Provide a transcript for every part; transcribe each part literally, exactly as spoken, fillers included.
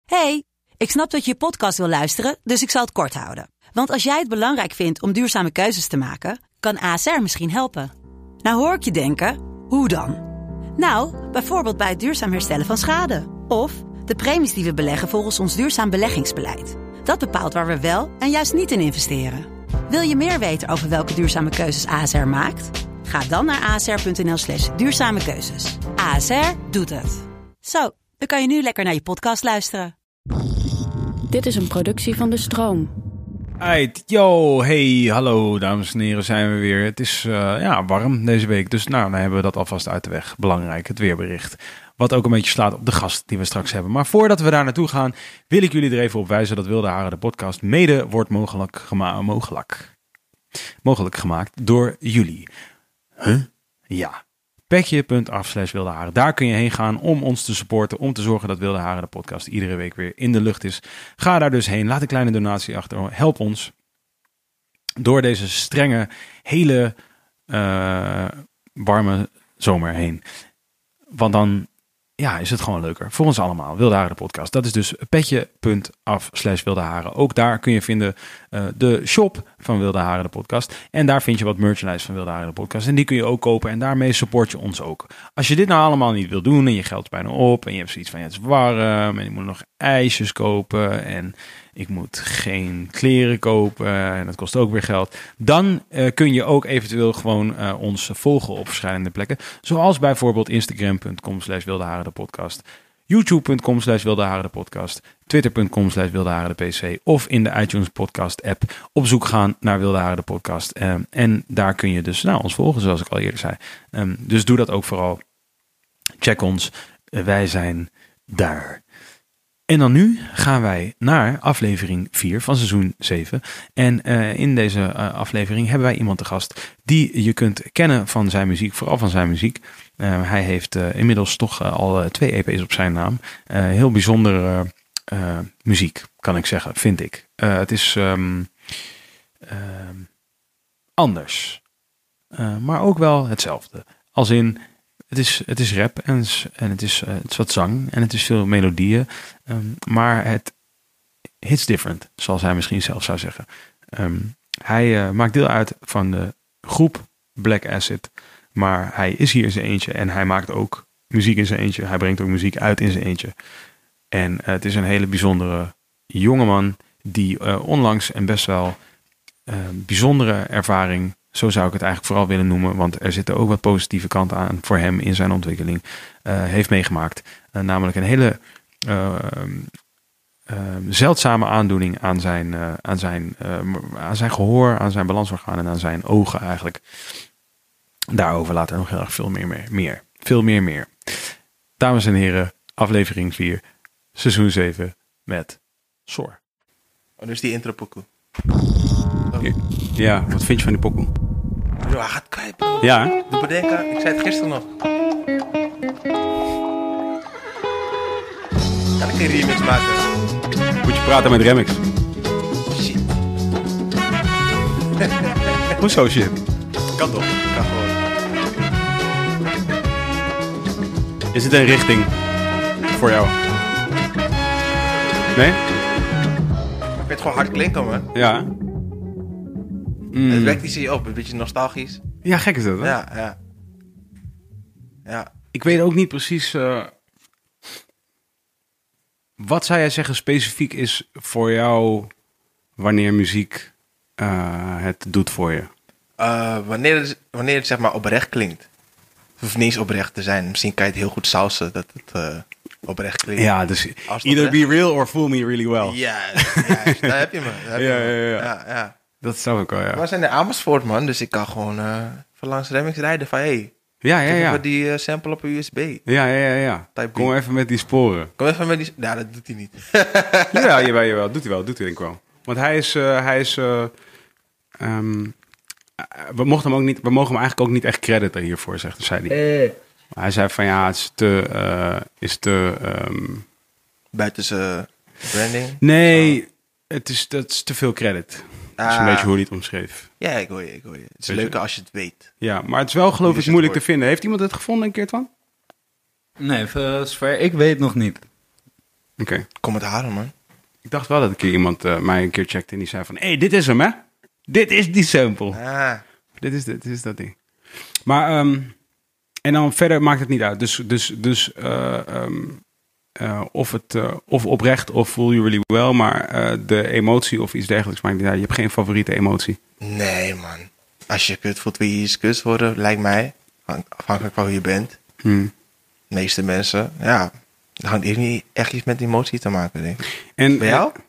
Hey, ik snap dat je je podcast wil luisteren, dus ik zal het kort houden. Want als jij het belangrijk vindt om duurzame keuzes te maken, kan A S R misschien helpen. Nou hoor ik je denken, hoe dan? Nou, bijvoorbeeld bij het duurzaam herstellen van schade. Of de premies die we beleggen volgens ons duurzaam beleggingsbeleid. Dat bepaalt waar we wel en juist niet in investeren. Wil je meer weten over welke duurzame keuzes A S R maakt? Ga dan naar asr.nl slash duurzame keuzes. A S R doet het. Zo, dan kan je nu lekker naar je podcast luisteren. Dit is een productie van De Stroom. Aight, yo, hey, hallo dames en heren, zijn we weer. Het is uh, ja, warm deze week, dus nou, dan hebben we dat alvast uit de weg. Belangrijk, het weerbericht. Wat ook een beetje slaat op de gast die we straks hebben. Maar voordat we daar naartoe gaan, wil ik jullie er even op wijzen dat Wilde Haren de podcast mede wordt mogelijk, gema- mogelijk, mogelijk gemaakt door jullie. Huh? Ja. Petje.af slash Wilde Haren. Daar kun je heen gaan om ons te supporten. Om te zorgen dat Wilde Haren de podcast iedere week weer in de lucht is. Ga daar dus heen. Laat een kleine donatie achter. Help ons door deze strenge, hele uh, warme zomer heen. Want dan ja, is het gewoon leuker. Voor ons allemaal. Wilde Haren de podcast. Dat is dus petje.af slash Wilde Haren. Ook daar kun je vinden uh, de shop van Wilde Haren de podcast. En daar vind je wat merchandise van Wilde Haren de podcast. En die kun je ook kopen. En daarmee support je ons ook. Als je dit nou allemaal niet wil doen en je geld is bijna op. En je hebt zoiets van ja, het is warm. En ik moet nog ijsjes kopen. En ik moet geen kleren kopen. En dat kost ook weer geld. Dan uh, kun je ook eventueel gewoon uh, ons volgen op verschillende plekken. Zoals bijvoorbeeld Instagram.com slash Wilde Haren de podcast. YouTube.com slash Wilde Haren de podcast. Twitter.com slash Wilde Haren de P C. Of in de iTunes podcast app op zoek gaan naar Wilde Haren de podcast. Um, en daar kun je dus nou, ons volgen, zoals ik al eerder zei. Um, dus doe dat ook vooral. Check ons. Uh, wij zijn daar. En dan nu gaan wij naar aflevering vier van seizoen zeven. En uh, in deze uh, aflevering hebben wij iemand te gast die je kunt kennen van zijn muziek, vooral van zijn muziek. Uh, hij heeft uh, inmiddels toch uh, al uh, twee E P's op zijn naam. Uh, heel bijzondere uh, muziek, kan ik zeggen, vind ik. Uh, het is um, uh, anders, uh, maar ook wel hetzelfde. Als in... Het is, het is rap en, en het, is, uh, het is wat zang en het is veel melodieën. Um, maar het hits different, zoals hij misschien zelf zou zeggen. Um, hij uh, maakt deel uit van de groep Black Acid. Maar hij is hier in zijn eentje en hij maakt ook muziek in zijn eentje. Hij brengt ook muziek uit in zijn eentje. En uh, het is een hele bijzondere jongeman die uh, onlangs en best wel uh, bijzondere ervaring... Zo zou ik het eigenlijk vooral willen noemen. Want er zitten ook wat positieve kanten aan voor hem in zijn ontwikkeling. Uh, heeft meegemaakt. Uh, namelijk een hele uh, uh, zeldzame aandoening aan zijn, uh, aan, zijn, uh, aan zijn gehoor, aan zijn balansorgaan en aan zijn ogen eigenlijk. Daarover later nog heel erg veel meer, meer, meer. Veel meer meer. Dames en heren, aflevering vier, seizoen zeven met Soar. Oh, dus die intro pokoe. Oh. Ja, wat vind je van die pokoe? Bro, hij gaat kwijt, bro. Ja, hè? Doe bedenken, ik zei het gisteren nog. Kan ik een remix maken? Moet je praten met Remix. Shit. Hoezo shit? Kan toch? Kan gewoon. Is het een richting voor jou? Nee? Ik vind het gewoon hard klinken, man. Ja. Mm. Het wekt iets in je op, een beetje nostalgisch. Ja, gek is dat, hè? Ja, ja. Ja. Ik weet ook niet precies... Uh, wat zou jij zeggen specifiek is voor jou wanneer muziek uh, het doet voor je? Uh, wanneer, het, wanneer het zeg maar oprecht klinkt. Het hoeft niet eens oprecht te zijn. Misschien kan je het heel goed sausen dat het uh, oprecht klinkt. Ja, dus either be real or fool me really well. Ja, juist, daar heb je me. Daar heb ja, je me. ja, ja, ja, ja. Dat zou ik wel, ja. We zijn in Amersfoort, man. Dus ik kan gewoon uh, van langs Remix rijden van... Hey, ja, ja, ja. even die uh, sample op een U S B. Ja, ja, ja. ja. Type Kom even met die sporen. Kom even met die... Ja, dat doet hij niet. ja, jawel, jawel. Doet hij wel. Doet hij denk ik wel. Want hij is... Uh, hij is uh, um, we, mochten hem ook niet, we mogen hem eigenlijk ook niet echt crediten hiervoor, zegt, zei hij. Eh. Hij zei van ja, het is te... Uh, is te um... Buiten zijn branding? Nee, oh. het is, dat is te veel credit. Dat is ah. een beetje hoe hij het omschreef. Ja, ik hoor je, ik hoor je. Het is weet leuker je? Als je het weet. Ja, maar het is wel geloof ik moeilijk te vinden. Heeft iemand het gevonden een keer, Twan? Nee, voor zover ik weet nog niet. Okay. Commentaren, man. Ik dacht wel dat een keer iemand uh, mij een keer checkte en die zei van... Hé, hey, dit is hem, hè? Dit is die sample. Ah. Dit is, dit is dat ding. Maar, um, en dan verder maakt het niet uit. Dus, dus, dus uh, um, uh, of, het, uh, of oprecht of voel je really well, maar uh, de emotie of iets dergelijks maakt niet uit. Je hebt geen favoriete emotie. Nee, man. Als je kut voelt, wil je iets kut worden, lijkt mij. Afhankelijk van hoe je bent. Hmm. De meeste mensen, ja... Dat hangt niet echt iets met emotie te maken, denk ik. En, bij jou?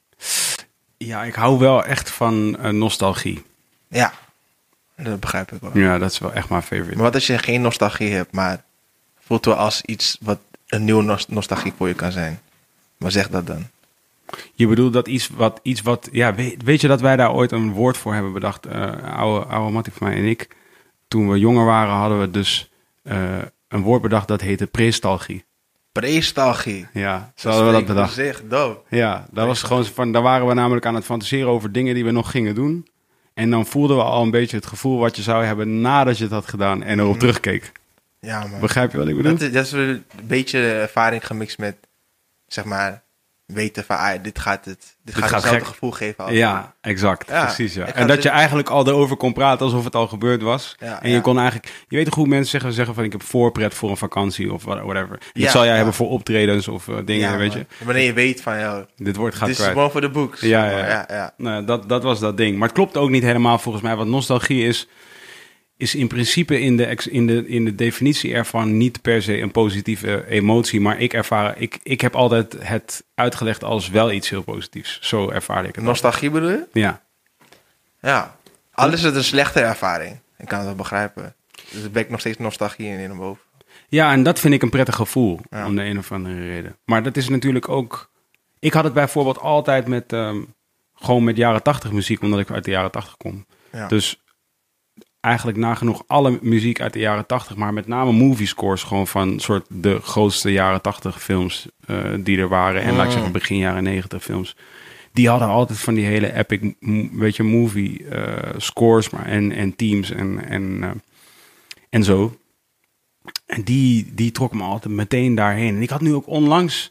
Ja, ik hou wel echt van uh, nostalgie. Ja, dat begrijp ik wel. Ja, dat is wel echt mijn favorite. Maar wat als je geen nostalgie hebt, maar voelt wel als iets wat een nieuwe nost- nostalgie voor je kan zijn? Maar zeg dat dan. Je bedoelt dat iets wat, iets wat ja, weet, weet je dat wij daar ooit een woord voor hebben bedacht? Uh, oude, oude Mattie van mij en ik. Toen we jonger waren hadden we dus uh, een woord bedacht dat heette prestalgie. Prestalgie. Ja, zo hadden we dat bedacht. Zeg, dope. Ja, dat was gewoon van, daar waren we namelijk aan het fantaseren over dingen die we nog gingen doen. En dan voelden we al een beetje het gevoel wat je zou hebben nadat je het had gedaan en erop mm. terugkeek. Ja, man. Begrijp je wat ik bedoel? Dat, dat is een beetje ervaring gemixt met, zeg maar, weten van, ah, dit gaat het, dit, dit gaat, gaat hetzelfde gek. gevoel geven. Als ja, exact. Ja, precies, ja. En dat dit... je eigenlijk al erover kon praten alsof het al gebeurd was. Ja, en je ja. kon eigenlijk, je weet toch hoe mensen zeggen, zeggen van, ik heb voorpret voor een vakantie of whatever. Dit ja, zal jij ja. hebben voor optredens of uh, dingen, ja, weet je. Wanneer je weet van, ja, dit wordt gaat dit kwijt. is gewoon voor de boeks. Ja, ja, ja. ja. Nou, dat, dat was dat ding. Maar het klopt ook niet helemaal volgens mij, want nostalgie is... is in principe in de, in, de, in de definitie ervan niet per se een positieve emotie. Maar ik ervaar, ik, ik heb altijd het uitgelegd als wel iets heel positiefs. Zo ervaar ik het. Nostalgie bedoel je? Ja. Ja. Al is het een slechte ervaring. Ik kan het wel begrijpen. Dus er ben ik nog steeds nostalgie in, in en boven. Ja, en dat vind ik een prettig gevoel. Ja. Om de een of andere reden. Maar dat is natuurlijk ook... Ik had het bijvoorbeeld altijd met... Um, gewoon met jaren tachtig muziek, omdat ik uit de jaren tachtig kom. Ja. Dus... eigenlijk nagenoeg alle muziek uit de jaren tachtig, maar met name movie scores gewoon van soort de grootste jaren tachtig films uh, die er waren. En oh. laat ik zeggen begin jaren negentig films. Die hadden altijd van die hele epic, weet je, movie uh, scores maar en, en teams en, en, uh, en zo. En die, die trok me altijd meteen daarheen. En ik had nu ook onlangs,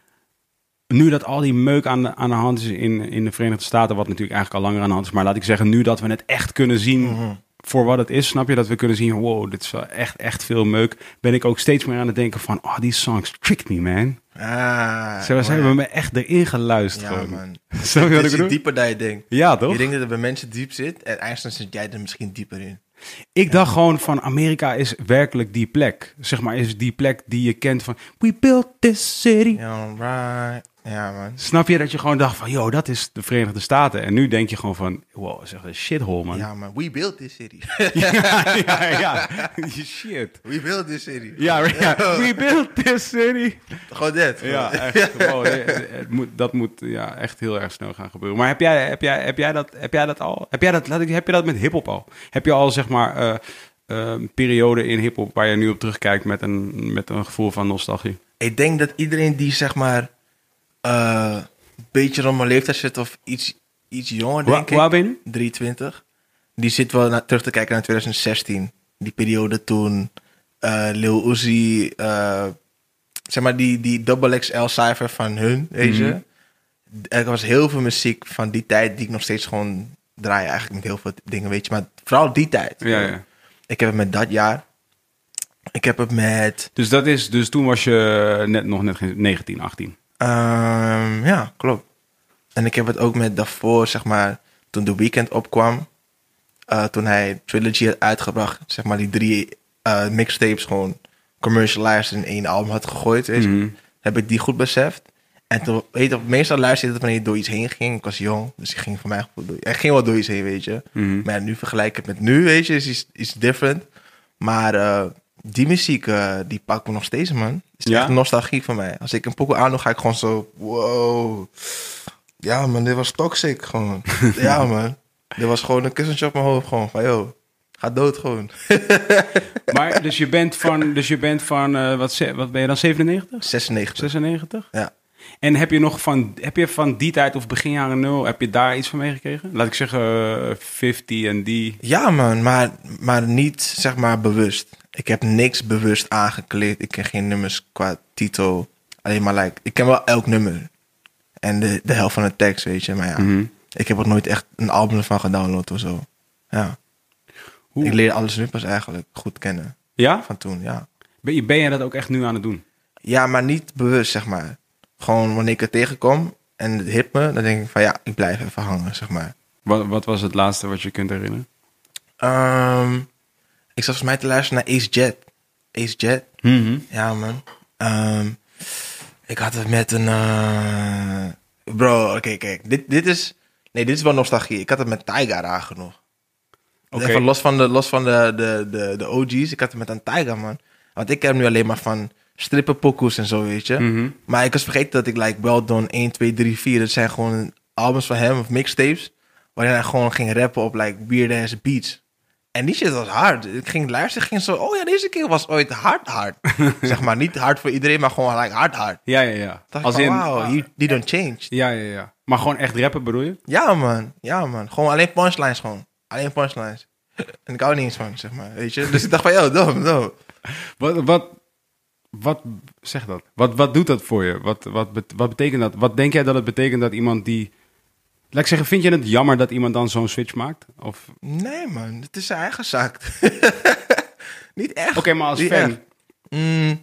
nu dat al die meuk aan de, aan de hand is in, in de Verenigde Staten, wat natuurlijk eigenlijk al langer aan de hand is, maar laat ik zeggen, nu dat we het echt kunnen zien... Mm-hmm. Voor wat het is, snap je? Dat we kunnen zien, wow, dit is wel echt, echt veel meuk. Ben ik ook steeds meer aan het denken van, oh, die songs tricked me, man. Ah, Zo zijn we me echt erin geluisterd. Ja, gewoon. man. Snap je wat ik bedoel? Dieper dan je denkt. Ja, toch? Je denkt dat er bij mensen diep zit en eigenlijk zit jij er misschien dieper in. Ik dacht ja. gewoon van, Amerika is werkelijk die plek. Zeg maar, is die plek die je kent van, we built this city. Ja, right. Ja, man. Snap je dat je gewoon dacht van, yo, dat is de Verenigde Staten. En nu denk je gewoon van, wow, zeg een shithole, man. Ja, man. We built this city. ja, ja, ja. Shit. We built this city. Ja, ja. We built this city. Gewoon dit. Ja, echt. Wow, het, het moet, dat moet ja, echt heel erg snel gaan gebeuren. Maar heb jij, heb jij, heb jij, dat, heb jij dat al? Heb jij dat, laat ik, heb je dat met hiphop al? Heb je al, zeg maar, uh, uh, een periode in hiphop waar je nu op terugkijkt met een, met een gevoel van nostalgie? Ik denk dat iedereen die, zeg maar... Uh, een beetje rond mijn leeftijd zit of iets, iets jonger, denk Wa- waar ben je? ik. drieëntwintig. Die zit wel naar, terug te kijken naar twintig zestien. Die periode toen uh, Lil Uzi, uh, zeg maar die, die double X L-cijfer van hun, weet je. Mm-hmm. Er was heel veel muziek van die tijd die ik nog steeds gewoon draai eigenlijk met heel veel dingen, weet je. Maar vooral die tijd. Ja, ja. Ik heb het met dat jaar. Ik heb het met... Dus dat is, dus toen was je net nog net geen negentien, achttien. Um, ja, klopt. En ik heb het ook met daarvoor, zeg maar, toen The Weeknd opkwam. Uh, toen hij Trilogy had uitgebracht, zeg maar, die drie uh, mixtapes gewoon commercialized in één album had gegooid. Weet je. Mm-hmm. Heb ik die goed beseft. En toen, weet je, meestal luisterde ik wanneer je door iets heen ging. Ik was jong, dus ik ging voor mij goed door. Ik ging wel door iets heen, weet je. Mm-hmm. Maar ja, nu vergelijk ik het met nu, weet je, is iets, iets different. Maar uh, die muziek, uh, die pakt me nog steeds, man. Het is ja? echt nostalgie voor mij. Als ik een pokoe aandoe, ga ik gewoon zo, wow. Ja, man, dit was toxic, gewoon. Ja, man. Dit was gewoon een kussentje op mijn hoofd, gewoon van, yo, ga dood gewoon. Maar, dus je bent van, dus je bent van uh, wat, wat ben je dan, zevenennegentig? zesennegentig. zesennegentig? Ja. En heb je nog van, heb je van die tijd of begin jaren nul, heb je daar iets van meegekregen? Laat ik zeggen, uh, vijftig en die. Ja, man, maar, maar niet, zeg maar, bewust. Ik heb niks bewust aangekleed. Ik ken geen nummers qua titel Alleen maar, like, ik ken wel elk nummer. En de, de helft van de tekst, weet je. Maar ja, Mm-hmm. ik heb ook nooit echt een album ervan gedownload of zo. Ja. Hoe? Ik leer alles nu pas eigenlijk goed kennen. Ja? Van toen, ja. Ben, je- ben jij dat ook echt nu aan het doen? Ja, maar niet bewust, zeg maar. Gewoon wanneer ik het tegenkom en het hit me, dan denk ik van ja, ik blijf even hangen, zeg maar. Wat, wat was het laatste wat je kunt herinneren? Ehm, ik zat volgens mij te luisteren naar Ace Jet. Ace Jet? Mm-hmm. Ja, man. Ehm, ik had het met een... eh, Bro, oké, kijk. Dit, dit is... Nee, dit is wel nostalgie. Ik had het met Tyga aangenoeg. Oké. Even los van, de, los van de, de, de, de O G's. Ik had het met een Tyga, man. Want ik ken nu alleen maar van strippenpokoes en zo, weet je. Mm-hmm. Maar ik was vergeten dat ik like Well Done één, twee, drie, vier... Dat zijn gewoon albums van hem of mixtapes. Waarin hij gewoon ging rappen op like weird ass beats. En die shit was hard. Ik ging luisteren, ging zo... Oh ja, deze keer was ooit hard hard. Zeg maar, niet hard voor iedereen, maar gewoon like hard hard. Ja, ja, ja. Dacht Als ik van, in, wow, ah, he, he don't change. ja, ja, ja. Maar gewoon echt rappen bedoel je? Ja, man. Ja, man. Gewoon alleen punchlines gewoon. Alleen punchlines. En ik hou er niet eens van, zeg maar. Weet je? Dus ik dacht van, yo, dom, dom. Wat, wat, wat, zeg dat. Wat, wat doet dat voor je? Wat, wat, bet- wat betekent dat? Wat denk jij dat het betekent dat iemand die... Laat ik zeggen, vind je het jammer dat iemand dan zo'n switch maakt? Of... Nee, man. Het is zijn eigen zaak. Niet echt. Oké, maar als Niet fan... echt. Mm.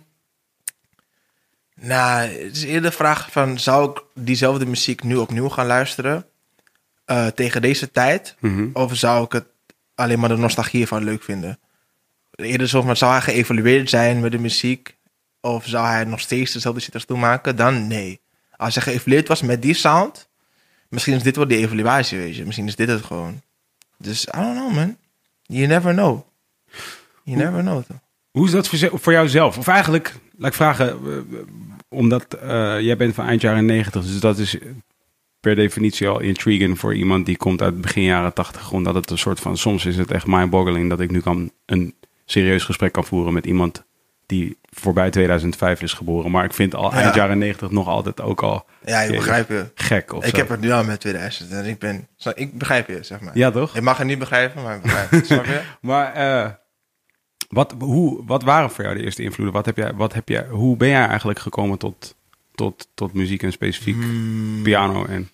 Nou, het is eerder de vraag van... Zou ik diezelfde muziek nu opnieuw gaan luisteren? Uh, tegen deze tijd? Mhm. Of zou ik het alleen maar de nostalgie van leuk vinden? Eerder zo van, zou hij geëvalueerd zijn met de muziek? Of zou hij nog steeds dezelfde shit als toen maken? Dan nee. Als hij geëvalueerd was met die sound... Misschien is dit wel die evaluatie, weet je. Misschien is dit het gewoon. Dus, I don't know, man. You never know. You never know. Toch? Hoe is dat voor, ze- voor jou zelf? Of eigenlijk, laat ik vragen... eh, omdat eh, jij bent van eind jaren negentig... dus dat is per definitie al intriguing voor iemand... die komt uit begin jaren tachtig. Omdat het een soort van... Soms is het echt mind-boggling... dat ik nu kan een serieus gesprek kan voeren met iemand... die voorbij tweeduizend vijf is geboren. Maar ik vind al Ja. eind jaren negentig nog altijd ook al... Ja, ik begrijp je. Gek of Ik zo. heb het nu al met tweeduizend. En ik ben... Ik begrijp je, zeg maar. Ja, toch? Ik mag het niet begrijpen, maar ik begrijp het. Snap je? Maar eh, wat, hoe, wat waren voor jou de eerste invloeden? Wat heb jij, wat heb jij, hoe ben jij eigenlijk gekomen tot, tot, tot muziek en specifiek Hmm. piano? En,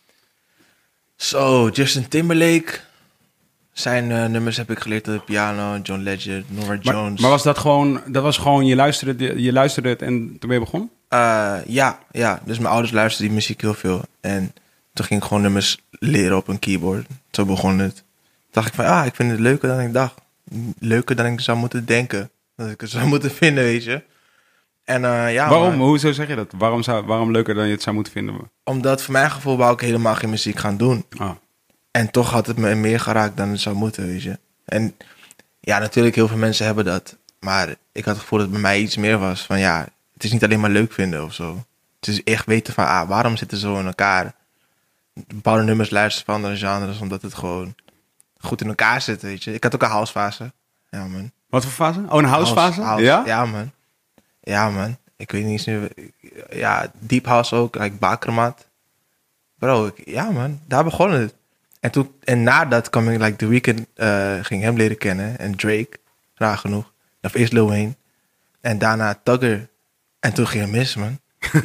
Zo, Justin Timberlake. Zijn uh, nummers heb ik geleerd op de piano. John Legend, Norah maar, Jones. maar was dat gewoon, dat was gewoon je luisterde, je luisterde het en toen ben je begonnen? Uh, ja, ja. Dus mijn ouders luisterden die muziek heel veel. En toen ging ik gewoon nummers leren op een keyboard. Zo begon het. Toen dacht ik van, ah, ik vind het leuker dan ik dacht. Leuker dan ik zou moeten denken. Dat ik het zou moeten vinden, weet je. En uh, ja, Waarom? maar, Hoezo zeg je dat? Waarom, zou, waarom leuker dan je het zou moeten vinden? omdat voor mijn gevoel wou ik helemaal geen muziek gaan doen. Ah. En toch had het me meer geraakt dan het zou moeten, weet je. En ja, natuurlijk, heel veel mensen hebben dat. Maar ik had het gevoel dat het bij mij iets meer was. Van ja, het is niet alleen maar leuk vinden of zo. Het is echt weten van, ah, waarom zitten ze zo in elkaar? Bepaalde nummers luisteren van andere genres, omdat het gewoon goed in elkaar zit, weet je. Ik had ook een housefase. Ja, man. Wat voor fase? Oh, een housefase? House, Ja? Ja, man. Ja, man. Ik weet niet eens nu... Ja, deep house ook, like Bakermat. Bro, ik, ja, man. Daar begon het. En, toen, en nadat kwam ik, like, The Weeknd, uh, ging hem leren kennen. En Drake, raar genoeg. Of eerst Lil Wayne. En daarna Tugger. En toen ging het mis, man.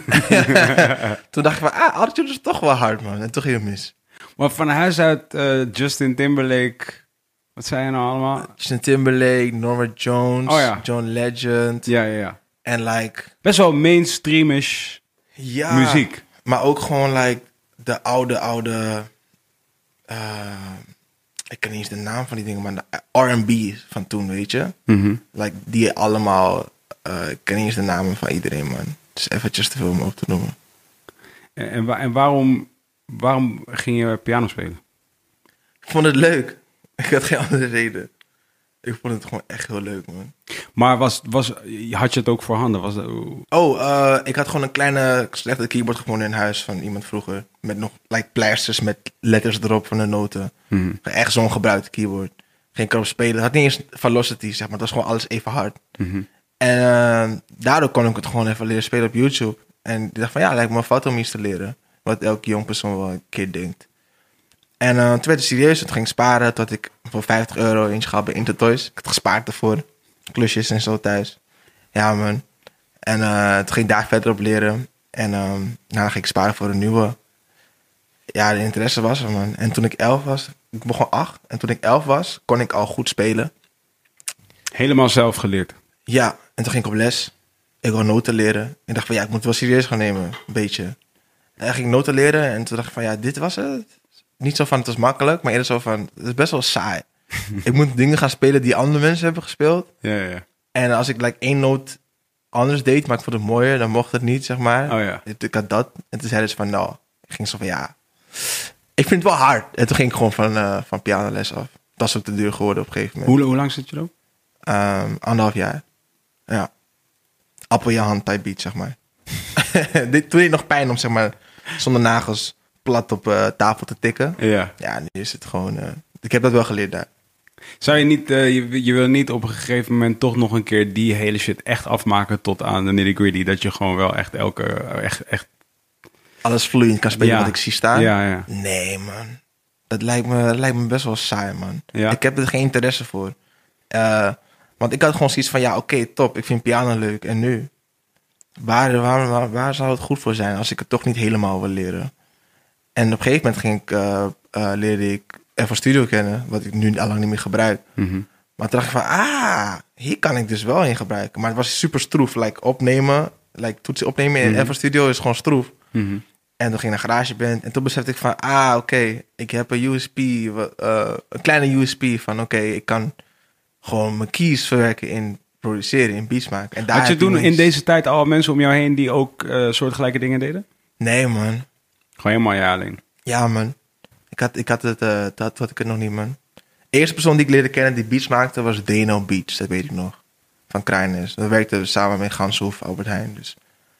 Toen dacht ik van, ah, Attitude is toch wel hard, man. En toen ging het mis. Maar van huis uit uh, Justin Timberlake, wat zei je nou allemaal? Justin Timberlake, Norah Jones, Oh, ja. John Legend. Ja, ja, ja. En like... Best wel mainstreamish Ja, muziek. Maar ook gewoon like de oude, oude... Uh, ik ken niet eens de naam van die dingen, maar de R en B van toen, weet je? Mhm. Like die allemaal... Uh, ik ken niet eens de namen van iedereen, man. Het is eventjes te veel om op te noemen. En, en, wa- en waarom, waarom ging je piano spelen? Ik vond het leuk. Ik had geen andere reden. Ik vond het gewoon echt heel leuk, man. Maar was, was, had je het ook voorhanden? Was dat, Oh, uh, ik had gewoon een kleine slechte keyboard gevonden in huis van iemand vroeger. Met nog like pleisters met letters erop van de noten. Mhm. Echt zo'n gebruikte keyboard. Ging ik erop spelen. Het had niet eens velocity, zeg maar. Het was gewoon alles even hard. Mhm. En uh, daardoor kon ik het gewoon even leren spelen op YouTube. En ik dacht van, ja, lijkt me fout om iets te leren. Wat elke jong persoon wel een keer denkt. En uh, toen werd het serieus. Toen ging ik sparen tot ik voor vijftig euro eentje gehad bij Intertoys. Ik had gespaard ervoor. Klusjes en zo thuis. Ja, man. En uh, toen ging ik daar verder op leren. En um, nou, dan ging ik sparen voor een nieuwe. Ja, de interesse was er, man. En toen ik elf was, ik begon acht. En toen ik elf was, kon ik al goed spelen. Helemaal zelf geleerd? Ja, en toen ging ik op les. Ik wou noten leren. Ik dacht van, ja, ik moet het wel serieus gaan nemen. Een beetje. En dan ging ik noten leren. En toen dacht ik van, ja, dit was het. Niet zo van, het was makkelijk. Maar eerder zo van, het is best wel saai. Ik moet dingen gaan spelen die andere mensen hebben gespeeld. Ja, ja, ja. En als ik like, één noot anders deed, maar ik vond het mooier, dan mocht het niet, zeg maar. Oh ja. Ik had dat. En toen zeiden ze van, nou, ik ging zo van, ja, ik vind het wel hard. En toen ging ik gewoon van, uh, van pianoles af. Dat is ook te duur geworden op een gegeven moment. Hoe, hoe lang zit je erop? Um, anderhalf jaar. Ja. Appel in je hand type beat, zeg maar. Dit toen deed nog pijn om, zeg maar, zonder nagels plat op uh, tafel te tikken. Ja. Ja, nu is het gewoon... Uh, ik heb dat wel geleerd daar. Zou je niet, uh, je, je wil niet op een gegeven moment toch nog een keer die hele shit echt afmaken tot aan de nitty gritty, dat je gewoon wel echt elke, echt, echt... Alles vloeiend kan spelen Ja. wat ik zie staan? Ja, ja. Nee, man. Dat lijkt me, dat lijkt me best wel saai, man. Ja. Ik heb er geen interesse voor. Uh, want ik had gewoon zoiets van, ja, oké, okay, top. Ik vind piano leuk. En nu? Waar, waar, waar, waar zou het goed voor zijn als ik het toch niet helemaal wil leren? En op een gegeven moment ging ik, uh, uh, leerde ik F L Studio kennen, wat ik nu al lang niet meer gebruik. Mm-hmm. Maar toen dacht ik van, ah, hier kan ik dus wel in gebruiken. Maar het was super stroef. Like opnemen, like toetsen opnemen in Mm-hmm. F L Studio is gewoon stroef. Mm-hmm. En toen ging ik naar GarageBand. En toen besefte ik van, ah, oké, okay, ik heb een U S P, uh, een kleine U S P van, oké, okay, ik kan gewoon mijn keys verwerken in produceren, in beats maken. En daar Had je heb ik toen niks. in deze tijd al mensen om jou heen die ook uh, soortgelijke dingen deden? Nee, man. Gewoon helemaal jij alleen? Ja, man. Ik had, ik had het, uh, dat had ik het nog niet, man. De eerste persoon die ik leerde kennen die beats maakte was Deno Beats, dat weet ik nog. Van Krijnes. We werkten samen met Ganshoef, Albert Heijn. Dus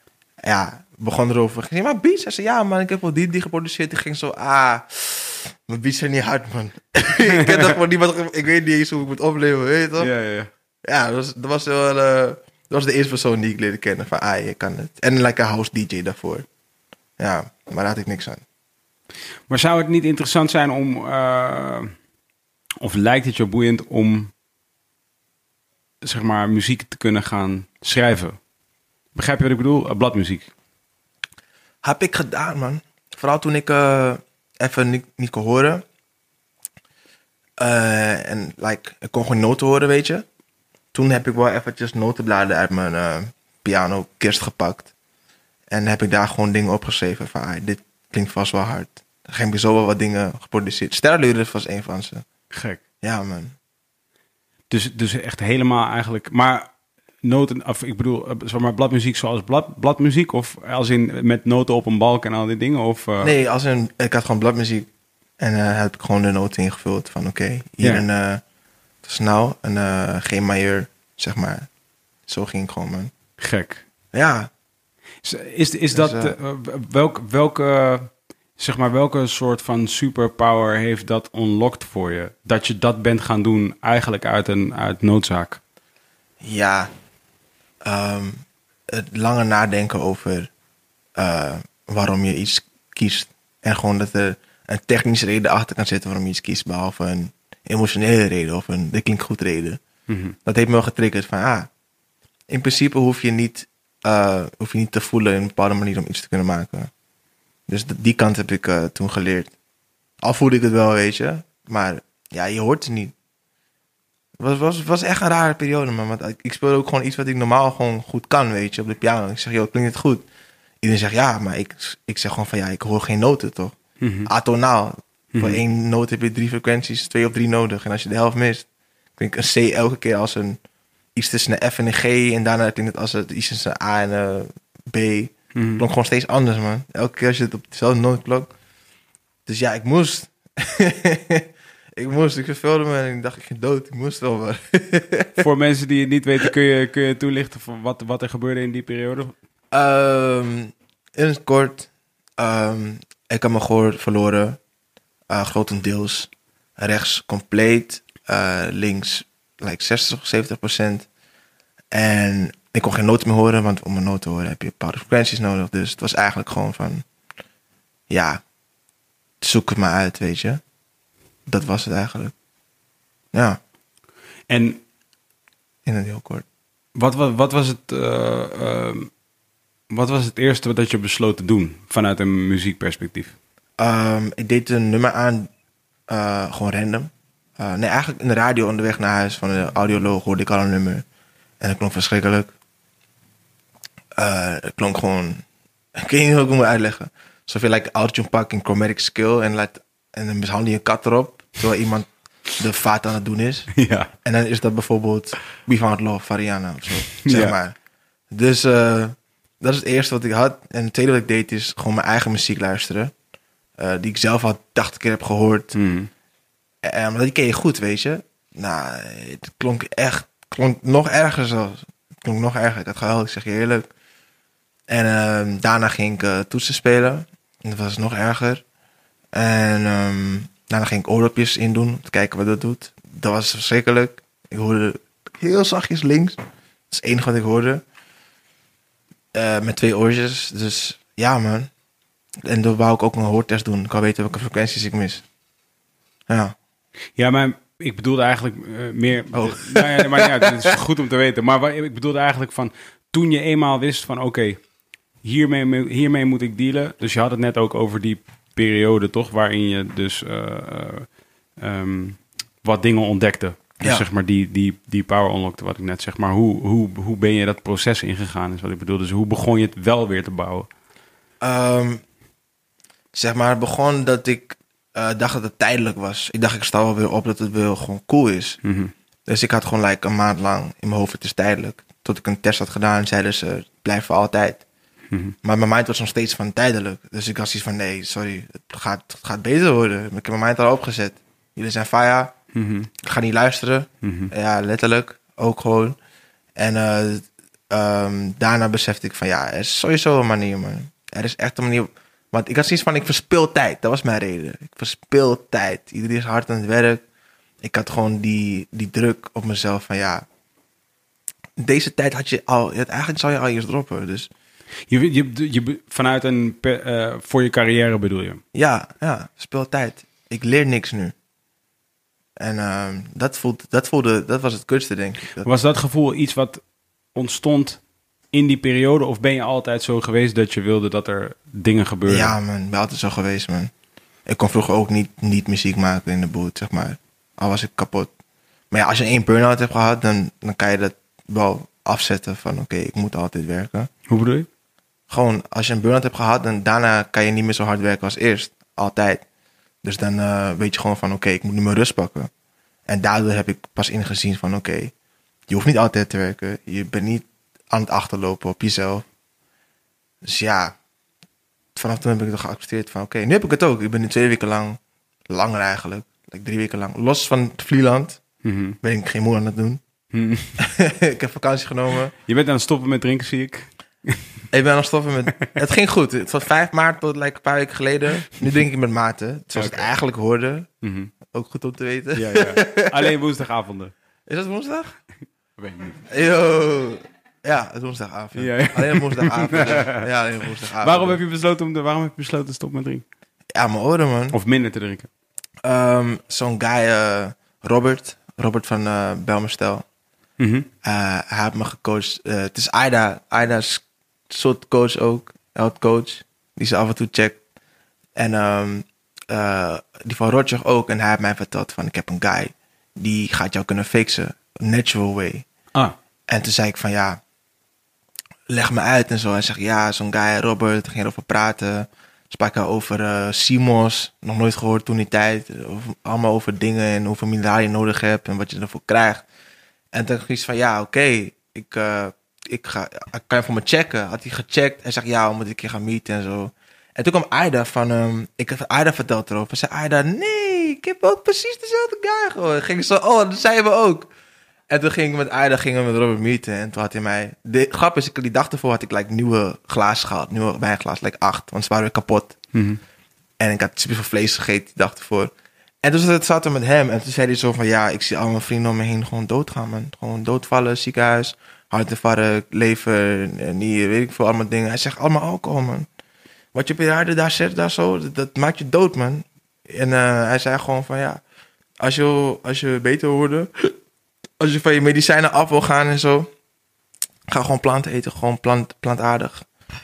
ja, we begonnen erover. Ik zei, maar beats? Hij zei, ja, man, ik heb wel die, die geproduceerd. Ik ging zo, ah, mijn beats zijn niet hard, man. Ik ken toch gewoon niemand, ik weet niet eens hoe ik moet opnemen, weet je toch? Ja, ja, ja. Ja, dat was, dat was wel, uh, dat was de eerste persoon die ik leerde kennen. Van, ah, je kan het. En like een house D J daarvoor. Ja, maar daar had ik niks aan. Maar zou het niet interessant zijn om, uh, of lijkt het je boeiend om, zeg maar, muziek te kunnen gaan schrijven? Begrijp je wat ik bedoel? Uh, bladmuziek. Heb ik gedaan, man. Vooral toen ik uh, even niet, niet kon horen. Uh, en like, ik kon gewoon noten horen, weet je. Toen heb ik wel eventjes notenbladen uit mijn uh, pianokist gepakt. En heb ik daar gewoon dingen opgeschreven van, ah, dit klinkt vast wel hard. Dan heb ik zo wel wat dingen geproduceerd. Sterrenluren was een van ze. Gek. Ja, man. Dus, dus echt helemaal eigenlijk, maar noten, of ik bedoel, uh, zeg maar bladmuziek zoals blad, bladmuziek, of als in met noten op een balk en al die dingen, of? Uh... Nee, als een, ik had gewoon bladmuziek. En uh, heb ik gewoon de noten ingevuld van, oké, okay, hier ja. een uh, snauw, een uh, G majeur, zeg maar. Zo ging ik gewoon, man. Gek. Ja. Is, is, is dat, dus, uh, uh, welk, welke, zeg maar, welke soort van superpower heeft dat unlocked voor je? Dat je dat bent gaan doen eigenlijk uit een uit noodzaak? Ja. Um, het langer nadenken over uh, waarom je iets kiest. En gewoon dat er een technische reden achter kan zitten waarom je iets kiest. Behalve een emotionele reden of een dit klinkt goed reden. Mm-hmm. Dat heeft me wel getriggerd van, ah, in principe hoef je niet, uh, hoef je niet te voelen in een bepaalde manier om iets te kunnen maken. Dus d- die kant heb ik uh, toen geleerd. Al voelde ik het wel, weet je. Maar ja, je hoort het niet. Het was, was, was echt een rare periode, man. Want ik speelde ook gewoon iets wat ik normaal gewoon goed kan, weet je, op de piano. Ik zeg, joh, klinkt het goed? Iedereen zegt, ja, maar ik, ik zeg gewoon van, ja, ik hoor geen noten, toch? Mm-hmm. Atonaal. Mm-hmm. Voor één noot heb je drie frequenties, twee of drie nodig. En als je de helft mist, klinkt een C elke keer als een iets tussen een F en een G. En daarna klinkt het als het iets tussen een A en een B. Mm-hmm. Klonk gewoon steeds anders, man. Elke keer als je het op dezelfde noot klonk. Dus ja, ik moest. ik moest. Ik verveelde me en ik dacht, ik ging dood. Ik moest wel, maar. Voor mensen die het niet weten, kun je, kun je toelichten van wat, wat er gebeurde in die periode? Um, in het kort. Um, ik heb mijn gehoor verloren. Uh, grotendeels. Rechts compleet. Uh, links like zestig, zeventig procent. En ik kon geen noten meer horen, want om een noot te horen heb je bepaalde frequenties nodig. Dus het was eigenlijk gewoon van, ja, zoek het maar uit, weet je. Dat was het eigenlijk. Ja. En in het heel kort. wat, wat, wat was het, uh, uh, wat was het eerste dat je besloot te doen vanuit een muziekperspectief? Um, ik deed een nummer aan, uh, gewoon random. Uh, nee, eigenlijk in de radio onderweg naar huis van de audioloog hoorde ik al een nummer. En dat klonk verschrikkelijk. Uh, het klonk gewoon... Ik weet niet hoe ik het moet uitleggen. Alsof je like, een autotune pakt in chromatic skill en, like, en dan mishandel je een kat erop. Terwijl iemand de vaat aan het doen is. Ja. En dan is dat bijvoorbeeld We Found Love van Rihanna of zo. Zeg Ja. maar. Dus uh, dat is het eerste wat ik had. En het tweede wat ik deed is gewoon mijn eigen muziek luisteren. Uh, die ik zelf al tachtig keer heb gehoord. Mm. Uh, maar die ken je goed, weet je. Nou, het klonk echt... klonk nog erger zelfs. Het klonk nog erger. Ik had gehuild, ik zeg je eerlijk. En uh, daarna ging ik uh, toetsen spelen. En dat was nog erger. En um, daarna ging ik oordopjes in doen. Om te kijken wat dat doet. Dat was verschrikkelijk. Ik hoorde heel zachtjes links. Dat is het enige wat ik hoorde. Uh, met twee oortjes. Dus ja, man. En dan wou ik ook een hoortest doen. Ik wou weten welke frequenties ik mis. Ja. Ja, maar ik bedoelde eigenlijk uh, meer... Oh. Nou ja, maar ja, het is goed om te weten. Maar wat, ik bedoelde eigenlijk van... Toen je eenmaal wist van... Oké, okay, hiermee, hiermee moet ik dealen. Dus je had het net ook over die periode, toch? Waarin je dus uh, uh, um, wat dingen ontdekte. Dus Ja. zeg maar die, die, die power unlockte, wat ik net zeg. Maar hoe, hoe, hoe ben je dat proces ingegaan, is wat ik bedoel. Dus hoe begon je het wel weer te bouwen? Um, zeg maar, het begon dat ik uh, dacht dat het tijdelijk was. Ik dacht, ik sta wel weer op dat het wel gewoon cool is. Mm-hmm. Dus ik had gewoon like, een maand lang in mijn hoofd, het is tijdelijk. Tot ik een test had gedaan en zeiden ze, het blijft voor altijd. Mm-hmm. Maar mijn mind was nog steeds van tijdelijk. Dus ik had zoiets van, nee, sorry, het gaat, het gaat beter worden. Ik heb mijn mind al opgezet. Jullie zijn fire, Mm-hmm. ik ga niet luisteren. Mm-hmm. Ja, letterlijk, ook gewoon. En uh, um, daarna besefte ik van, ja, er is sowieso een manier, man. Er is echt een manier. Want ik had zoiets van, ik verspil tijd. Dat was mijn reden. Ik verspil tijd. Iedereen is hard aan het werk. Ik had gewoon die, die druk op mezelf van, ja, deze tijd had je al, eigenlijk zou je al eerst droppen. Dus Je, je, je, vanuit een, per, uh, voor je carrière bedoel je? ja, ja, speel tijd. Ik leer niks nu. En uh, dat, voelde, dat, voelde, dat was het kutste, denk ik. Dat, Was dat gevoel iets wat ontstond in die periode? Of ben je altijd zo geweest dat je wilde dat er dingen gebeurden? ja, man, ik ben altijd zo geweest, man. Ik kon vroeger ook niet, niet muziek maken in de boot, zeg maar. Al was ik kapot. Maar ja, als je één burn-out hebt gehad, dan, dan kan je dat wel afzetten van, oké, okay, ik moet altijd werken. Hoe bedoel je? Gewoon, als je een burn-out hebt gehad, dan daarna kan je niet meer zo hard werken als eerst. Altijd. Dus dan uh, weet je gewoon van, oké, okay, ik moet nu mijn rust pakken. En daardoor heb ik pas ingezien van, oké, okay, je hoeft niet altijd te werken. Je bent niet aan het achterlopen op jezelf. Dus ja, vanaf toen heb ik het geaccepteerd van, oké, okay, nu heb ik het ook. Ik ben nu twee weken lang, langer eigenlijk, like drie weken lang, los van het Vlieland, Mm-hmm. ben ik geen moe aan het doen. Mm. Ik heb vakantie genomen. Je bent aan het stoppen met drinken, zie ik. Ik ben aan het stoppen met... Het ging goed. Het was vijf maart tot like, een paar weken geleden. Nu drink ik met maten. Zoals Oké. ik eigenlijk hoorde. Mm-hmm. Ook goed om te weten. Ja, ja. Alleen woensdagavonden. Is dat woensdag? Weet ik niet. Yo. Ja, het is woensdagavond. Ja, ja. Alleen op woensdagavond. Ja, ja alleen op woensdagavond. Waarom heb je besloten om de, waarom heb je besloten te stoppen met drinken? Ja, mijn oren, man. Of minder te drinken? Um, Zo'n guy, uh, Robert. Robert van uh, Belmerstel. Mm-hmm. Uh, hij heeft me gecoacht. Uh, het is Aida. Aida is soort coach ook. Health coach. Die ze af en toe checkt. En um, uh, die van Roger ook. En hij heeft mij verteld van, ik heb een guy. Die gaat jou kunnen fixen. Natural way. Ah. En toen zei ik van, ja, leg me uit en zo. Hij zegt, ja, zo'n guy, Robert, ging erover praten. Sprak hij over uh, C M O S. Nog nooit gehoord toen die tijd. Over, allemaal over dingen en hoeveel mineralen je nodig hebt. En wat je ervoor krijgt. En toen dacht ik van, ja, oké. Okay, ik, uh, ik ga, kan je voor me checken? Had hij gecheckt. Hij zegt, ja, we moeten een keer gaan meeten en zo. En toen kwam Aida van, um, ik heb Aida verteld erover. Zei Aida, nee, ik heb ook precies dezelfde guy gewoon. Ging zo, oh, dat zeiden we ook. En toen ging ik met Aida, gingen we met Robert meeten. En toen had hij mij... De grap is, die dag ervoor had ik like, nieuwe glazen gehad. Nieuwe wijnglaas, like acht. Want ze waren weer kapot. Mm-hmm. En ik had super veel vlees gegeten die dag ervoor. En toen zat we met hem. En toen zei hij zo van... Ja, ik zie al mijn vrienden om me heen gewoon doodgaan, man. Gewoon doodvallen, ziekenhuis. Hartinfarct, lever, nieren, weet ik veel. Allemaal dingen. Hij zegt allemaal alcohol, man. Wat je op je harde daar zet, daar zo... Dat, dat maakt je dood, man. En uh, hij zei gewoon van... Ja, als je, als je beter wordt... Als je van je medicijnen af wil gaan en zo... Ga gewoon planten eten. Gewoon plant, plantaardig.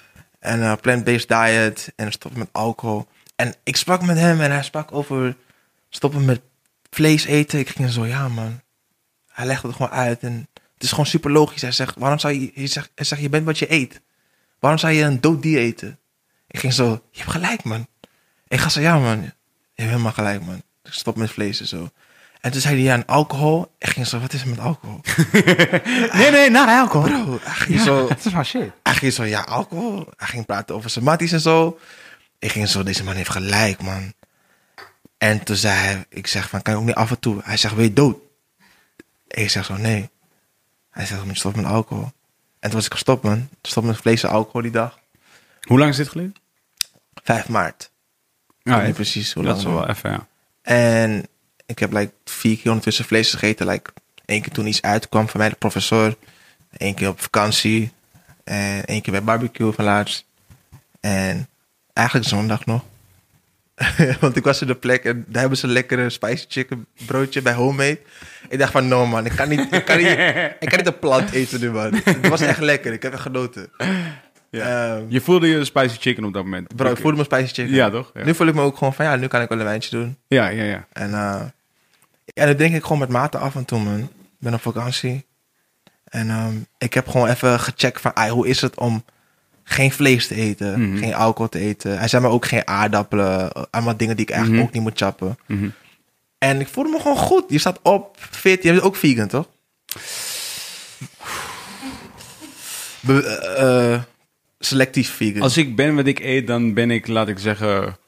En uh, plant-based diet. En stoppen met alcohol. En ik sprak met hem en hij sprak over stoppen met vlees eten. Ik ging zo, ja man. Hij legde het gewoon uit. En het is gewoon super logisch. Hij zegt, waarom zou je... je zegt, hij zegt, je bent wat je eet. Waarom zou je een dood dier eten? Ik ging zo, je hebt gelijk man. Ik ga zo, ja man. Je hebt helemaal gelijk man. Ik stop met vlees en zo. En toen zei hij, ja, en alcohol. Ik ging zo, wat is er met alcohol? nee, nee, na alcohol. Bro, hij ging ja, zo... dat is maar shit. Hij ging zo, ja, alcohol. Hij ging praten over somatisch en zo. Ik ging zo, deze man heeft gelijk, man. En toen zei hij, ik zeg van, kan je ook niet af en toe? Hij zegt, ben je dood? Ik zeg zo, nee. Hij zegt, moet je stoppen met alcohol. En toen was ik gestopt, man. Stop met vlees en alcohol die dag. Hoe lang is dit geleden? vijf maart. Ik weet niet precies hoe lang. Dat is wel even, ja. En ik heb like vier keer ondertussen vlees gegeten. Like, één keer toen iets uitkwam van mij, de professor. Eén keer op vakantie. En één keer bij barbecue van laatst. En eigenlijk zondag nog. Want ik was in de plek en daar hebben ze een lekkere spicy chicken broodje bij Homemade. Ik dacht van, no man, ik kan niet, ik kan niet, ik kan niet een plant eten nu, man. Het was echt lekker, ik heb echt genoten. Ja. Um, je voelde je spicy chicken op dat moment. Bro, ik voelde me spicy chicken. Ja, toch? Ja. Nu voel ik me ook gewoon van, ja, nu kan ik wel een wijntje doen. Ja, ja, ja. En uh, ja, dan drink ik gewoon met maten af en toe, man. Ik ben op vakantie. En um, ik heb gewoon even gecheckt van, ay, hoe is het om geen vlees te eten, mm-hmm. geen alcohol te eten. Hij zei me ook geen aardappelen, allemaal dingen die ik eigenlijk mm-hmm. ook niet moet chappen. Mm-hmm. En ik voelde me gewoon goed. Je staat op veertien, je bent ook vegan, toch? Be- uh, selectief vegan. Als ik ben wat ik eet, dan ben ik, laat ik zeggen,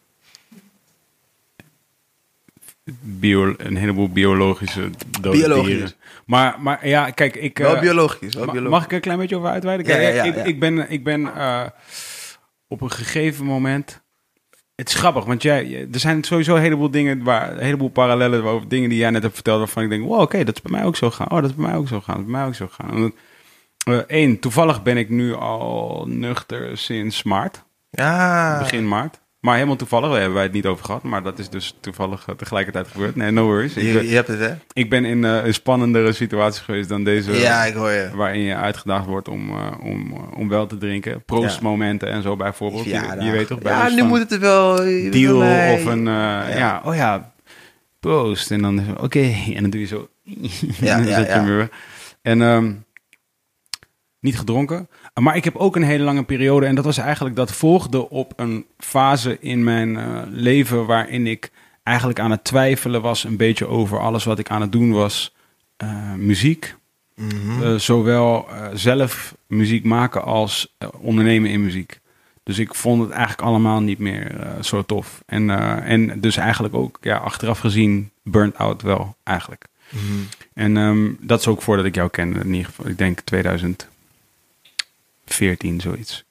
bio, een heleboel biologische dode Biologisch. dieren. Maar, maar ja, kijk, ik... Wel uh, biologisch, wel ma- biologisch. Mag ik een klein beetje over uitweiden? Ja, Kijk, ja, ja, ik, ja. ik ben, ik ben uh, op een gegeven moment... Het is grappig, want jij, er zijn sowieso een heleboel dingen, waar, een heleboel parallellen over dingen die jij net hebt verteld, waarvan ik denk, wow, oké, okay, dat is bij mij ook zo gaan. Oh, dat is bij mij ook zo gaan. Dat is bij mij ook zo gaan. Eén, uh, toevallig ben ik nu al nuchter sinds maart. Ja. Begin maart. Maar helemaal toevallig, daar hebben wij het niet over gehad. Maar dat is dus toevallig uh, tegelijkertijd gebeurd. Nee, no worries. Ik je, ben, je hebt het, hè? Ik ben in uh, een spannendere situatie geweest dan deze. Ja, ik hoor je. Waarin je uitgedaagd wordt om, uh, om, uh, om wel te drinken. Proostmomenten ja. en zo bijvoorbeeld. Je, je weet toch? Bij ja, ons nu van moet het er wel... deal mij. of een... Uh, ja. ja, oh ja, proost. En dan oké. Okay. En dan doe je zo... Ja, dan ja, zet je ja. hem weer. En um, niet gedronken. Maar ik heb ook een hele lange periode, en dat was eigenlijk, dat volgde op een fase in mijn uh, leven waarin ik eigenlijk aan het twijfelen was een beetje over alles wat ik aan het doen was. Uh, muziek. Mm-hmm. Uh, zowel uh, zelf muziek maken als uh, ondernemen in muziek. Dus ik vond het eigenlijk allemaal niet meer uh, zo tof. En, uh, en dus eigenlijk ook, ja, achteraf gezien, burnt out wel eigenlijk. Mm-hmm. En um, dat is ook voordat ik jou kende, in ieder geval. Ik denk tweeduizend veertien, zoiets.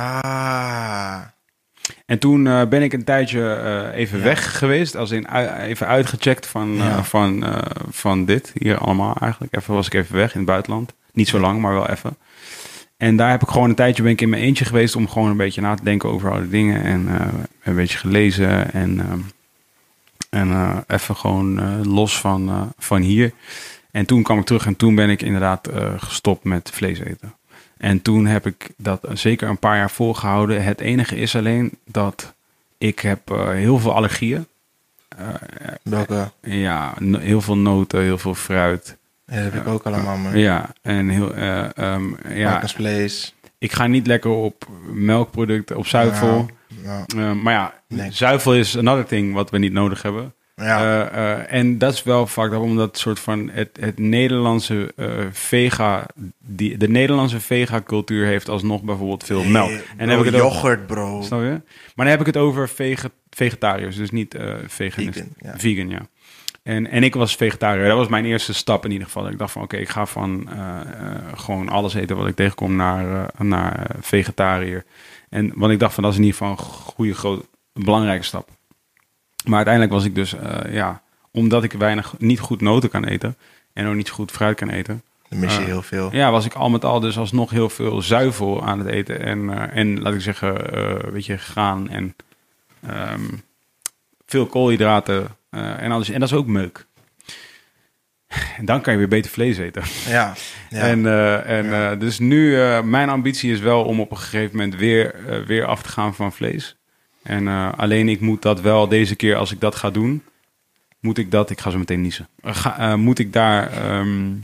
Ah. En toen uh, ben ik een tijdje uh, even ja. weg geweest. Als in uh, even uitgecheckt van, uh, ja. van, uh, van dit. Hier allemaal eigenlijk. Even was ik even weg in het buitenland. Niet zo lang, maar wel even. En daar heb ik gewoon een tijdje ben ik in mijn eentje geweest. Om gewoon een beetje na te denken over oude dingen. En uh, een beetje gelezen. En, uh, en uh, even gewoon uh, los van, uh, van hier. En toen kwam ik terug. En toen ben ik inderdaad uh, gestopt met vlees eten. En toen heb ik dat zeker een paar jaar volgehouden. Het enige is alleen dat ik heb uh, heel veel allergieën. Uh, Welke? Ja, no- heel veel noten, heel veel fruit. Ja, dat heb ik ook allemaal, man. Ja, en heel... Uh, um, ja, varkensvlees. Ik ga niet lekker op melkproducten, op zuivel. Ja, ja. Uh, maar ja, nee. zuivel is another thing wat we niet nodig hebben. Ja. Uh, uh, en dat is wel fucked up, omdat soort van het, het Nederlandse uh, vega, die, de Nederlandse vega-cultuur heeft alsnog bijvoorbeeld veel melk. Nee, en bro, heb ik het yoghurt, over, bro. Snap je? Maar dan heb ik het over vege, vegetariërs, dus niet uh, veganist. Vegan, ja. Vegan, ja. En, en ik was vegetariër. Dat was mijn eerste stap in ieder geval. Ik dacht van oké, okay, ik ga van uh, uh, gewoon alles eten wat ik tegenkom naar, uh, naar uh, vegetariër. En want ik dacht van dat is in ieder geval een goede, grote, belangrijke stap. Maar uiteindelijk was ik dus, uh, ja, omdat ik weinig, niet goed noten kan eten en ook niet zo goed fruit kan eten. Dan mis je uh, heel veel. Ja, was ik al met al dus alsnog heel veel zuivel aan het eten. En, uh, en laat ik zeggen, uh, weet je, graan en um, veel koolhydraten uh, en alles. En dat is ook meuk. En dan kan je weer beter vlees eten. Ja. Ja. En, uh, en Ja. uh, dus nu, uh, mijn ambitie is wel om op een gegeven moment weer, uh, weer af te gaan van vlees. En uh, alleen ik moet dat wel deze keer, als ik dat ga doen, moet ik dat, ik ga zo meteen niezen. Uh, ga, uh, moet ik daar... Um,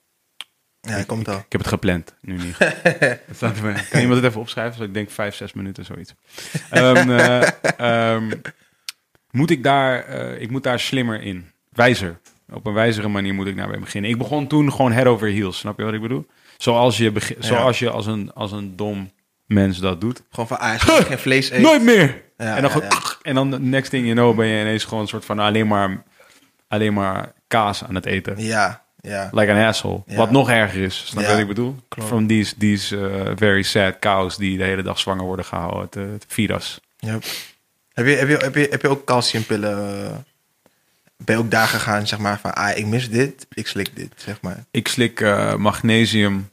Ja, hij komt al. Ik, ik heb het gepland, nu niet. Het staat er bij. Kan iemand het even opschrijven? Dus ik denk vijf, zes minuten, zoiets. um, uh, um, moet ik daar, uh, ik moet daar slimmer in. Wijzer. Op een wijzere manier moet ik daarbij beginnen. Ik begon toen gewoon head over heels. Snap je wat ik bedoel? Zoals je, begi- Ja. zoals je als, een, als een dom mens dat doet. Gewoon van, ah, als je geen vlees eet. Nooit meer! Ja, en, dan ja, gewoon, ja. en dan de next thing you know ben je ineens gewoon een soort van alleen maar, alleen maar kaas aan het eten. Ja, ja. Like an asshole. Ja. Wat nog erger is. Snap je Ja, wat ik bedoel? klopt. From these, these uh, very sad cows die de hele dag zwanger worden gehouden. Te, te feed us. Yep. Heb, je, heb, je, heb, je, heb je ook calciumpillen... Uh, ben je ook daar gegaan, zeg maar, van... Ah, ik mis dit, ik slik dit, zeg maar. Ik slik uh, magnesium.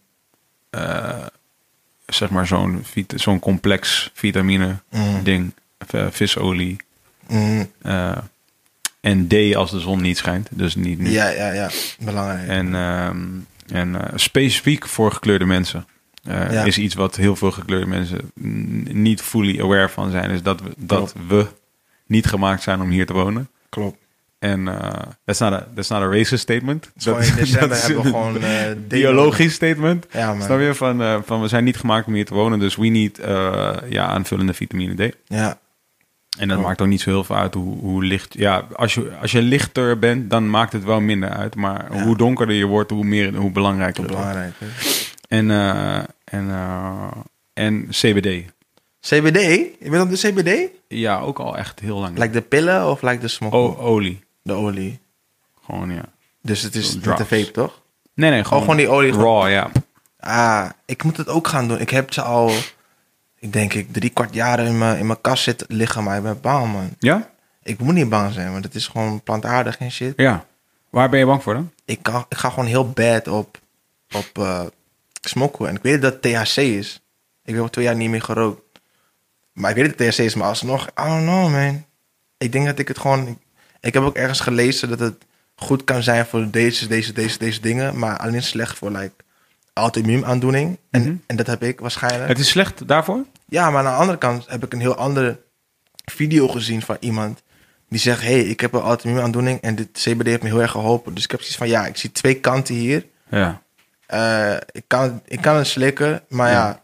Uh, zeg maar zo'n, vit- zo'n complex vitamine Mm. ding. Uh, visolie. Mm. Uh, en D als de zon niet schijnt. Dus niet nu. Ja, ja, ja. Belangrijk. En, um, en uh, specifiek voor gekleurde mensen. Uh, Ja. Is iets wat heel veel gekleurde mensen n- niet fully aware van zijn. Is dat we, dat we niet gemaakt zijn om hier te wonen. Klopt. En uh, that's, not a, that's not a racist statement. Zo in december hebben we gewoon... Uh, een biologisch statement. Ja, man. Snap je? Van, uh, van we zijn niet gemaakt om hier te wonen. Dus we need uh, ja, aanvullende vitamine D. Ja. En dat Oh. maakt ook niet zo heel veel uit hoe, hoe licht... Ja, als je, als je lichter bent, dan maakt het wel minder uit. Maar Ja. hoe donkerder je wordt, hoe, meer, hoe belangrijker Dat het wordt. belangrijk. Hè? En, uh, en, uh, en C B D. C B D? Je bent op de C B D? Ja, ook al echt heel lang. Like de pillen of like de smokkel? O- olie. De olie. Gewoon, ja. Dus het is Zo'n met de drops. vape, toch? Nee, nee, gewoon, gewoon die olie. Raw, ja. Ah, ik moet het ook gaan doen. Ik heb ze al, ik denk ik, drie kwart jaren in mijn, in mijn kast zitten liggen, maar ik ben bang, man. Ja? Ik moet niet bang zijn, want het is gewoon plantaardig en shit. Ja. Waar ben je bang voor dan? Ik, kan, ik ga gewoon heel bad op, op uh, smokkel. En ik weet dat het T H C is. Ik heb al twee jaar niet meer gerookt. Maar ik weet dat het T H C is, maar alsnog, I don't know, man. Ik denk dat ik het gewoon... Ik, ik heb ook ergens gelezen dat het goed kan zijn voor deze, deze, deze, deze dingen, maar alleen slecht voor, like, auto-immuunaandoening. En, Mhm. en dat heb ik waarschijnlijk. Het is slecht daarvoor? Ja, maar aan de andere kant heb ik een heel andere video gezien van iemand die zegt, hey, ik heb een auto-immuunaandoening en dit C B D heeft me heel erg geholpen. Dus ik heb zoiets van, ja, ik zie twee kanten hier. Ja. Uh, ik, kan, ik kan het slikken, maar ja, Ja.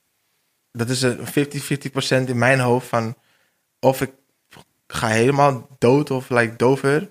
dat is een vijftig vijftig procent in mijn hoofd van of ik ga helemaal dood of like dover,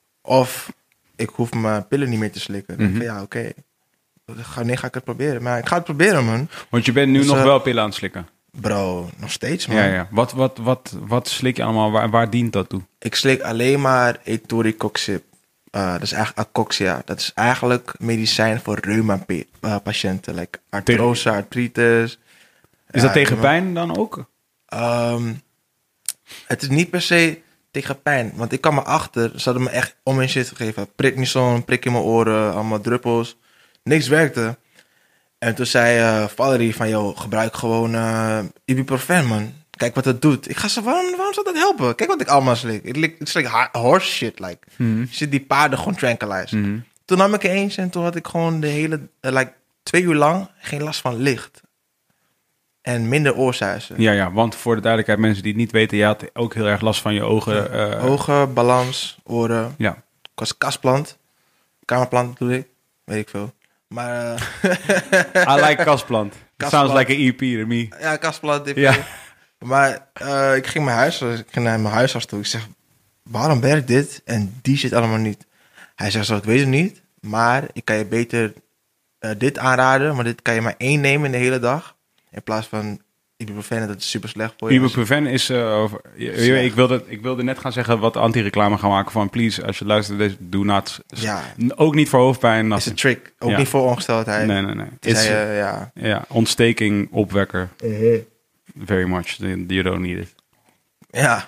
of ik hoef mijn pillen niet meer te slikken. Dan Mhm. van, ja, oké. Okay. Nee, ga ik het proberen. Maar ik ga het proberen, man. Want je bent nu Dus, nog uh, wel pillen aan het slikken. Bro, nog steeds, man. Ja, ja. Wat, wat, wat, wat slik je allemaal? Waar, waar dient dat toe? Ik slik alleen maar etoricoxib. Uh, dat is eigenlijk Acoxia. Dat is eigenlijk medicijn voor reuma-patiënten. Like artrose, artritis. Is Ja, dat tegen reuma- pijn dan ook? Um, het is niet per se tegen pijn. Want ik kwam erachter, ze hadden me echt om mijn shit gegeven. Prednison, prik in mijn oren, allemaal druppels. Niks werkte. En toen zei uh, Valerie van, joh, gebruik gewoon uh, ibuprofen, man. Kijk wat het doet. Ik ga zo, waarom, waarom zou dat helpen? Kijk wat ik allemaal slik. Ik, lik- ik slik ha- horse shit, like. Mhm. Zit die paarden gewoon tranquilize. Mhm. Toen nam ik er eentje en toen had ik gewoon de hele, uh, like, twee uur lang geen last van licht. En minder oorsuizen. Ja, ja, want voor de duidelijkheid, mensen die het niet weten, je had ook heel erg last van je ogen. eh, Ogen, balans, oren. Ja. Ik was kasplant. Kamerplant bedoel ik. Weet ik veel. Maar uh, I like kasplant. It Kasplant. sounds like an E P to me. ja, kasplant. dit- Ja. Maar uh, ik ging mijn huis, ik ging naar mijn huisarts toe. Ik zeg, waarom werkt dit en die zit allemaal niet? Hij zegt zo, ik weet het niet. Maar ik kan je beter uh, dit aanraden. Maar dit kan je maar één nemen in de hele dag. In plaats van ibuprofen, dat is super slecht voor je. Ibuprofen is... eh, over, je- je- ik, wilde, ik wilde net gaan zeggen wat anti-reclame gaan maken van... Please, als je luistert, deze, do not... Ja. Ook niet voor hoofdpijn. Is nothing. een trick. Ook Ja. niet voor ongesteldheid. Nee, nee, nee. Het is, It's, uh, ja. ja, ontsteking, opwekker. Very much. You don't need it. Ja.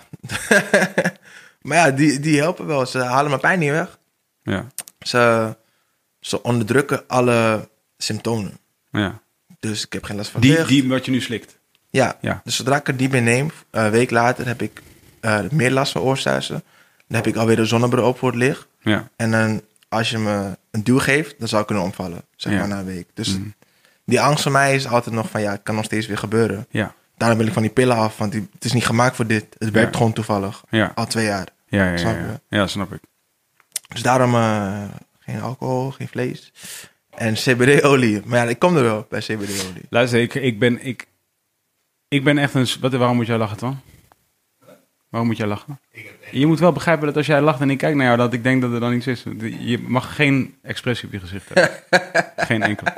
Maar ja, die, die helpen wel. Ze halen mijn pijn niet weg. Ja, Ze, ze onderdrukken alle symptomen. ja. Dus ik heb geen last van Die, licht. die wat je nu slikt. Ja. Ja. Dus zodra ik het niet meer neem, een week later heb ik uh, meer last van oorsuizen. Dan heb ik alweer de zonnebril op voor het licht. Ja. En dan als je me een duw geeft, dan zou ik kunnen omvallen. Zeg Ja. maar na een week. Dus Mm. die angst van mij is altijd nog van, ja, het kan nog steeds weer gebeuren. Ja, Daarom wil ik van die pillen af, want die, het is niet gemaakt voor dit. Het werkt Ja. gewoon toevallig. ja, Al twee jaar. ja, ja, Snap ja, ja. je? Ja, snap ik. Dus daarom uh, geen alcohol, geen vlees. En C B D-olie. Maar ja, ik kom er wel bij C B D-olie. Luister, ik, ik, ben, ik, ik ben echt een... Wat, waarom moet jij lachen, Twan? Waarom moet jij lachen? Je moet wel begrijpen dat als jij lacht en ik kijk naar jou, dat ik denk dat er dan iets is. Je mag geen expressie op je gezicht hebben. Geen enkele.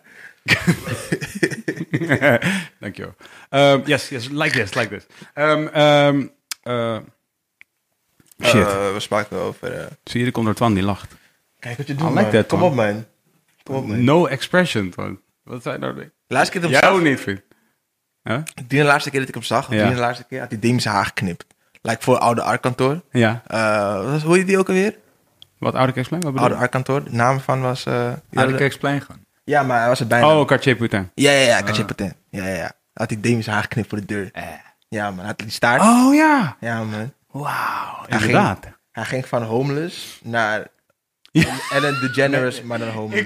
Dankjewel. Um, yes, yes, like this, like this. Um, um, uh, shit. Uh, we spraken over... Uh, Zie je, er komt er Twan die lacht. kijk wat je I doet, like man. that, Kom man. op, man. Kom op, man. No expression, Twan. Wat zei je nou? Laatste keer dat ik Jij hem ook zag... niet, vriend. Huh? Die de laatste keer dat ik hem zag, Ja. die de laatste keer, had hij Deems haar geknipt. Like voor oude Arkkantoor. Ja. Uh, wat- hoe heet die ook alweer? Wat, Oude Explain? Wat bedoel Oude je? Arkkantoor. De naam van was... Uh, Ja, de Explain gewoon. ja, maar hij was het bijna. Oh, Cartier Poutin. Ja, ja, ja. Katje Patent. Ja, ja, ja. Had hij Deems haar geknipt voor de deur. Ja, man. Had hij die staart. Oh, ja. Ja, man. Wauw, Hij inderdaad. Hij ging van homeless naar Ellen DeGeneres, maar dan homeless.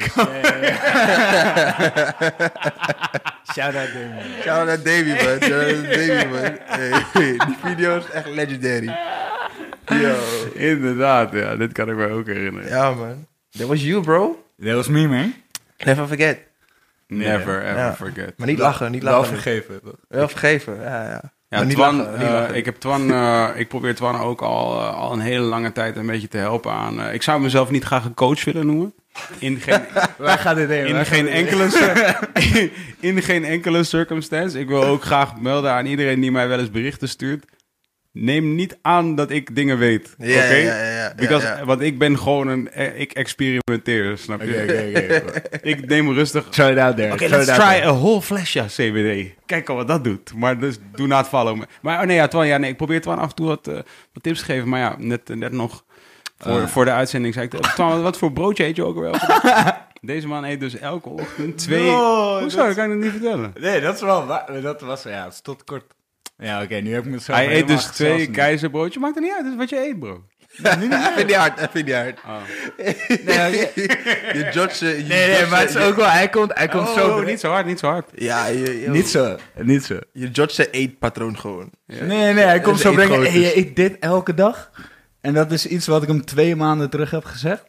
Shout-out Damien. Shout out Davy, man. Shout out Davy, man. Hey, die video is echt legendary. Yo. Inderdaad, ja. Dit kan ik me ook herinneren. Ja, man. That was you, bro. Dat was me, man. Never forget. Never ever Ja. forget. Maar niet lachen, niet Wel lachen. vergeven. toch? Wel vergeven, ja, ja. Ja, Maar niet Twan, lachen, niet eh, lachen. ik heb Twan, eh, ik probeer Twan ook al, eh, al een hele lange tijd een beetje te helpen aan. eh, ik zou mezelf niet graag een coach willen noemen. In geen, Waar gaat dit heen? in Waar geen gaat dit enkele, cir- in geen enkele circumstance. Ik wil ook graag melden aan iedereen die mij wel eens berichten stuurt. Neem niet aan dat ik dingen weet. Oké? Ja, ja, ja, ja, Because- ja, ja. Want ik ben gewoon een. eh, Ik experimenteer, snap je? heen? Oké, oké, oké. Ik neem rustig. Throw it out there. Oké, Throw let's it out try there. a whole flesje C B D. Kijk al wat dat doet. Maar dus, do not follow me. Maar oh nee, ja, Twan, ja, nee, ik probeer Twan af en toe wat, uh, wat tips te geven. Maar ja, net, net nog voor, Uh. voor de uitzending zei ik... Twan, wat, wat voor broodje eet je ook alweer? Deze man eet dus elke ochtend twee... No, Hoezo? dat- Dat kan ik het niet vertellen. Nee, dat is wel waar. Dat was, ja, het is tot kort. Ja, oké, nu heb ik me zo Hij eet helemaal dus twee gezelschap. keizerbroodjes. Maakt er niet uit, dat is wat je eet, bro. Even niet hard, even niet hard. Oh. Nee, oké. Je judge... je nee, nee, judge- maar het is ook wel, hij komt, hij komt Oh, zo... niet zo hard, niet zo hard. Ja, je, je, Niet zo, niet zo. je judge zijn eetpatroon gewoon. Nee, nee, nee, hij komt Dus zo eet brengen, grootjes. hey, je eet dit elke dag? En dat is iets wat ik hem twee maanden terug heb gezegd.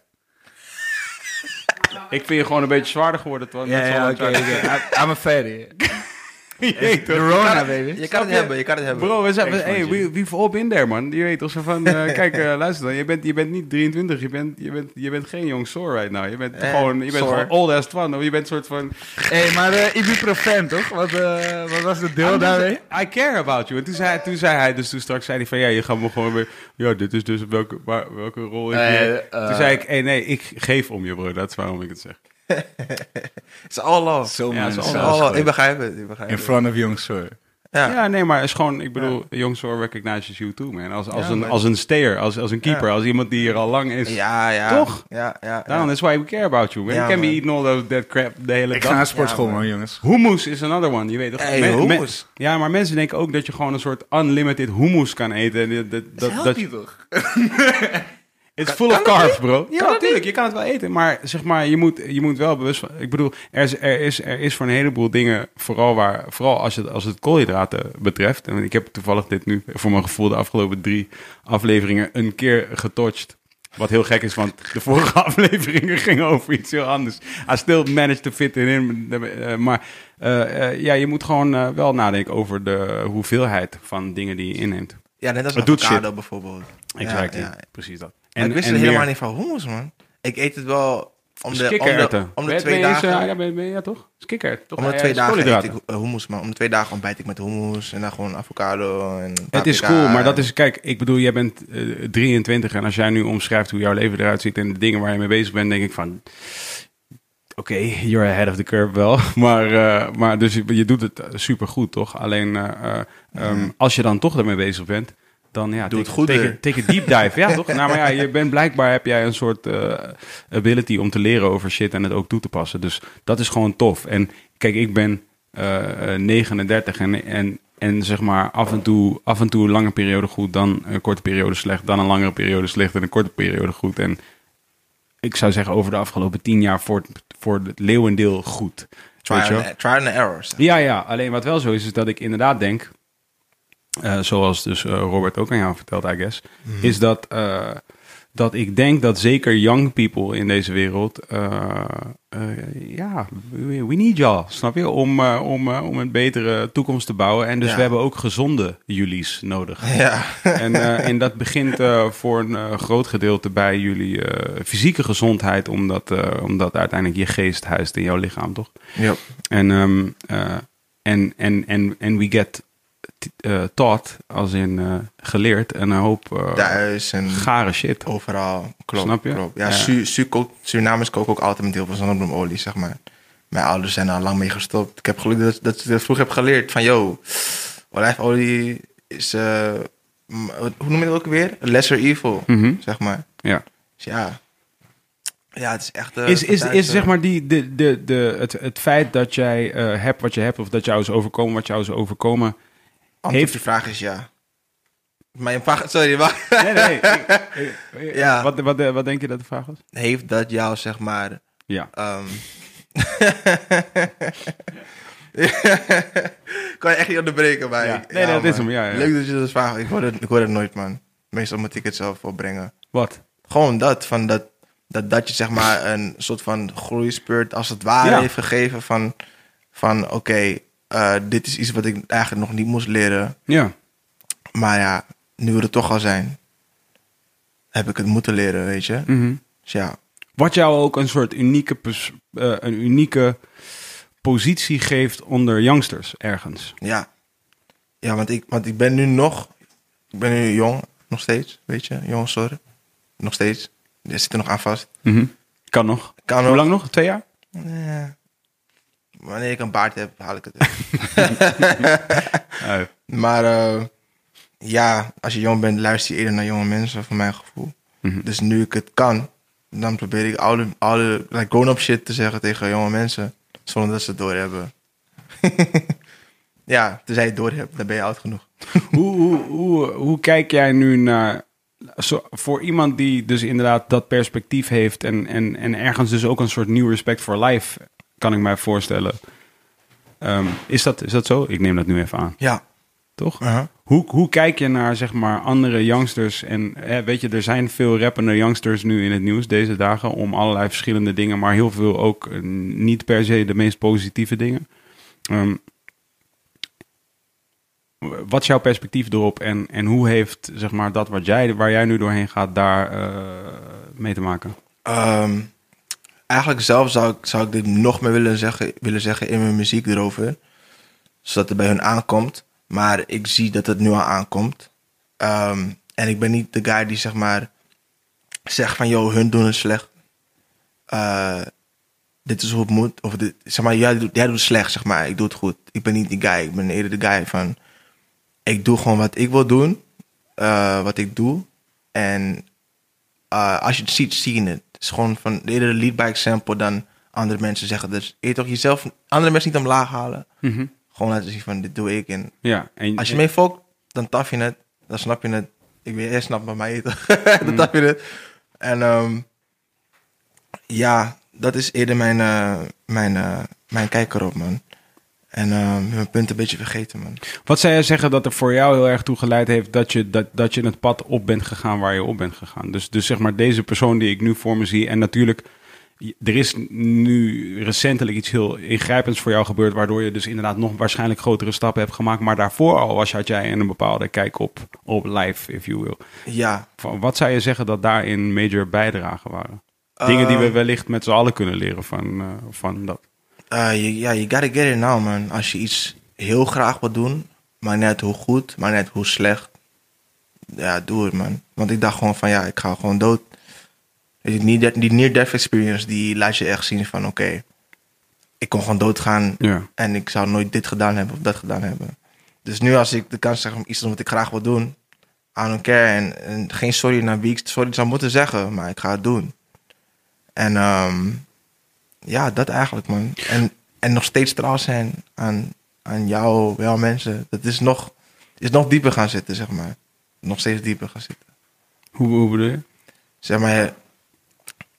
Ik vind je gewoon een beetje zwaarder geworden, Twan. Ja, Dat is ja, al oké, een oké. tijd. I'm a fatty. Je eet toch? Corona, baby. Je kan het je? hebben, je kan het hebben. Bro, we zijn, we, Thanks, hey, man, we, we've all been there, man. Je weet, als we van, uh, kijk, uh, luister dan. Je bent, je bent niet drieëntwintig, je bent, je bent, je bent geen jong soor right now. Je bent Eh, gewoon, je bent soor. gewoon old as Twan. Of je bent een soort van... Hé, hey, maar uh, ibuprofen, toch? Wat, uh, wat was het deel daarmee? I care about you. En toen zei, toen zei hij, dus toen straks zei hij van, ja, je gaat me gewoon weer... Ja, dit is dus welke, waar, welke rol ik... Eh, hier- eh, toen zei ik, hey, nee, ik geef om je, bro. Dat is waarom ik het zeg. It's all love. Zo Ja, man, zo It's zelfs all love. gewoon. Ik begrijp het, ik begrijp In het. front of young sir. Ja. Ja, nee, maar het is gewoon, ik bedoel, young soor recognizes you too, man. Als, als, Ja, een, man. als een stayer, als, als een keeper, Ja. als iemand die hier al lang is. Ja, ja. Toch? Ja, ja. Daarom, that's why we care about you, man. Ja, you can be man. eating all that, that crap de hele Ik dag. ga naar sportschool, Ja, man. man, jongens. Hummus is another one, je weet toch? Hey, Men- men- hummus. ja, maar mensen denken ook dat je gewoon een soort unlimited hummus kan eten. En Dat, dat, dat, dat, toch? it's full of carbs, bro. Ja, natuurlijk, je kan het wel eten. Maar zeg maar, je moet, je moet wel bewust van... Ik bedoel, er is, er, is, er is voor een heleboel dingen... Vooral, waar, vooral als, het, als het koolhydraten betreft. En ik heb toevallig dit nu voor mijn gevoel de afgelopen drie afleveringen een keer getouched. Wat heel gek is, want de vorige afleveringen gingen over iets heel anders. I still managed to fit it in. Uh, maar uh, uh, ja, je moet gewoon uh, wel nadenken over de hoeveelheid van dingen die je inneemt. Ja, net als Het doet avocado shit. bijvoorbeeld. Exact, Ja, ja. precies dat. Maar ik wist het meer. helemaal niet van hummus, man. Ik eet het wel om de, om de, Kikkererwten. om de Ben- twee ben je eens, dagen. uh, ja, ben, ben, ja, toch? Is kikkerd, toch? Om de Ja, twee is dagen eet koolhydraten. ik uh, hummus, man. Om de twee dagen ontbijt ik met hummus en dan gewoon avocado en Het is paprika. cool, maar dat is... Kijk, ik bedoel, jij bent uh, drieëntwintig... en als jij nu omschrijft hoe jouw leven eruit ziet... en de dingen waar je mee bezig bent, denk ik van... Oké, okay, you're ahead of the curve wel. Maar, uh, maar dus je, je doet het super goed, toch? Alleen uh, uh, um, als je dan toch ermee bezig bent... dan ja, Doe het take, goed, take, hè. a- take a deep dive. Ja, toch? Nou, maar ja, je bent blijkbaar heb jij een soort uh, ability om te leren over shit en het ook toe te passen. Dus dat is gewoon tof. En kijk, ik ben uh, negenendertig en, en, en zeg maar af en, toe, af en toe een lange periode goed, dan een korte periode slecht, dan een langere periode slecht en een korte periode goed. En ik zou zeggen, over de afgelopen tien jaar voor, voor het leeuwendeel goed. Try, Weet je wel? and, try and errors. Ja, ja. Alleen wat wel zo is, is dat ik inderdaad denk, uh, zoals dus uh, Robert ook aan jou vertelt, I guess, mm-hmm. is dat, uh, dat ik denk dat zeker young people in deze wereld, uh, uh, ja, we, we need y'all, snap je? Om, uh, om, uh, om een betere toekomst te bouwen. En dus ja. we hebben ook gezonde jullies nodig. Ja. En, uh, en dat begint uh, voor een uh, groot gedeelte bij jullie uh, fysieke gezondheid, omdat, uh, omdat uiteindelijk je geest huist in jouw lichaam, toch? Ja. En um, uh, en en en en we get t- uh, taught, als in uh, geleerd, en een hoop uh, thuis en gare shit. Overal, klopt. Snap je? Klopt. Ja, ja. Su- Su- kook, Surinamers koken ook altijd met heel veel zonnebloemolie, zeg maar. Mijn ouders zijn er al lang mee gestopt. Ik heb geluk dat, dat ik dat vroeg heb geleerd van, yo, olijfolie is, uh, hoe noem je dat ook weer? Lesser evil, Mm-hmm. zeg maar. Ja. Dus ja, ja, het is echt... Uh, is is, thuis, is zeg maar die, de, de, de, het, het feit dat jij uh, hebt wat je hebt, of dat jou is overkomen wat jou is overkomen... Antwoord heeft... de vraag is ja. Maar je vraag... Sorry, maar... Nee, nee. ik, ik, ja. Wat, wat, wat denk je dat de vraag was? Heeft dat jou, zeg maar... Ja. Um... kan je echt niet onderbreken, maar... Ja. Nee, ja, dat man. Is hem, ja, ja. Leuk dat je dat vraagt. Ik hoor het, ik hoor het nooit, man. Meestal moet ik het zelf opbrengen. Wat? Gewoon dat, van dat, dat, dat je zeg maar een soort van groeispurt als het ware ja. heeft gegeven van... van oké, okay, uh, dit is iets wat ik eigenlijk nog niet moest leren. Ja. Maar ja, nu we er toch al zijn, heb ik het moeten leren, weet je. Mm-hmm. Dus ja. Wat jou ook een soort unieke, pers- uh, een unieke positie geeft onder youngsters ergens. Ja. Ja, want ik, want ik ben nu nog... Ik ben nu jong, nog steeds, weet je. Jong, sorry. Nog steeds. Je zit er nog aan vast. Mm-hmm. Kan nog. Kan Hoe nog. lang nog? Twee jaar? Ja. Wanneer ik een baard heb, haal ik het uit. uh. Maar uh, ja, als je jong bent, luister je eerder naar jonge mensen, voor mijn gevoel. Mm-hmm. Dus nu ik het kan, dan probeer ik oude, oude like grown-up shit te zeggen tegen jonge mensen, zonder dat ze het doorhebben. Ja, tenzij je het doorhebt, dan ben je oud genoeg. hoe, hoe, hoe, hoe kijk jij nu naar... Zo, voor iemand die dus inderdaad dat perspectief heeft... En, en, en ergens dus ook een soort nieuw respect voor life... kan ik mij voorstellen. Um, is, dat, is dat zo? Ik neem dat nu even aan. Ja. Toch? Uh-huh. Hoe, hoe kijk je naar, zeg maar, andere youngsters? En hè, weet je, er zijn veel rappende youngsters nu in het nieuws deze dagen... om allerlei verschillende dingen... maar heel veel ook uh, niet per se de meest positieve dingen. Um, wat is jouw perspectief erop? En, en hoe heeft, zeg maar, dat wat jij, waar jij nu doorheen gaat... daar uh, mee te maken? Um, eigenlijk zelf zou ik, zou ik dit nog meer willen zeggen, willen zeggen in mijn muziek erover. Zodat het bij hun aankomt. Maar ik zie dat het nu al aankomt. Um, en ik ben niet de guy die zeg maar zegt van... yo, hun doen het slecht. Uh, dit is hoe het moet. Of dit, zeg maar, jij doet, jij doet het slecht, zeg maar. Ik doe het goed. Ik ben niet die guy. Ik ben eerder de guy van... ik doe gewoon wat ik wil doen. Uh, wat ik doe. En uh, als je het ziet, zie je het. Het is gewoon van eerder lead by example dan andere mensen zeggen. Dus je toch jezelf, andere mensen niet omlaag halen. Mm-hmm. Gewoon laten zien van, dit doe ik. En ja, en, als je mee fokt, dan taf je het. Dan snap je het. Ik weet, jij snapt bij mij toch? Dan taf je het. En um, ja, dat is eerder mijn, uh, mijn, uh, mijn kijk erop, man. En uh, mijn punt een beetje vergeten, man. Wat zou jij zeggen dat er voor jou heel erg toe geleid heeft... dat je, dat, dat je het pad op bent gegaan waar je op bent gegaan? Dus, dus zeg maar deze persoon die ik nu voor me zie... en natuurlijk, er is nu recentelijk iets heel ingrijpends voor jou gebeurd... waardoor je dus inderdaad nog waarschijnlijk grotere stappen hebt gemaakt... maar daarvoor al was had jij een bepaalde kijk op, op life, if you will. Ja. Wat zou je zeggen dat daarin major bijdragen waren? Dingen uh, die we wellicht met z'n allen kunnen leren van, uh, van dat. Uh, you, yeah, you gotta get it now, man. Als je iets heel graag wil doen, maar net hoe goed, maar net hoe slecht. Ja, doe het, man. Want ik dacht gewoon van, ja, ik ga gewoon dood. Weet je, die near-death experience, die laat je echt zien van, oké, okay, ik kon gewoon doodgaan ja. en ik zou nooit dit gedaan hebben of dat gedaan hebben. Dus nu als ik de kans zeg om iets te doen wat ik graag wil doen, I don't care. En, en geen sorry naar wie ik sorry zou moeten zeggen, maar ik ga het doen. En um, ja, dat eigenlijk, man. En, en nog steeds trouw zijn aan, aan jou, jouw mensen. Dat is nog, is nog dieper gaan zitten, zeg maar. Nog steeds dieper gaan zitten. Hoe, hoe bedoel je? Zeg maar,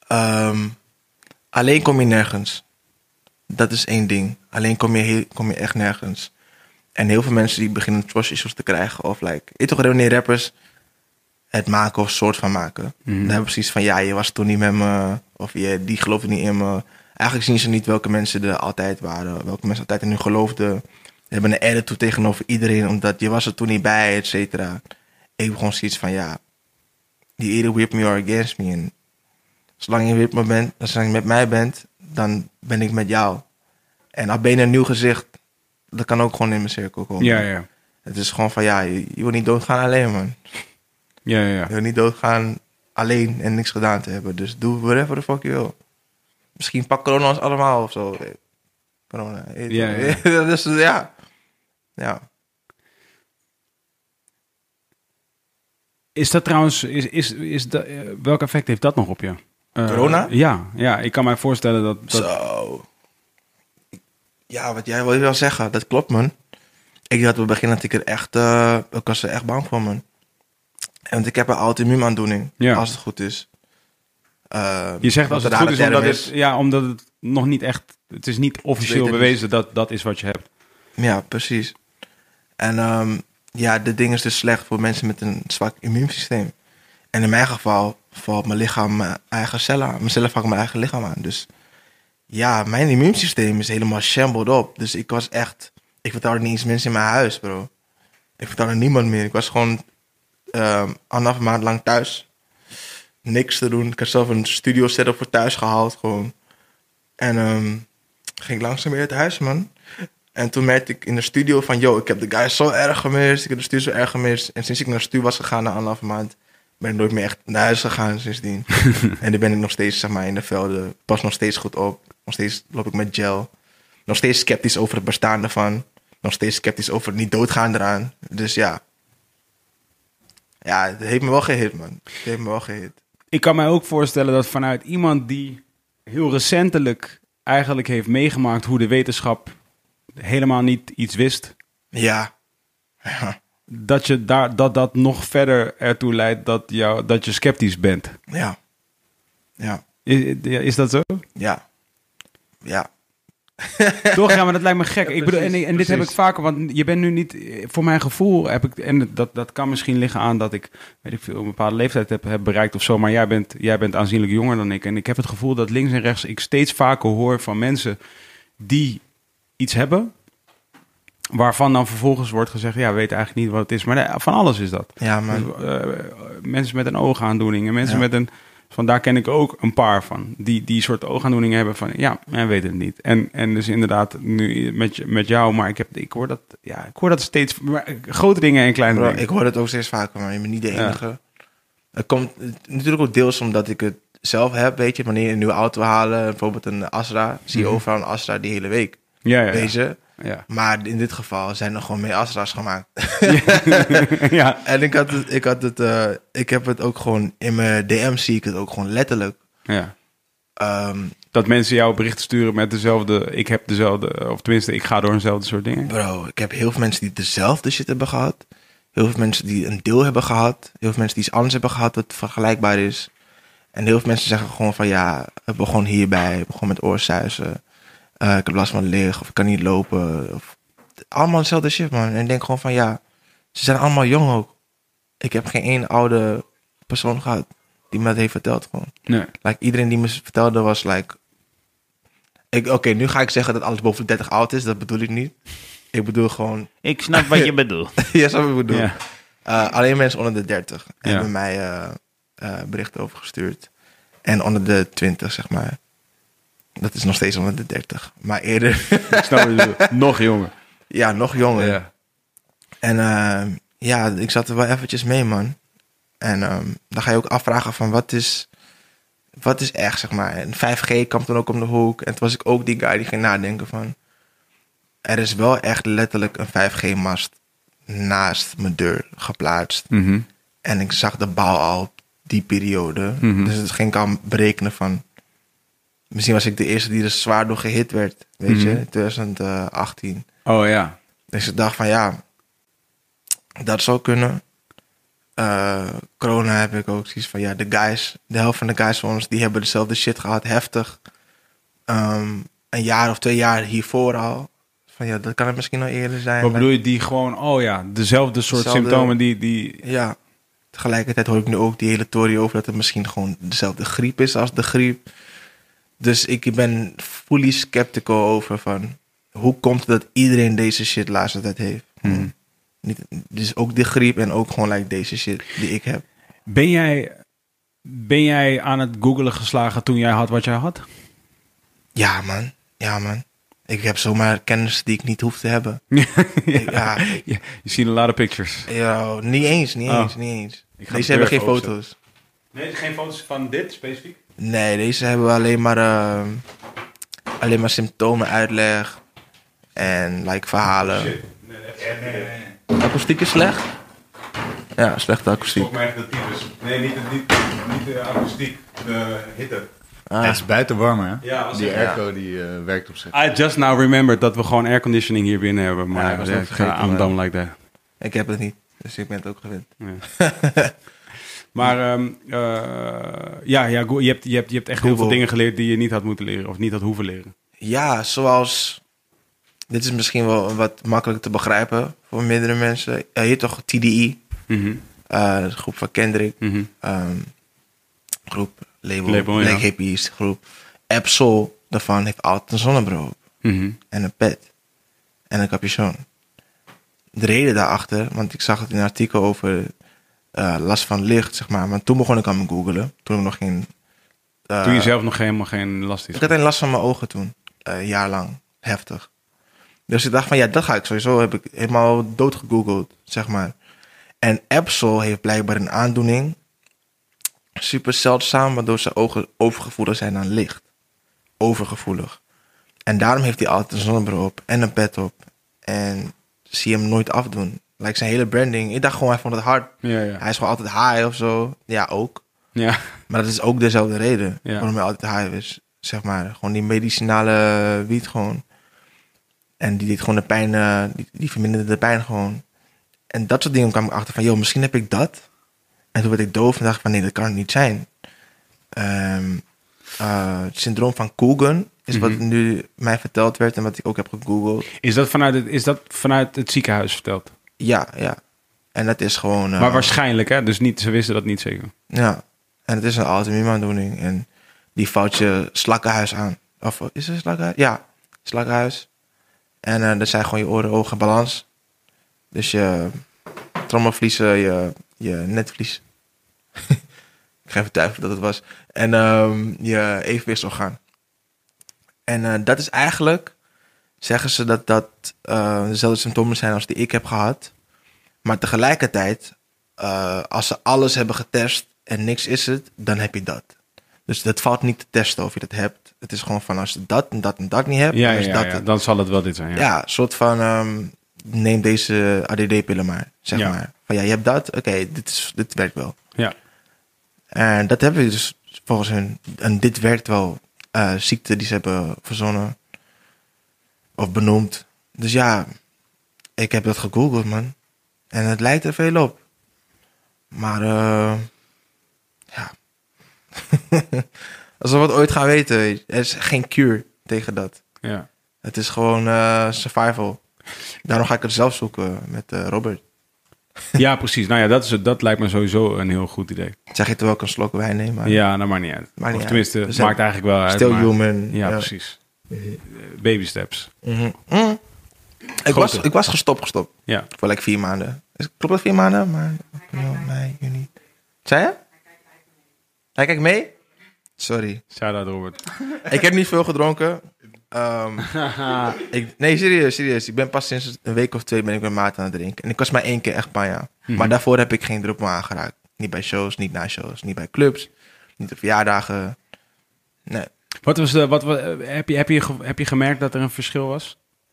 Um, alleen kom je nergens. Dat is één ding. Alleen kom je, heel, kom je echt nergens. En heel veel mensen die beginnen trust issues te krijgen. Of like, je toch wanneer rappers het maken of soort van maken. Mm. Dan hebben we precies van, ja, je was toen niet met me. Of je, die geloofde niet in me. Eigenlijk zien ze niet welke mensen er altijd waren. Welke mensen altijd in hun geloofden. Ze hebben een attitude tegenover iedereen. Omdat je was er toen niet bij, et cetera. Ik heb gewoon zoiets van, ja, die either with me or against me. En zolang je with me bent, zolang je met mij bent, dan ben ik met jou. En al ben je een nieuw gezicht, dat kan ook gewoon in mijn cirkel komen. Ja, ja. Het is gewoon van, ja, je, je wil niet doodgaan alleen, man. Ja, ja, ja. Je wil niet doodgaan alleen en niks gedaan te hebben. Dus doe whatever the fuck je wil. Misschien pak corona ons allemaal of zo. Corona. Ja, ja. Dus ja. Ja. Is dat trouwens, is, is, is dat, uh, welk effect heeft dat nog op je? Uh, Corona? Ja, ja, ik kan mij voorstellen dat... dat... Zo. Ja, wat jij wil wel zeggen, dat klopt, man. Ik had op het begin dat ik er echt, uh, ik was er echt bang voor, man. Want ik heb een auto-immuunaandoening, ja. Als het goed is. Uh, je zegt als het goed is, omdat het, ja, omdat het nog niet echt, het is niet officieel bewezen niet. dat dat is wat je hebt. Ja, precies. En um, ja, dit ding is dus slecht voor mensen met een zwak immuunsysteem. En in mijn geval valt mijn lichaam mijn eigen cellen aan. Mijn cellen vangen mijn eigen lichaam aan. Dus ja, mijn immuunsysteem is helemaal shambled op. Dus ik was echt, ik vertrouwde niet eens mensen in mijn huis, bro. Ik vertrouwde niemand meer. Ik was gewoon um, anderhalf maand lang thuis. Niks te doen. Ik had zelf een studio setup voor thuis gehaald, gewoon. En um, ging ik langzaam weer uit huis, man. En toen merkte ik in de studio van, yo, ik heb de guy zo erg gemist. Ik heb de studio zo erg gemist. En sinds ik naar de studio was gegaan na anderhalf maand, ben ik nooit meer echt naar huis gegaan sindsdien. En dan ben ik nog steeds, zeg maar, in de velden. Pas nog steeds goed op. Nog steeds loop ik met gel. Nog steeds sceptisch over het bestaan ervan. Nog steeds sceptisch over het niet doodgaan eraan. Dus ja. Ja, het heeft me wel gehit, man. Het heeft me wel gehit. Ik kan mij ook voorstellen dat vanuit iemand die heel recentelijk eigenlijk heeft meegemaakt hoe de wetenschap helemaal niet iets wist. Ja. Ja. Dat je daar, dat, dat nog verder ertoe leidt dat, jou, dat je sceptisch bent. Ja. Ja. Is, is dat zo? Ja. Ja. Toch? Ja, maar dat lijkt me gek. Ja, ik bedoel, en, en dit heb ik vaker, want je bent nu niet, voor mijn gevoel heb ik, en dat, dat kan misschien liggen aan dat ik, weet ik veel, een bepaalde leeftijd heb, heb bereikt of zo, maar jij bent, jij bent aanzienlijk jonger dan ik. En ik heb het gevoel dat links en rechts ik steeds vaker hoor van mensen die iets hebben, waarvan dan vervolgens wordt gezegd, ja, we weten eigenlijk niet wat het is. Maar nee, van alles is dat. Ja, man. Dus, uh, mensen met een oogaandoening en mensen ja. met een... Van daar ken ik ook een paar van. Die die soort oogaandoeningen hebben van... Ja, wij weten het niet. En, en dus inderdaad, nu met, met jou... Maar ik, heb, ik, hoor dat, ja, ik hoor dat steeds... Maar, grote dingen en kleine Bro, dingen. ik hoor het ook steeds vaker, maar je bent niet de enige. Ja. Het komt natuurlijk ook deels omdat ik het zelf heb, weet je. Wanneer je een nieuwe auto halen, bijvoorbeeld een Astra... zie je Mm-hmm. overal een Astra die hele week. Ja, ja, Deze. Ja. Ja. Maar in dit geval zijn er gewoon meer Astra's gemaakt. Ja. En ik had het, ik had het, uh, ik heb het ook gewoon in mijn D M zie ik het ook gewoon letterlijk. Ja. Um, dat mensen jou berichten sturen met dezelfde... Ik heb dezelfde... Of tenminste, ik ga door eenzelfde soort dingen. Bro, ik heb heel veel mensen die dezelfde shit hebben gehad. Heel veel mensen die een deel hebben gehad. Heel veel mensen die iets anders hebben gehad wat vergelijkbaar is. En heel veel mensen zeggen gewoon van ja, ik begon hierbij. Ik begon met oorsuizen. Uh, ik heb last van licht of ik kan niet lopen. Of, allemaal hetzelfde shit, man. En ik denk gewoon van ja, ze zijn allemaal jong ook. Ik heb geen één oude persoon gehad die me dat heeft verteld gewoon. Nee. Like, iedereen die me vertelde was like... Oké, okay, nu ga ik zeggen dat alles boven de dertig oud is. Dat bedoel ik niet. Ik bedoel gewoon... Ik snap wat je bedoelt. Ja, snap wat ik bedoel. Ja. Uh, alleen mensen onder de dertig Ja. hebben mij uh, uh, berichten over gestuurd. En onder de twintig, zeg maar. Dat is nog steeds onder de dertig. Maar eerder... Ik snap wat je bedoelt. Nog jonger. Ja, nog jonger. Ja. En uh, ja, ik zat er wel eventjes mee, man. En um, dan ga je ook afvragen van wat is... Wat is echt, zeg maar. En vijf G kwam dan ook om de hoek. En toen was ik ook die guy die ging nadenken van... Er is wel echt letterlijk een vijf G-mast naast mijn deur geplaatst. Mm-hmm. En ik zag de bouw al op die periode. Mm-hmm. Dus dat ging ik al berekenen van... Misschien was ik de eerste die er zwaar door gehit werd. Weet Mm-hmm. je, in twintig achttien. Oh ja. Dus ik dacht van ja, dat zou kunnen. uh, corona heb ik ook zoiets van... Ja, de guys, de helft van de guys van ons... die hebben dezelfde shit gehad, heftig. Um, een jaar of twee jaar hiervoor al. Van ja, dat kan het misschien nog eerder zijn. Wat bedoel je, die gewoon... Oh ja, dezelfde soort Dezelfde, symptomen die, die... Ja, tegelijkertijd hoor ik nu ook die hele theorie over... dat het misschien gewoon dezelfde griep is als de griep. Dus ik ben fully skeptical over van... hoe komt het dat iedereen deze shit laatste tijd heeft? Hmm. Niet, dus ook de griep en ook gewoon like deze shit die ik heb. Ben jij, ben jij aan het googelen geslagen toen jij had wat jij had? Ja, man. Ja, man. Ik heb zomaar kennis die ik niet hoef te hebben. ja, ik, ja, ik, je ziet een lot of pictures. Ja, niet eens, niet oh. eens, niet eens. Deze hebben geen foto's. Opzetten. Nee, geen foto's van dit specifiek? Nee, deze hebben alleen maar, uh, alleen maar symptomen, uitleg en like verhalen. Shit. Nee, nee, nee, nee. De akoestiek is slecht? Ja, slechte akoestiek. Volgens mij de tyfus. Nee, niet, niet, niet de akoestiek, de hitte. Ah. Het is buiten warmer, hè? Ja, die airco ja. die uh, werkt op zich. I just now remembered dat we gewoon airconditioning hier binnen hebben. Maar ja, ik ga I'm done like that. Ik heb het niet, dus ik ben het ook gewend. Ja. maar um, uh, ja, ja je, hebt, je, hebt, je hebt echt Google. heel veel dingen geleerd die je niet had moeten leren. Of niet had hoeven leren. Ja, zoals... Dit is misschien wel wat makkelijk te begrijpen voor meerdere mensen. Uh, je hebt toch T D E? Mm-hmm. Uh, de groep van Kendrick. Mm-hmm. Um, groep Label, Label Black ja. Hippies. Groep Absol daarvan heeft altijd een zonnebril op. Mm-hmm. En een pet. En een capuchon. De reden daarachter, want ik zag het in een artikel over uh, last van licht, zeg maar. Maar toen begon ik aan me googelen. Toen ik nog geen... Uh, toen je zelf nog helemaal geen last had. Ik had een last van mijn ogen toen. Uh, een jaar lang. Heftig. Dus ik dacht van ja, dat ga ik sowieso. Heb ik helemaal dood gegoogeld, zeg maar. En Absol heeft blijkbaar een aandoening. Super zeldzaam, waardoor zijn ogen overgevoelig zijn aan licht. Overgevoelig. En daarom heeft hij altijd een zonnebril op en een pet op. En zie hem nooit afdoen. Like zijn hele branding. Ik dacht gewoon, hij vond het hard. Ja, ja. Hij is gewoon altijd high of zo. Ja, ook. Ja. Maar dat is ook dezelfde reden ja. waarom hij altijd high is. Zeg maar, gewoon die medicinale wiet gewoon. En die deed gewoon de pijn, uh, die, die verminderde de pijn gewoon. En dat soort dingen kwam ik achter van, joh, misschien heb ik dat. En toen werd ik doof en dacht ik van, nee, dat kan het niet zijn. Um, uh, het syndroom van Coogan is mm-hmm. wat nu mij verteld werd en wat ik ook heb gegoogeld. Is dat vanuit het, is dat vanuit het ziekenhuis verteld? Ja, ja. En dat is gewoon... Uh, maar waarschijnlijk, hè? Dus niet, ze wisten dat niet zeker. Ja. En het is een auto-immuunaandoening. En die vouwt je slakkenhuis aan. Of is het een slakkenhuis? Ja, slakkenhuis. En uh, dat zijn gewoon je oren, ogen, balans. Dus je trommelvliezen, je, je netvlies. Ik ga even twijfelen dat het was. En um, je evenwichtsorgaan. En uh, dat is eigenlijk, zeggen ze dat dat uh, dezelfde symptomen zijn als die ik heb gehad. Maar tegelijkertijd, uh, als ze alles hebben getest en niks is het, dan heb je dat. Dus dat valt niet te testen of je dat hebt. Het is gewoon van als je dat en dat en dat niet hebt, ja, dan is ja, dat ja, het. Dan zal het wel dit zijn. Ja, ja een soort van um, neem deze A D D-pillen maar, zeg ja. maar. Van ja, je hebt dat, oké, okay, dit, dit werkt wel. Ja. En dat hebben we dus volgens hun. En dit werkt wel. Uh, ziekte die ze hebben verzonnen. Of benoemd. Dus ja, ik heb dat gegoogeld, man. En het lijkt er veel op. Maar, uh, ja. Als we wat ooit gaan weten, weet je, er is geen cure tegen dat. Ja. Het is gewoon uh, survival. Daarom ga ik het zelf zoeken met uh, Robert. Ja, precies. Nou ja, dat, is, dat lijkt me sowieso een heel goed idee. Zeg je terwijl ik een slok wijn neem? Maar... Ja, dat maakt niet uit. Maakt niet of tenminste, uit. maakt eigenlijk wel uit. Still maar... human. Ja, ja. precies. Baby steps. Mm-hmm. Mm. Ik, was, ik was gestopt, gestopt. Ja. Voor like vier maanden. Klopt dat vier maanden? Maar, april, mei, juni. Zei je? Hij kijkt mee? Sorry. Shout-out Robert. Ik heb niet veel gedronken. Um, ik, nee, serieus, serieus. Ik ben pas sinds een week of twee ben ik met maat aan het drinken. En ik was maar één keer echt panja. Mm-hmm. Maar daarvoor heb ik geen druppel aangeraakt. Niet bij shows, niet na shows, niet bij clubs. Niet op verjaardagen. Nee. Wat was de, wat, wat, heb, je, heb, je, heb je gemerkt dat er een verschil was?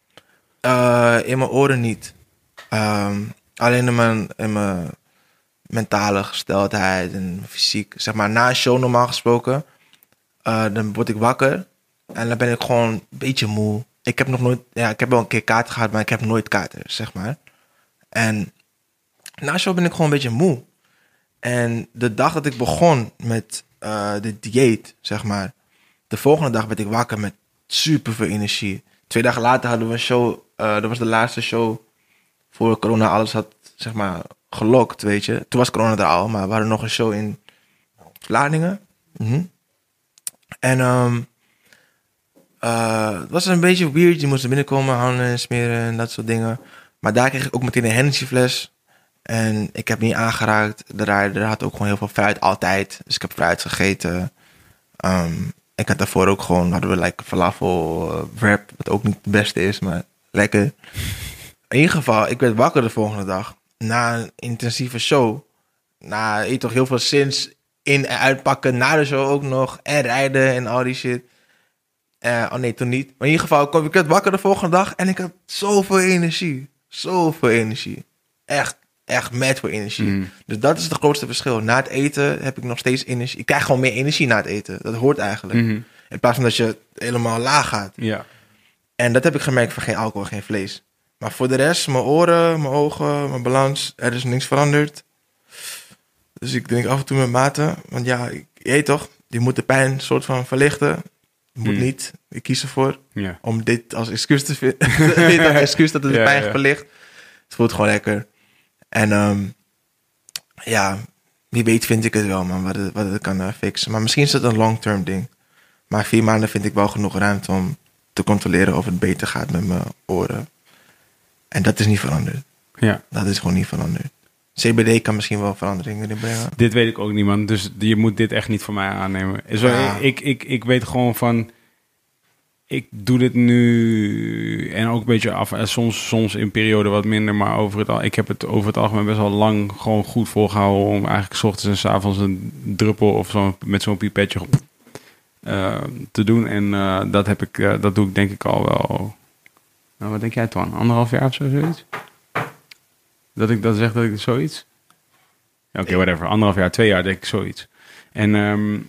Uh, in mijn oren niet. Um, alleen in mijn, in mijn mentale gesteldheid en mijn fysiek. Zeg maar, na een show normaal gesproken, uh, dan word ik wakker. En dan ben ik gewoon een beetje moe. Ik heb nog nooit, ja, ik heb wel een keer kaarten gehad, maar ik heb nooit kaarten, zeg maar. En na een show ben ik gewoon een beetje moe. En de dag dat ik begon met uh, de dieet, zeg maar. De volgende dag werd ik wakker met super veel energie. Twee dagen later hadden we een show. Uh, dat was de laatste show voor corona alles had, zeg maar, gelokt, weet je. Toen was corona er al, maar we hadden nog een show in Vlaardingen. Mm-hmm. En um, uh, het was een beetje weird. Je moest er binnenkomen, handen en smeren en dat soort dingen. Maar daar kreeg ik ook meteen een Hennessy-fles. En ik heb niet aangeraakt. De rijder had ook gewoon heel veel fruit, altijd. Dus ik heb fruit gegeten. Um, ik had daarvoor ook gewoon, hadden we like falafel uh, wrap, wat ook niet het beste is, maar lekker. In ieder geval, ik werd wakker de volgende dag. Na een intensieve show. Na, je toch heel veel zins in en uitpakken. Na de show ook nog. En rijden en al die shit. Uh, oh nee, toen niet. Maar in ieder geval, ik werd wakker de volgende dag. En ik had zoveel energie. Zoveel energie. Echt, echt mad voor energie. Mm. Dus dat is het grootste verschil. Na het eten heb ik nog steeds energie. Ik krijg gewoon meer energie na het eten. Dat hoort eigenlijk. Mm-hmm. In plaats van dat je helemaal laag gaat. Ja. En dat heb ik gemerkt van geen alcohol, geen vlees. Maar voor de rest, mijn oren, mijn ogen, mijn balans, er is niks veranderd. Dus ik drink af en toe met mate. Want ja, ik eet toch, je moet de pijn soort van verlichten. Je moet mm. niet, ik kies ervoor. Yeah. Om dit als excuus te vinden. dit als excuus dat het de yeah, pijn yeah. verlicht. Het voelt gewoon lekker. En um, ja, wie weet vind ik het wel, man, wat het, wat het kan uh, fixen. Maar misschien is het een long-term ding. Maar vier maanden vind ik wel genoeg ruimte om te controleren of het beter gaat met mijn oren. En dat is niet veranderd. Ja. Dat is gewoon niet veranderd. C B D kan misschien wel veranderingen erin brengen. Dit weet ik ook niet, man. Dus je moet dit echt niet van mij aannemen. Zo, ja. ik, ik, ik weet gewoon van... Ik doe dit nu... En ook een beetje af. Soms, soms in periode wat minder. Maar over het, ik heb het over het algemeen best wel lang gewoon goed volgehouden... om eigenlijk 's ochtends en 's avonds een druppel of zo met zo'n pipetje uh, te doen. En uh, dat, heb ik, uh, dat doe ik denk ik al wel... Nou, wat denk jij, Twan? Anderhalf jaar of zo, zoiets? Dat ik dat zeg dat ik zoiets? Oké, okay, whatever. Anderhalf jaar, twee jaar denk ik zoiets. En, um,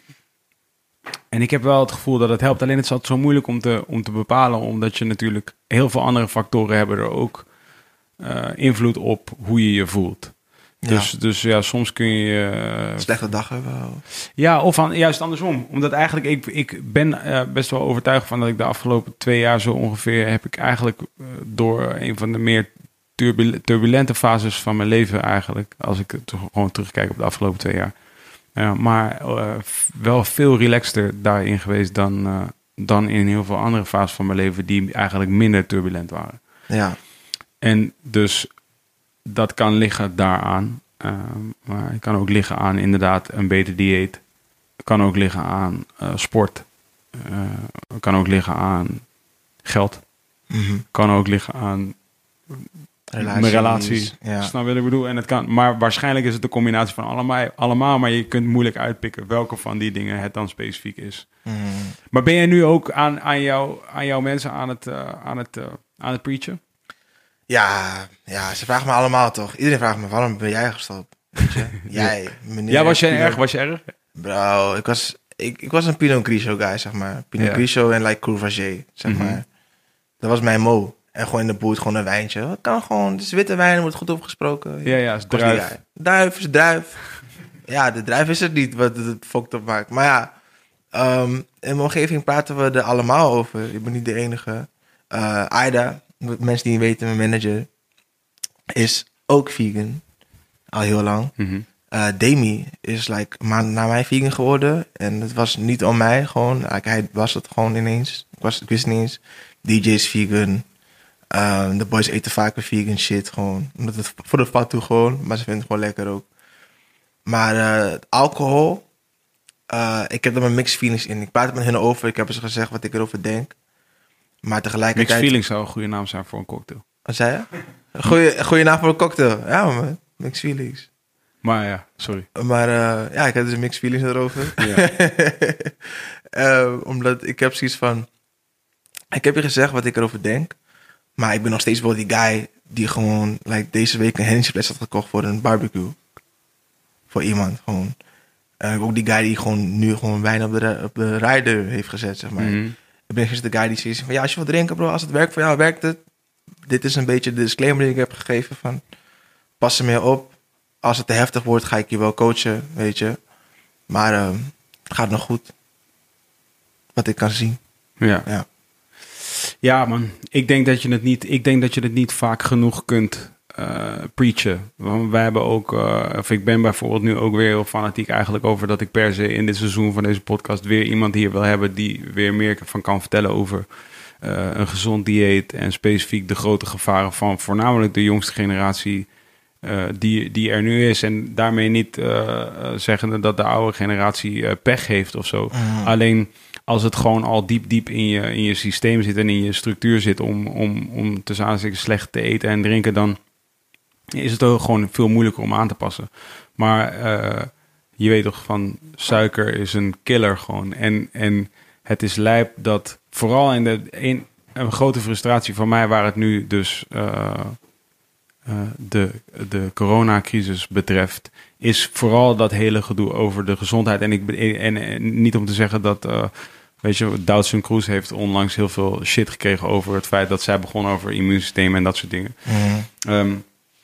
en ik heb wel het gevoel dat het helpt. Alleen het is altijd zo moeilijk om te, om te bepalen. Omdat je natuurlijk heel veel andere factoren hebben er ook uh, invloed op hoe je je voelt. Ja. Dus, dus ja, soms kun je... Uh, slechte dag hebben. Ja, of aan, juist andersom. Omdat eigenlijk, ik, ik ben uh, best wel overtuigd van dat ik de afgelopen twee jaar zo ongeveer... heb ik eigenlijk uh, door een van de meer turbul- turbulente fases van mijn leven eigenlijk... als ik toch gewoon terugkijk op de afgelopen twee jaar. Uh, maar uh, wel veel relaxter daarin geweest dan, uh, dan in heel veel andere fases van mijn leven... die eigenlijk minder turbulent waren. Ja. En dus... Dat kan liggen daaraan. Uh, maar het kan ook liggen aan inderdaad een beter dieet. Het kan ook liggen aan uh, sport. Uh, het kan ook liggen aan geld. Mm-hmm. Kan ook liggen aan Relaties, mijn relatie. Ja. Snap wat ik bedoel? En het kan, maar waarschijnlijk is het een combinatie van allemaal, allemaal. Maar je kunt moeilijk uitpikken welke van die dingen het dan specifiek is. Mm-hmm. Maar ben jij nu ook aan, aan, jou, aan jouw mensen aan het, uh, aan het, uh, aan het preachen? Ja, ja, ze vragen me allemaal toch. Iedereen vraagt me, waarom ben jij gestopt? Weet je? Jij, meneer. Ja, was je erg? Was je erg? Bro, ik was, ik, ik was een Pinot Grigio guy, zeg maar. Pinot ja. Grigio en like Courvoisier, zeg mm-hmm. maar. Dat was mijn mo. En gewoon in de boot gewoon een wijntje. Het kan gewoon, het is witte wijn, er wordt goed opgesproken. Ja, ja, is druif. Druif is druif. Ja, de druif is het niet wat het fokt op maakt. Maar ja, um, in mijn omgeving praten we er allemaal over. Ik ben niet de enige. Uh, Aida... Mensen die weten, mijn manager is ook vegan. Al heel lang. Mm-hmm. Uh, Demi is like een maand na mij vegan geworden. En het was niet om mij gewoon. Like, hij was het gewoon ineens. Ik, was, ik wist niet eens. D J is vegan. Uh, de boys eten vaker vegan shit gewoon. Omdat het voor de fat toe gewoon. Maar ze vinden het gewoon lekker ook. Maar uh, het alcohol. Uh, ik heb er mijn mixed feelings in. Ik praat met hen over. Ik heb ze gezegd wat ik erover denk. Maar tegelijkertijd... Mixed Feelings zou een goede naam zijn voor een cocktail. Wat zei je? Goeie, goeie naam voor een cocktail. Ja, man. Mixed Feelings. Maar ja, sorry. Maar uh, ja, ik heb dus Mixed Feelings erover. Ja. uh, omdat ik heb zoiets van... Ik heb je gezegd wat ik erover denk. Maar ik ben nog steeds wel die guy die gewoon... Like, deze week een Hennessy fles had gekocht voor een barbecue. Voor iemand, gewoon. Uh, ook die guy die gewoon nu gewoon wijn op de, op de rider heeft gezet, zeg maar. Mm-hmm. Ik ben gisteren de guy die zegt van... Ja, als je wil drinken, bro, als het werkt voor jou, werkt het. Dit is een beetje de disclaimer die ik heb gegeven van... Pas er meer op. als het te heftig wordt, ga ik je wel coachen, weet je. Maar uh, het gaat nog goed. Wat ik kan zien. Ja. Ja. Ja, man. Ik denk dat je het niet, ik denk dat je het niet vaak genoeg kunt uh, preachen. Want wij hebben ook, uh, of ik ben bijvoorbeeld nu ook weer heel fanatiek eigenlijk over dat ik per se in dit seizoen van deze podcast weer iemand hier wil hebben die weer meer van kan vertellen over uh, een gezond dieet en specifiek de grote gevaren van voornamelijk de jongste generatie uh, die, die er nu is. En daarmee niet uh, zeggende dat de oude generatie uh, pech heeft of zo. Mm. Alleen als het gewoon al diep, diep in je, in je systeem zit en in je structuur zit om, om, om tussen aanstekens slecht te eten en drinken, dan is het ook gewoon veel moeilijker om aan te passen. Maar uh, je weet toch van suiker is een killer gewoon. En, en het is lijp dat vooral in de een, een grote frustratie van mij waar het nu dus uh, uh, de, de coronacrisis betreft, is vooral dat hele gedoe over de gezondheid. En, ik, en, en niet om te zeggen dat Uh, weet je, Doutzen Kroes heeft onlangs heel veel shit gekregen over het feit dat zij begon over immuunsysteem en dat soort dingen. Mm. Um,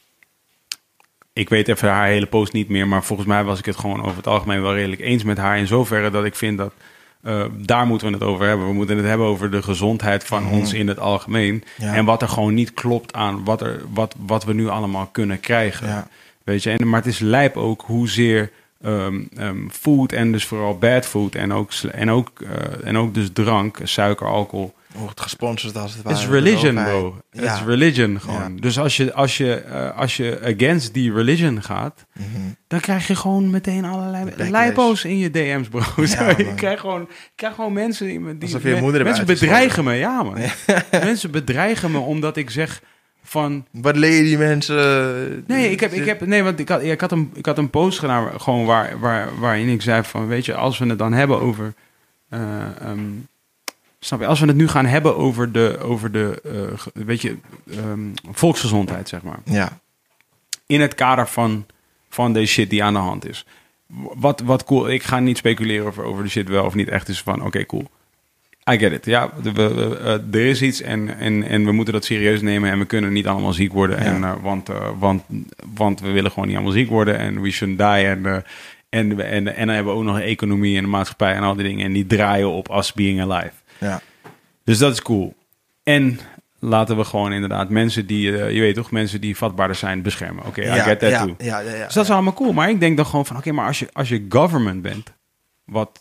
ik weet even haar hele post niet meer, maar volgens mij was ik het gewoon over het algemeen wel redelijk eens met haar in zoverre dat ik vind dat uh, daar moeten we het over hebben. We moeten het hebben over de gezondheid van mm. ons in het algemeen. Ja. En wat er gewoon niet klopt aan wat, er, wat, wat we nu allemaal kunnen krijgen. Ja. Weet je, en, maar het is lijp ook hoezeer Um, um, food en dus vooral bad food en ook, en ook, uh, en ook dus drank, suiker, alcohol. Wordt gesponsord als het ware. Het is religion, bro. Het ja. is religion gewoon. Ja. Dus als je, als, je, uh, als je against die religion gaat, mm-hmm. dan krijg je gewoon meteen allerlei lijpo's in je D M's, bro. Ja, je krijgt gewoon, je krijgt gewoon mensen die, die je moeder mensen bedreigen me, ja man. Mensen bedreigen me omdat ik zeg van wat leer je die mensen? Nee, ik heb, ik heb, nee, want ik had, ik had een, ik had een post gedaan, gewoon waar, waar, waarin ik zei van, weet je, als we het dan hebben over, uh, um, snap je, als we het nu gaan hebben over de, over de, uh, weet je, um, volksgezondheid, zeg maar. Ja. In het kader van, van deze shit die aan de hand is. Wat, wat cool. Ik ga niet speculeren over, over de shit wel of niet echt is van, oké, okay, cool. I get it. Ja, we, we, uh, er is iets en, en, en we moeten dat serieus nemen en we kunnen niet allemaal ziek worden. Ja. En, uh, want, uh, want, want we willen gewoon niet allemaal ziek worden en we shouldn't die. En, uh, en, en, en dan hebben we ook nog een economie en de maatschappij en al die dingen. En die draaien op us being alive. Ja. Dus dat is cool. En laten we gewoon inderdaad mensen die, uh, je weet toch, mensen die vatbaarder zijn beschermen. Oké, okay, ja, I get that ja, too. Ja, ja, ja, dus dat is allemaal cool. Maar ik denk dan gewoon van, oké, okay, maar als je, als je government bent, wat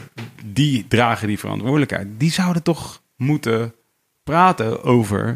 die dragen die verantwoordelijkheid, die zouden toch moeten praten over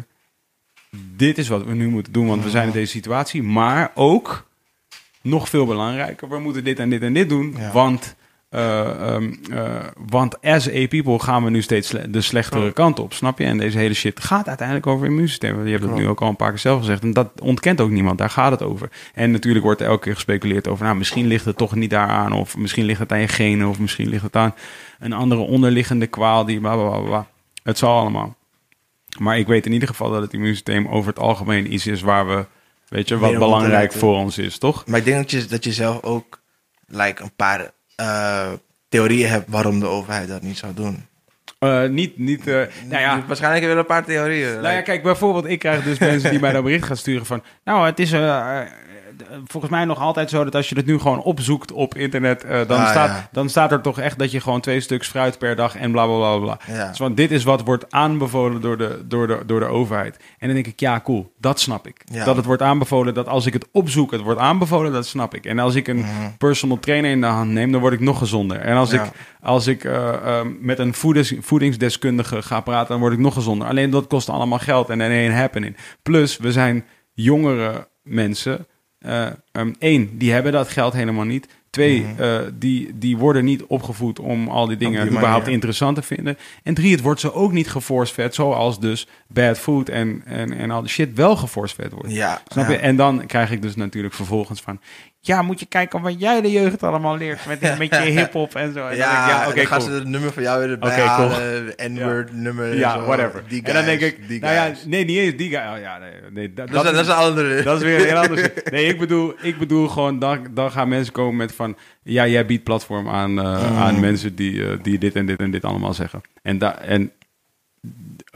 dit is wat we nu moeten doen, want we zijn in deze situatie, maar ook nog veel belangrijker, we moeten dit en dit en dit doen, ja. want uh, um, uh, want as a people gaan we nu steeds sle- de slechtere kant op, snap je? En deze hele shit gaat uiteindelijk over immuunsysteem. Je hebt het nu ook al een paar keer zelf gezegd en dat ontkent ook niemand, daar gaat het over. En natuurlijk wordt er elke keer gespeculeerd over, nou, misschien ligt het toch niet daaraan, of misschien ligt het aan je genen, of misschien ligt het aan een andere onderliggende kwaal die bla bla bla bla. Het zal allemaal. Maar ik weet in ieder geval dat het immuunsysteem over het algemeen iets is waar we, weet je, wat Meer belangrijk voor ons is, toch? Maar ik denk dat je, dat je zelf ook like, een paar uh, theorieën hebt waarom de overheid dat niet zou doen. Uh, niet, niet, uh, nou ja. Waarschijnlijk heb je een paar theorieën. Nou ja, kijk, bijvoorbeeld, ik krijg dus mensen die mij dat bericht gaan sturen van, nou, het is uh, volgens mij nog altijd zo dat als je het nu gewoon opzoekt op internet, uh, dan, ah, staat, ja. dan staat er toch echt dat je gewoon twee stuks fruit per dag en bla bla bla bla. Ja. Dus want dit is wat wordt aanbevolen door de, door, de, door de overheid. En dan denk ik, ja, cool, dat snap ik. Ja. Dat het wordt aanbevolen, dat als ik het opzoek, het wordt aanbevolen, dat snap ik. En als ik een mm-hmm. personal trainer in de hand neem, dan word ik nog gezonder. En als ja. ik, als ik uh, uh, met een voedings, voedingsdeskundige ga praten, dan word ik nog gezonder. Alleen dat kost allemaal geld en er ain't happening. Plus, we zijn jongere mensen. Uh, um, één, die hebben dat geld helemaal niet. Twee, mm-hmm. uh, die, die worden niet opgevoed om al die dingen die überhaupt manier. interessant te vinden. En drie, het wordt ze ook niet geforce-fed, zoals dus bad food en, en, en al die shit wel geforce-fed wordt. Ja, Snap ja. je? En dan krijg ik dus natuurlijk vervolgens van, ja, moet je kijken wat jij de jeugd allemaal leert met een beetje hip-hop en zo. En ja, dan, ik, ja, okay, dan gaan cool. ze het nummer van jou erbij okay, halen, cool. N-word ja. nummer. Ja, zo, whatever. Die guys, en dan denk ik, die nou guys. ja, nee, niet eens die guy. Oh, ja, nee, nee, dat, dat, dat, is, dat is een andere. Dat is weer een heel anders. Nee, ik bedoel, ik bedoel gewoon, dan, dan gaan mensen komen met van, ja, jij biedt platform aan, uh, mm. aan mensen die, uh, die dit en dit en dit allemaal zeggen. En, da, en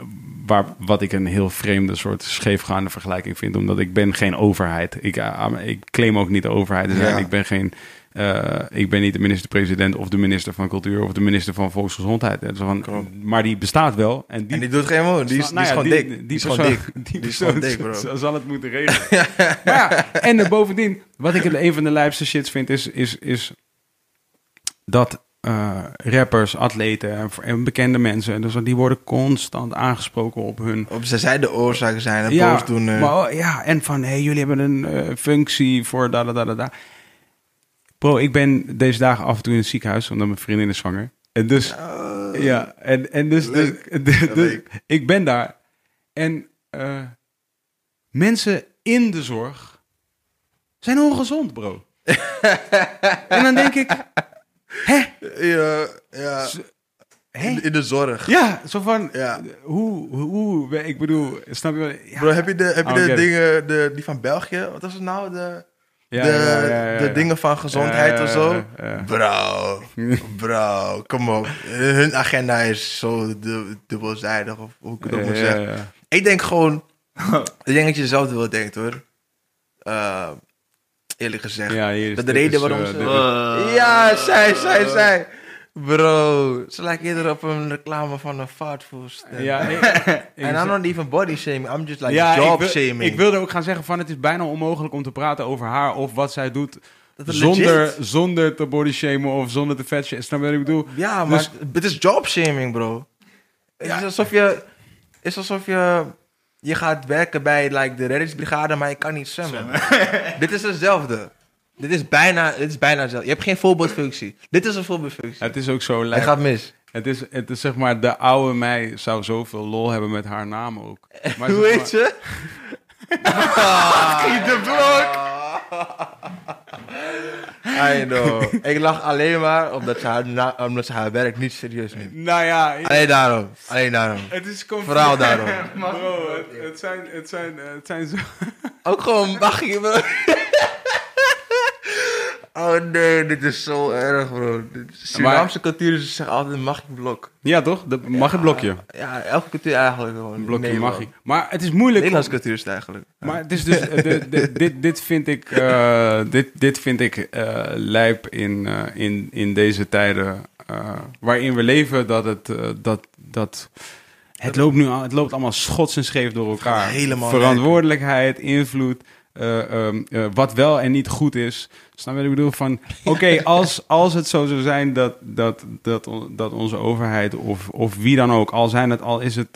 waar, wat ik een heel vreemde soort scheefgaande vergelijking vind. Omdat ik ben geen overheid. Ik, uh, ik claim ook niet de overheid te zijn. Ja. Ik ben geen... Uh, ik ben niet de minister-president of de minister van Cultuur of de minister van Volksgezondheid. Dus van, maar die bestaat wel. En die, en die doet geen moe. Die, is- die nou is ja, gewoon die- dik. Die, Die, die is gewoon persoon- dik. Die, Die is persoon gewoon dik, bro. z- zal het moeten regelen. Maar ja, en uh, bovendien, wat ik een van de lijpste shits vind, is, is, is dat uh, rappers, atleten en, en bekende mensen, dus die worden constant aangesproken op hun... Op ze zij de oorzaken zijn en Ja, boosdoener. maar, oh, ja, en van, hey, jullie hebben een uh, functie voor da da da da da. Bro, ik ben deze dagen af en toe in het ziekenhuis, omdat mijn vriendin is zwanger. En dus, Oh, ja, en, en dus, dus, leuk. dus- Ja, dus- leuk. ik ben daar. En uh, mensen in de zorg zijn ongezond, bro. En dan denk ik, hè? Ja, ja. Hè? In, in de zorg. Ja, zo van, Ja. hoe, hoe, ik bedoel, snap je wel? Ja. Bro, heb je de, heb je I de don't get it. dingen, de, die van België? Wat was het nou? De, Ja, de, ja, ja, ja, de ja. dingen van gezondheid Ja, of zo? ja, ja. Bro, bro, kom op. Hun agenda is zo du- dubbelzijdig, of hoe ik het ook moet Ja, zeggen. ja, ja. Ik denk gewoon, ik denk dat je zelf wel denkt hoor. Uh, eerlijk gezegd. Ja, hier is- dat de dit reden is, waarom uh, ze... dit is- ja, zij, zij, zij. Bro, ze lijken eerder op een reclame van een fastfood. Ja, ik- ik- En I'm not even body shaming, I'm just like ja, job ik, wil, shaming. ik wilde ook gaan zeggen van het is bijna onmogelijk om te praten over haar of wat zij doet Dat is zonder, legit. zonder te body shamen of zonder te vet shamen. Snap je wat ik bedoel? Ja, maar Dus- het is job shaming, bro. Het is alsof je, het is alsof je, je gaat werken bij like, de reddingsbrigade, maar je kan niet zwemmen. Dit is hetzelfde. Dit is bijna, dit is bijna hetzelfde. Je hebt geen voorbeeldfunctie. Dit is een voorbeeldfunctie. Het is ook zo Hij lijp. gaat mis. Het is, het is zeg maar, de oude mij zou zoveel lol hebben met haar naam ook. Maar Hoe zeg heet maar- ze? Schiet de blok! I know. Ik lach alleen maar omdat ze haar, na- omdat ze haar werk niet serieus neemt. Nou ja, Alleen daarom. Alleen daarom. het is conf- Vooral daarom. Bro, het, het zijn, het zijn, het zijn zo... Ook gewoon mag je, bro. Oh nee, dit is zo erg, bro. Dit- Surinaamse cultuur is zeg altijd een mag je blok. Ja, toch? De, mag het blokje? Ja, elke cultuur eigenlijk gewoon. Een blokje Nederland. mag ik. Maar het is moeilijk. Nederlandse cultuur is het eigenlijk. Maar het is dus, eh, de, de, dit, dit vind ik, eh, dit, dit vind ik eh, lijp in, eh, in, in deze tijden eh, waarin we leven, dat het, eh, dat, dat het loopt nu, al- het loopt allemaal schots en scheef door elkaar. Helemaal Verantwoordelijkheid, invloed, eh, ehm, eh, wat wel en niet goed is. Snap je wat ik bedoel? Van, oké, als, als het zo zou zijn dat, dat, dat, on- dat onze overheid of, of wie dan ook, al zijn het, al is het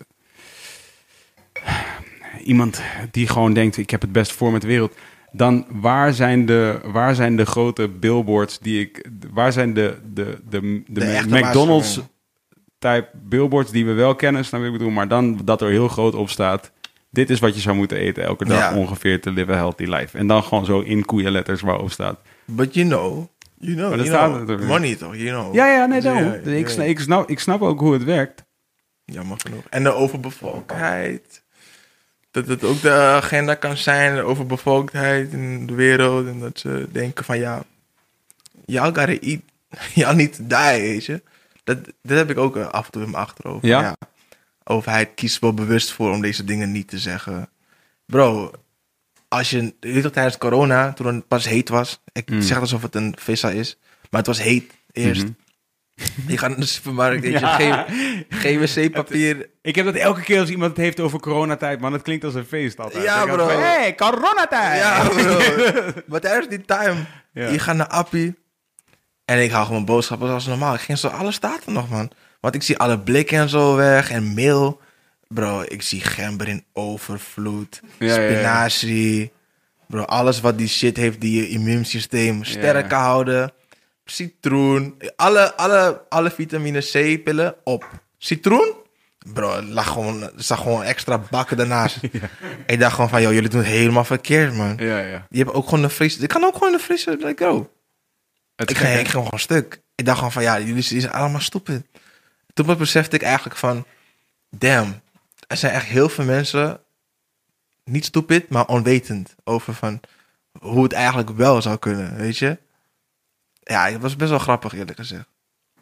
iemand die gewoon denkt, ik heb het best voor met de wereld, dan waar zijn de, waar zijn de grote billboards die ik, waar zijn de, de, de, de, De echte McDonald's waarschuwing. type billboards die we wel kennen, snap je wat ik bedoel, maar dan dat er heel groot op staat, dit is wat je zou moeten eten elke dag Ja. ongeveer to live a healthy life. En dan gewoon zo in koeienletters waarop staat. But you know, you know, Maar dat you staat know. er toch? Money toch, you know. Ja, ja, nee, Ja, daarom. ja, ik, ja. snap, ik, snap, ik snap ook hoe het werkt. Jammer genoeg. En de overbevolktheid. Dat het ook de agenda kan zijn, de overbevolktheid in de wereld. En dat ze denken van ja, y'all gotta eat, y'all need to die, weet je. Dat, dat heb ik ook eh, af en toe in mijn achterhoofd. Ja? Overheid kiest wel bewust voor om deze dingen niet te zeggen. Bro, als je, je weet toch, tijdens corona, toen het pas heet was. Ik Mm. zeg het alsof het een vissa is. Maar het was heet eerst. Mhm. Je gaat naar de supermarkt, weet je, geen, geen wc-papier. Ik heb dat elke keer als iemand het heeft over coronatijd, man. Het klinkt als een feest altijd. Ja, Ik ga bro. van, hey, coronatijd! Ja, bro. Maar tijdens die time, Ja. je gaat naar Appie. En ik hou gewoon boodschappen zoals normaal. Ik ging zo, alles staat er nog, man. Want ik zie alle blikken en zo weg en meel. Bro, ik zie gember in overvloed. Ja, ja, ja. spinazie. Bro, alles wat die shit heeft die je immuunsysteem sterker Ja. houden. Citroen. Alle, alle, alle vitamine C-pillen op. Citroen? Bro, er lag gewoon, er zag gewoon extra bakken daarnaast. Ik dacht gewoon van, joh, jullie doen het helemaal verkeerd, man. Ja, ja. Je hebt ook gewoon een fris. Ik kan ook gewoon een frisse. Like, go. Het Ik is ging, gek, ik ging gewoon stuk. Ik dacht gewoon van, ja, jullie zijn allemaal stupid. Toen besefte ik eigenlijk van, damn, er zijn echt heel veel mensen, niet stupid, maar onwetend over van hoe het eigenlijk wel zou kunnen, weet je? Ja, het was best wel grappig, eerlijk gezegd.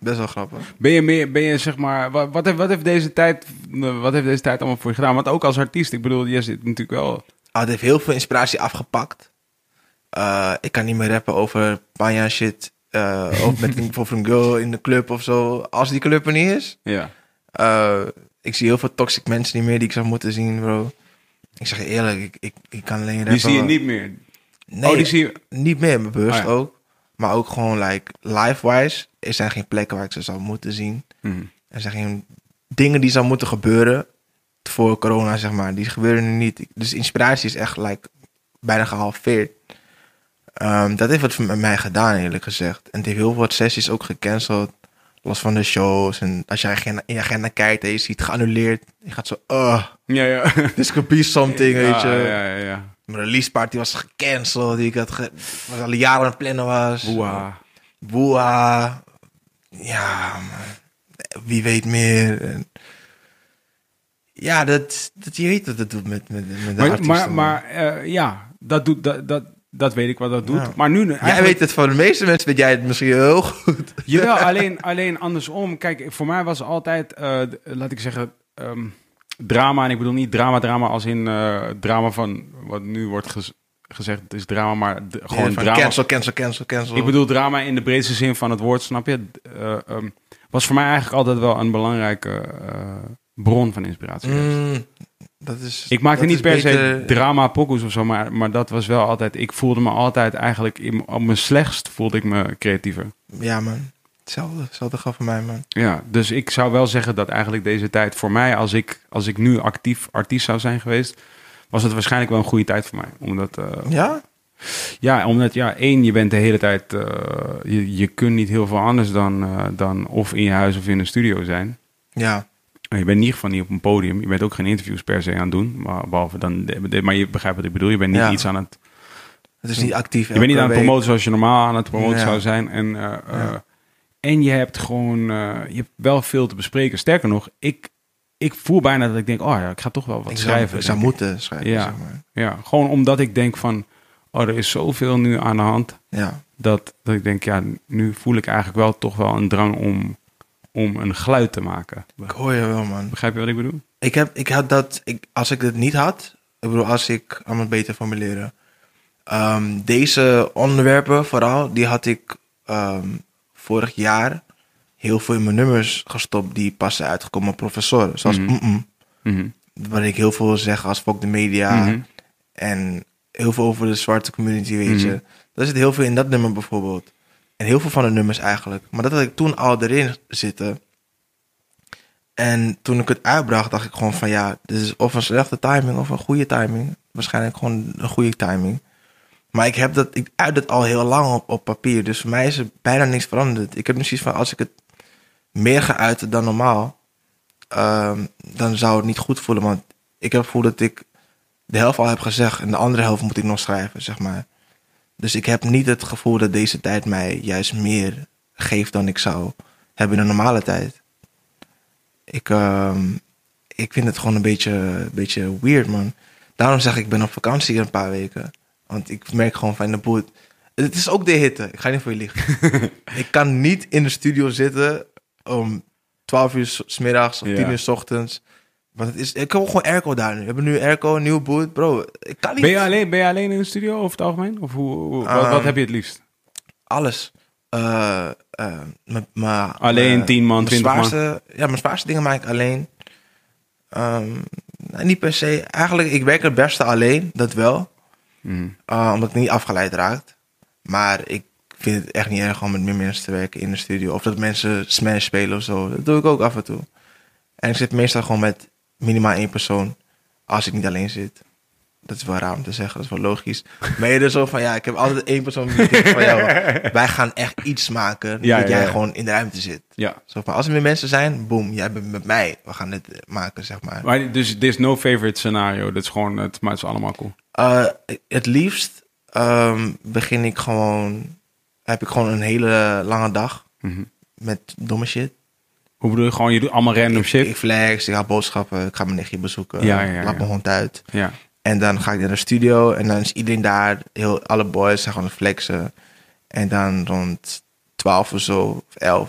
best wel grappig. Ben je meer, ben je zeg maar, wat, wat, heeft, wat, heeft deze tijd, wat heeft deze tijd allemaal voor je gedaan? Want ook als artiest, ik bedoel, je zit natuurlijk wel... Ah, het heeft heel veel inspiratie afgepakt. Uh, ik kan niet meer rappen over panja shit. Uh, of met een, over een girl in de club of zo. Als die club er niet is. Ja. Uh, ik zie heel veel toxic mensen niet meer die ik zou moeten zien, bro. Ik zeg je eerlijk, ik, ik, ik kan alleen rappen. Die zie je niet meer? Nee, oh, die zie je... niet meer, bewust oh, ja. ook. Maar ook gewoon, like, life-wise. Er zijn geen plekken waar ik ze zou moeten zien. Mm. Er zijn geen dingen die zou moeten gebeuren voor corona, zeg maar. Die gebeuren nu niet. Dus inspiratie is echt, like, bijna gehalveerd. Um, dat heeft wat met mij gedaan, eerlijk gezegd. En het heeft heel veel sessies ook gecanceld. Los van de shows. En als jij in je agenda kijkt en je ziet geannuleerd. Je gaat zo, uh, ja, ja. this could be something, weet je. Ja, ja, ja. Mijn release party was gecanceld. Die ik had ge- was al jaren aan het plannen was. Boeha. Boeha. Ja, man. Wie weet meer. En ja, dat, dat, je weet wat dat doet met, met, met de Maar, artiesten. maar, maar uh, ja, dat, doet, dat, dat, dat weet ik wat dat doet. Ja. Maar nu... Jij eigenlijk- weet het, van de meeste mensen weet jij het misschien heel goed. Jawel, alleen, alleen andersom. Kijk, voor mij was altijd, uh, d- laat ik zeggen, um, drama. En ik bedoel niet drama, drama als in uh, drama van wat nu wordt gez- gezegd. Het is drama, maar d- gewoon Ja, van drama. Cancel, cancel, cancel, cancel. Ik bedoel drama in de breedste zin van het woord, snap je? Uh, um, was voor mij eigenlijk altijd wel een belangrijke uh, bron van inspiratie. Mm, dat is, Ik maakte dat niet is per se beter- drama pokoes of zo, maar, maar dat was wel altijd... Ik voelde me altijd eigenlijk... In, op mijn slechtst voelde ik me creatiever. Ja, man. Hetzelfde. Hetzelfde gaf voor mij, man. Ja, dus ik zou wel zeggen dat eigenlijk deze tijd voor mij... Als ik, als ik nu actief artiest zou zijn geweest... was het waarschijnlijk wel een goede tijd voor mij. Omdat, uh, Ja? ja, omdat ja, één, je bent de hele tijd... Uh, je, je kunt niet heel veel anders dan, uh, dan of in je huis of in een studio zijn. Ja. Je bent in ieder geval niet op een podium. Je bent ook geen interviews per se aan het doen. Maar, behalve dan, maar je begrijpt wat ik bedoel. Je bent niet Ja. iets aan het... Het is niet actief. Je bent niet aan het elke week. promoten zoals je normaal aan het promoten Ja. zou zijn. En, uh, Ja. uh, en je hebt gewoon... Uh, je hebt wel veel te bespreken. Sterker nog, ik, ik voel bijna dat ik denk... Oh ja, ik ga toch wel wat Ik schrijven. zou, ik zou denk moeten schrijven, Ja. zeg maar. Ja, gewoon omdat ik denk van... Oh, er is zoveel nu aan de hand. Ja. Dat, dat ik denk, ja, nu voel ik eigenlijk wel toch wel een drang om, om een geluid te maken. Ik hoor je wel, man. Begrijp je wat ik bedoel? Ik heb, ik had dat, ik, als ik het niet had, ik bedoel, als ik, aan het beter formuleren. Um, deze onderwerpen vooral, die had ik um, vorig jaar heel veel in mijn nummers gestopt die pas zijn uitgekomen op professoren. Zoals Mhm. mm-mm, Mm-hmm. waar ik heel veel zeg als fuck de media. Mhm. En heel veel over de zwarte community, weet Mhm. je. Er zit heel veel in dat nummer bijvoorbeeld. En heel veel van de nummers eigenlijk. Maar dat had ik toen al erin zitten. En toen ik het uitbracht, dacht ik gewoon van ja, dit is of een slechte timing of een goede timing. Waarschijnlijk gewoon een goede timing. Maar ik heb dat, ik uit het al heel lang op, op papier. Dus voor mij is er bijna niks veranderd. Ik heb misschien van als ik het meer ga uiten dan normaal, um, dan zou het niet goed voelen. Want ik heb het gevoel dat ik de helft al heb gezegd en de andere helft moet ik nog schrijven, zeg maar. Dus ik heb niet het gevoel dat deze tijd mij juist meer geeft dan ik zou hebben in een normale tijd. Ik, um, ik vind het gewoon een beetje, een beetje weird, man. Daarom zeg ik, ik ben op vakantie een paar weken. Want ik merk gewoon van in de boot. Het is ook de hitte. Ik ga niet voor je liegen. Ik kan niet in de studio zitten om twaalf uur 's middags of Ja. tien uur 's ochtends. Want het is, ik heb gewoon airco daar nu. We hebben nu airco, een nieuwe boot. Bro, ik kan niet. Ben je, alleen, ben je alleen in de studio over het algemeen? Of hoe, hoe- wat, Um, wat heb je het liefst? Alles. Uh, uh, m- m- Alleen uh, tien man, mijn twintig man? zwaarste, Ja, mijn zwaarste dingen maak ik alleen. Um, nou, niet per se. Eigenlijk, ik werk het beste alleen. Dat wel. Mm. Uh, omdat ik niet afgeleid raakt. Maar ik vind het echt niet erg om met meer mensen te werken in de studio. Of dat mensen Smash spelen of zo. Dat doe ik ook af en toe. En ik zit meestal gewoon met minimaal één persoon. Als ik niet alleen zit. Dat is wel raar om te zeggen, dat is wel logisch. Maar je er zo van, ja, ik heb altijd één persoon die denkt van, jou, wij gaan echt iets maken. Ja, dat ja, jij ja. gewoon in de ruimte zit. Ja. Zo van, als er meer mensen zijn, boom, jij bent met mij. We gaan dit maken, zeg maar. Maar dus er is no favorite scenario. Dat is gewoon, het, maar het is allemaal cool. Uh, het liefst um, begin ik gewoon, heb ik gewoon een hele lange dag Mhm. met domme shit. Hoe bedoel je? Gewoon, je doet allemaal random Ik, shit? ik flex, ik haal boodschappen, ik ga mijn nichtje bezoeken. Ja, ja, ja. Laat mijn hond uit. Ja. En dan ga ik naar de studio en dan is iedereen daar. Heel, alle boys zijn gewoon aan het flexen. En dan rond twaalf of zo, of elf,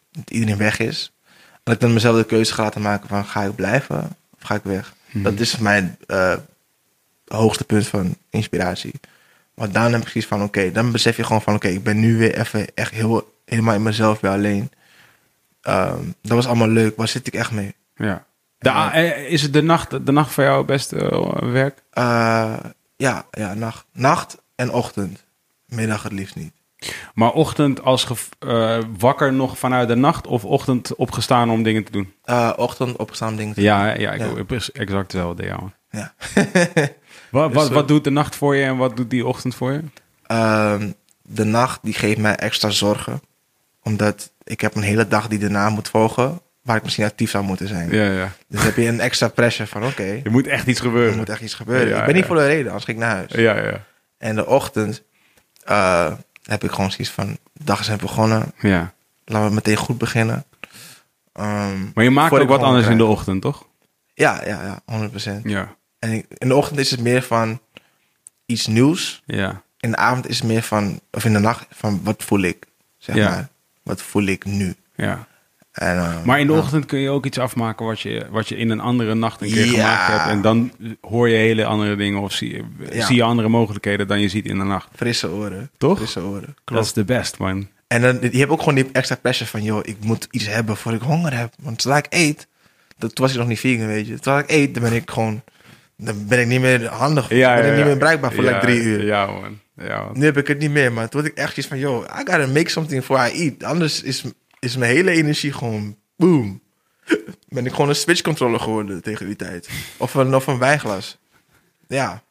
dat iedereen weg is. En dat ik dan mezelf de keuze ga laten maken van ga ik blijven of ga ik weg. Mm-hmm. Dat is mijn uh, hoogste punt van inspiratie. Maar dan heb ik zoiets van oké, okay, dan besef je gewoon van oké, okay, ik ben nu weer even echt heel, helemaal in mezelf weer alleen. Um, dat was allemaal leuk, waar zit ik echt mee? Ja. De, uh, is het de nacht, de nacht voor jou best uh, werk? Uh, ja, ja, nacht. Nacht en ochtend. Middag het liefst niet. Maar ochtend als ge, uh, wakker nog vanuit de nacht of ochtend opgestaan om dingen te doen? Uh, ochtend opgestaan om dingen te ja, doen. Ja, ik ja. heb exact hetzelfde, ja. ja. wat, wat, wat doet de nacht voor je en wat doet die ochtend voor je? Uh, de nacht die geeft mij extra zorgen. Omdat ik heb een hele dag die daarna moet volgen, waar ik misschien actief zou moeten zijn. Ja, ja. Dus heb je een extra pressure van oké. Okay, er moet echt iets gebeuren. Er moet echt iets gebeuren. Ja, ik ben ja. niet voor de reden, anders ga ik naar huis. Ja, ja. En de ochtend uh, heb ik gewoon zoiets van, de dag is net begonnen. Ja. Laten we meteen goed beginnen. Um, maar je maakt ook wat anders krijg. in de ochtend, toch? Ja, ja, ja, honderd procent. Ja. En ik, in de ochtend is het meer van iets nieuws. Ja. In de avond is het meer van, of in de nacht, van wat voel ik, zeg ja. maar. Wat voel ik nu? Ja. En, uh, maar in de ja. ochtend kun je ook iets afmaken wat je, wat je in een andere nacht een keer ja. gemaakt hebt. En dan hoor je hele andere dingen of zie je, ja. zie je andere mogelijkheden dan je ziet in de nacht. Frisse oren. Toch? Frisse oren. Dat is de best, man. En dan, je hebt ook gewoon die extra pressure van, joh, ik moet iets hebben voor ik honger heb. Want zodra ik eet, dat, toen was ik nog niet vegan, weet je. Zodra ik eet, dan ben ik gewoon, dan ben ik niet meer handig. Ja, ben ja, ik niet ja. meer bereikbaar voor ja, like drie uur. Ja, man. Ja, man. Nu heb ik het niet meer, maar toen had ik echt iets van, yo, I gotta make something before I eat. Anders is, is mijn hele energie gewoon, boom. Ben ik gewoon een switch controller geworden tegen die tijd. Of een, of een wijnglas. Ja.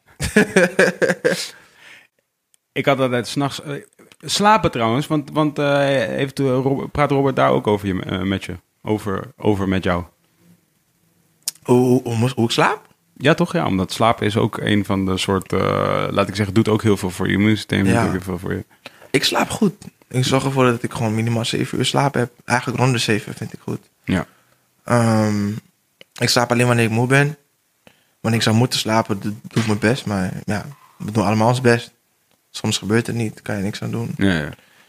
Ik had altijd s'nachts... Uh, slapen trouwens, want, want uh, heeft, uh, Robert, praat Robert daar ook over je, uh, met je? Over, over met jou? Hoe, hoe, hoe, hoe ik slaap? Ja, toch? Ja, omdat slapen is ook een van de soort... Uh, laat ik zeggen, doet ook heel veel voor je immuunsysteem. Ja. Doet ook heel veel voor je. Ik slaap goed. Ik zorg ervoor dat ik gewoon minimaal zeven uur slaap heb. Eigenlijk rond de zeven vind ik goed. Ja. Um, ik slaap alleen wanneer ik moe ben. Wanneer ik zou moeten slapen, doe ik mijn best. Maar ja, we doen allemaal ons best. Soms gebeurt het niet, kan je niks aan doen. Ja, ja.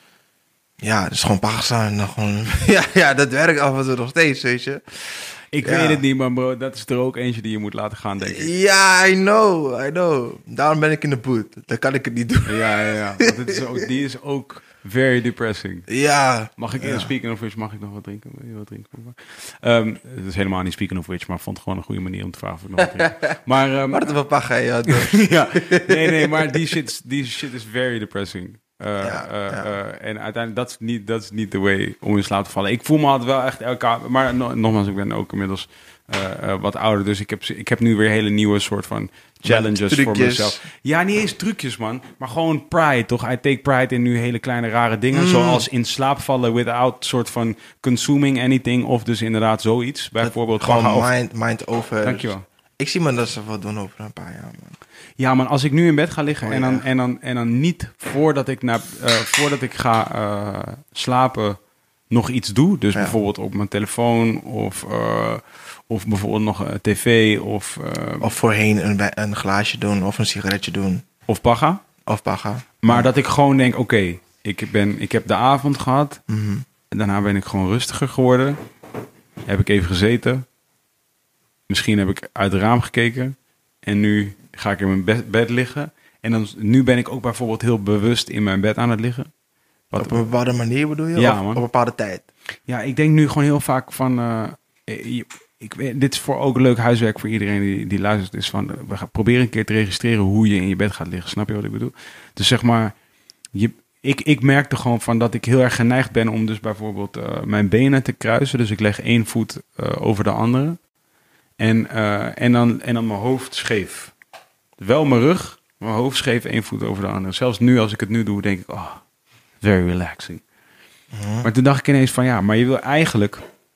Ja, het is gewoon pagastaan en dan gewoon... ja, ja, dat werkt af en toe nog steeds, weet je. Ik ja. weet het niet, maar bro, dat is er ook eentje die je moet laten gaan, denk ik. Ja, I know, I know. Daarom ben ik in de boot. Dan kan ik het niet doen. Ja, ja, ja. Want het is ook, die is ook very depressing. Ja. Mag ik in ja. speaking of which, mag ik nog wat drinken? Wil je wat drinken? Um, het is helemaal niet speaking of which, maar ik vond het gewoon een goede manier om te vragen of ik nog wat drink. Maar... Um, maar dat wel paga, ja. ja. Nee, nee, maar die shit, die shit is very depressing. Uh, ja, uh, ja. Uh, en uiteindelijk, dat is niet, dat is niet de way om in slaap te vallen. Ik voel me altijd wel echt elke avond... Maar no, nogmaals, ik ben ook inmiddels uh, uh, wat ouder. Dus ik heb, ik heb nu weer hele nieuwe soort van challenges voor mezelf. Ja, niet eens trucjes, man. Maar gewoon pride, toch? I take pride in nu hele kleine rare dingen. Mm. Zoals in slaap vallen without soort van consuming anything. Of dus inderdaad zoiets. Bijvoorbeeld gewoon of, mind, mind over. Dankjewel. Ik zie me dat ze wat doen over een paar jaar, man. Ja, man, als ik nu in bed ga liggen oh, en, dan, ja. en, dan, en dan niet voordat ik, naar, uh, voordat ik ga uh, slapen nog iets doe. Dus ja. bijvoorbeeld op mijn telefoon of, uh, of bijvoorbeeld nog een tv of... Uh, of voorheen een, een glaasje doen of een sigaretje doen. Of paga. Of paga. Maar ja. dat ik gewoon denk, oké, okay, ik, ben, ik heb de avond gehad. Mm-hmm. En daarna ben ik gewoon rustiger geworden. Heb ik even gezeten. Misschien heb ik uit het raam gekeken. En nu ga ik in mijn bed, bed liggen. En dan, nu ben ik ook bijvoorbeeld heel bewust in mijn bed aan het liggen. Wat, op een bepaalde manier bedoel je? Ja, of man. op een bepaalde tijd? Ja, ik denk nu gewoon heel vaak van... Uh, ik, ik weet, dit is voor ook leuk huiswerk voor iedereen die, die luistert. Is van, we gaan proberen een keer te registreren hoe je in je bed gaat liggen. Snap je wat ik bedoel? Dus zeg maar... Je, ik, ik merkte gewoon van dat ik heel erg geneigd ben om dus bijvoorbeeld uh, mijn benen te kruisen. Dus ik leg één voet uh, over de andere. En, uh, en, dan, en dan mijn hoofd scheef. Wel mijn rug, mijn hoofd scheef, één voet over de andere. Zelfs nu, als ik het nu doe, denk ik, oh, very relaxing. Uh-huh. Maar toen dacht ik ineens van, ja, maar je wil eigenlijk...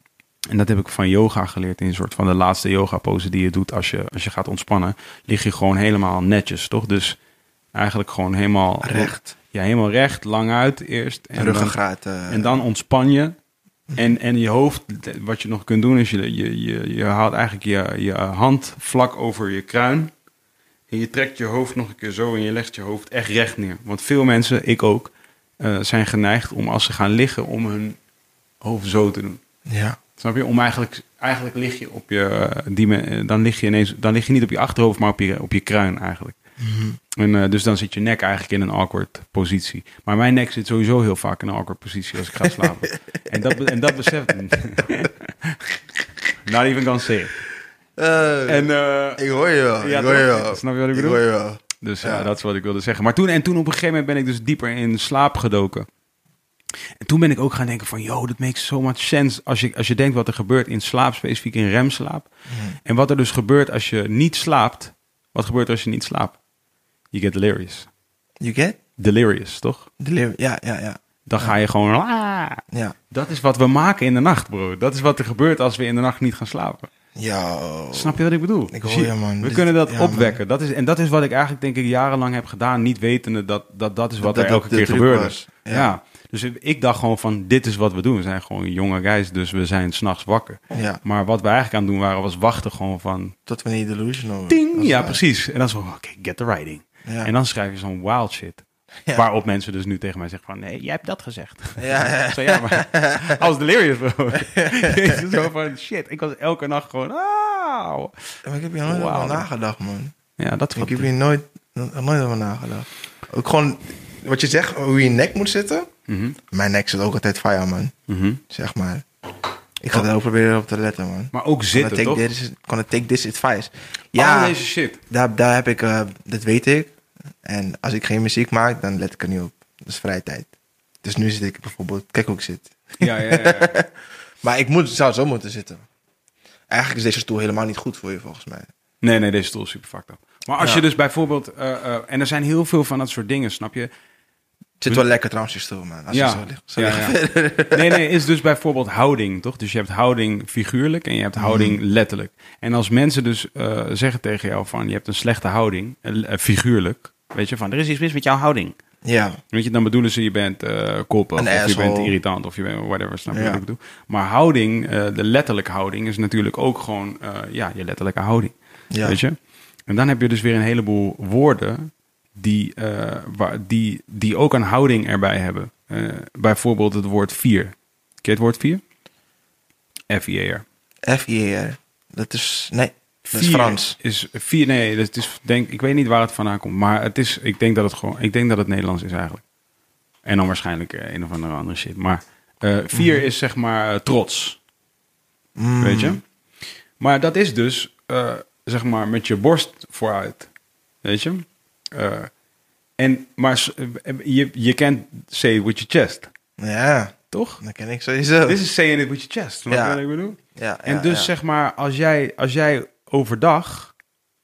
En dat heb ik van yoga geleerd in een soort van de laatste yoga pose die je doet als je, als je gaat ontspannen. Lig je gewoon helemaal netjes, toch? Dus eigenlijk gewoon helemaal... Recht. Ja, helemaal recht, lang uit eerst. En ruggengraat. Dan, uh, en dan ontspan je. En, en je hoofd, wat je nog kunt doen, is je, je, je, je haalt eigenlijk je, je hand vlak over je kruin. En je trekt je hoofd nog een keer zo en je legt je hoofd echt recht neer. Want veel mensen, ik ook, uh, zijn geneigd om als ze gaan liggen, om hun hoofd zo te doen. Ja. Snap je? Om eigenlijk, eigenlijk lig je op je, uh, die me, dan lig je ineens, dan lig je niet op je achterhoofd, maar op je, op je kruin eigenlijk. Mm-hmm. En uh, dus dan zit je nek eigenlijk in een awkward positie. Maar mijn nek zit sowieso heel vaak in een awkward positie als ik ga slapen. en, dat, en dat beseft Not even gonna say it. Uh, en, uh, ik hoor je wel. Ja, ik hoor je wel. Snap je wat ik bedoel? Ik hoor je wel. Dus ja. Ja. ja, dat is wat ik wilde zeggen. Maar toen, en toen op een gegeven moment ben ik dus dieper in slaap gedoken. En toen ben ik ook gaan denken van, yo, dat makes so much sense als je, als je denkt wat er gebeurt in slaap, specifiek in remslaap. Mm. En wat er dus gebeurt als je niet slaapt. Wat gebeurt er als je niet slaapt? You get delirious. You get? Delirious, toch? Delirious, ja, ja, ja. Dan ja. ga je gewoon, ah. Ja. Dat is wat we maken in de nacht, bro. Dat is wat er gebeurt als we in de nacht niet gaan slapen. Yo. Snap je wat ik bedoel? Ik hoor je, man. We Dit, kunnen dat ja, opwekken. Dat is, en dat is wat ik eigenlijk denk ik jarenlang heb gedaan, niet wetende dat dat, dat is wat dat, er dat elke keer truc gebeurde. was. Ja. Ja. Dus ik dacht gewoon van, dit is wat we doen. We zijn gewoon jonge guys, dus we zijn 's nachts wakker. Ja. Maar wat we eigenlijk aan het doen waren, was wachten gewoon van... Tot we niet delusional. Ting! Ja, waar. Precies. En dan zo, oké, okay, get the writing. Ja. En dan schrijf je zo'n wild shit. Ja. Waarop mensen dus nu tegen mij zeggen van, nee, jij hebt dat gezegd. Ja, ja. Zo, ja, maar als delirious, bro. Zo van, shit, ik was elke nacht gewoon, ah. Maar ik heb hier nooit wow. over nagedacht, man. Ja, dat Ik heb hier nooit, nooit over nagedacht. Ook gewoon, wat je zegt, hoe je nek moet zitten. Mm-hmm. Mijn nek zit ook altijd fire, man. Mm-hmm. Zeg maar. Ik ga oh. er ook proberen op te letten, man. Maar ook zitten, toch? Kan het take this advice. Ja, oh, deze shit. Daar, daar heb ik, uh, dat weet ik. En als ik geen muziek maak, dan let ik er niet op. Dat is vrije tijd. Dus nu zit ik bijvoorbeeld, kijk hoe ik zit. Ja, ja, ja. ja. Maar ik moet, zou zo moeten zitten. Eigenlijk is deze stoel helemaal niet goed voor je, volgens mij. Nee, nee, deze stoel is super fucked up. Maar als ja. je dus bijvoorbeeld... Uh, uh, en er zijn heel veel van dat soort dingen, snap je? Het zit wel lekker trouwens, je stoel, man. Als ja. je zo ligt. Zo ja, ja. Nee, nee, is dus bijvoorbeeld houding, toch? Dus je hebt houding figuurlijk en je hebt houding mm. letterlijk. En als mensen dus uh, zeggen tegen jou van... je hebt een slechte houding, uh, figuurlijk... weet je, van er is iets mis met jouw houding. Ja. Weet je, dan bedoelen ze je bent uh, koppig, of asshole. Je bent irritant, of je bent whatever, snap je ja. wat ik bedoel? Maar houding, uh, de letterlijke houding... is natuurlijk ook gewoon, uh, ja, je letterlijke houding. Ja. Weet je? En dan heb je dus weer een heleboel woorden... Die, uh, waar, die, die ook een houding erbij hebben. Uh, bijvoorbeeld het woord vier. Ken je het woord vier? F I E R. F I E R. Dat is... Nee, dat is Frans. Is vier, nee, dat is, denk, ik weet niet waar het vandaan komt. Maar het is, ik denk dat het gewoon... Ik denk dat het Nederlands is eigenlijk. En dan waarschijnlijk uh, een of andere andere shit. Maar uh, vier mm. is zeg maar uh, trots. Mm. Weet je? Maar dat is dus... Uh, zeg maar met je borst vooruit. Weet je? Uh, en, maar je, je kent say it with your chest. Ja. Toch? Dat ken ik sowieso. Dit is saying it with your chest. Wat ja. ik bedoel? Ja, en ja, dus ja. zeg maar, als jij, als jij overdag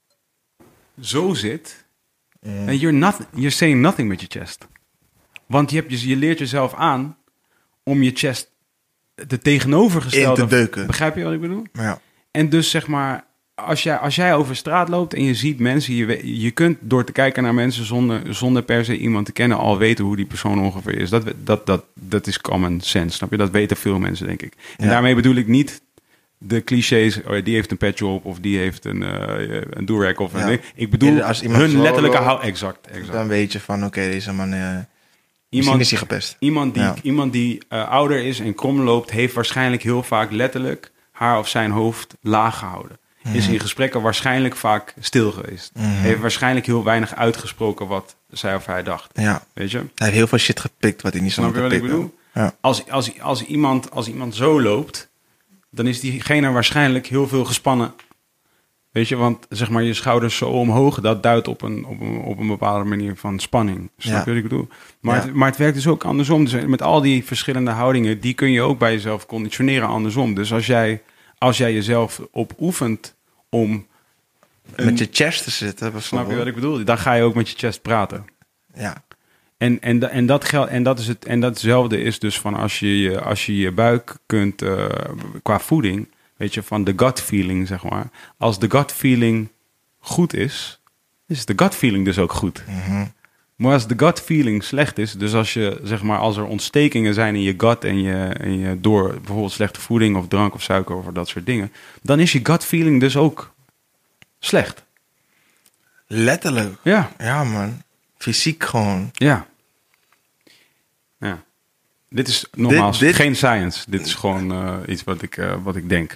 zo zit... Mm. En you're, not, you're saying nothing with your chest. Want je, hebt, je leert jezelf aan om je chest de tegenovergestelde... in te deuken. Begrijp je wat ik bedoel? Ja. En dus zeg maar... Als jij, als jij over straat loopt en je ziet mensen... Je, je kunt door te kijken naar mensen zonder, zonder per se iemand te kennen... al weten hoe die persoon ongeveer is. Dat, dat, dat, dat is common sense, snap je? Dat weten veel mensen, denk ik. En ja. daarmee bedoel ik niet de clichés... Oh, die heeft een petje op of die heeft een, uh, een do-rag of een... Ja. Ik bedoel als hun letterlijke houding. Exact, exact. Dan weet je van, oké, okay, deze man... Uh, iemand is hij gepest. Iemand die, ja. iemand die uh, ouder is en krom loopt... heeft waarschijnlijk heel vaak letterlijk... haar of zijn hoofd laag gehouden. Mm-hmm. Is in gesprekken waarschijnlijk vaak stil geweest. Mm-hmm. Heeft waarschijnlijk heel weinig uitgesproken wat zij of hij dacht. Ja. Weet je? Hij heeft heel veel shit gepikt wat hij niet zo Snap je wat ik bedoel? Ja. Als, als, als, iemand, als iemand zo loopt, dan is diegene waarschijnlijk heel veel gespannen. Weet je, want zeg maar je schouders zo omhoog, dat duidt op een, op een, op een bepaalde manier van spanning. Snap je ja. wat ik bedoel? Maar, ja. het, maar het werkt dus ook andersom. Dus met al die verschillende houdingen, die kun je ook bij jezelf conditioneren andersom. Dus als jij... Als jij jezelf op oefent om... Een, met je chest te zitten, snap je wat ik bedoel? Dan ga je ook met je chest praten. Ja. En, en, en, dat, geld, en, dat is het, en datzelfde is dus van als je je, als je, je buik kunt... Uh, qua voeding, weet je, van de gut feeling, zeg maar. Als de gut feeling goed is, is de gut feeling dus ook goed. Mm-hmm. Maar als de gut feeling slecht is, dus als je zeg maar als er ontstekingen zijn in je gut en je, en je door bijvoorbeeld slechte voeding of drank of suiker of dat soort dingen, dan is je gut feeling dus ook slecht. Letterlijk. Ja. Ja, man. Fysiek gewoon. Ja. Ja. Dit is nogmaals Dit- dit- geen science. Dit is gewoon uh, iets wat ik, uh, wat ik denk.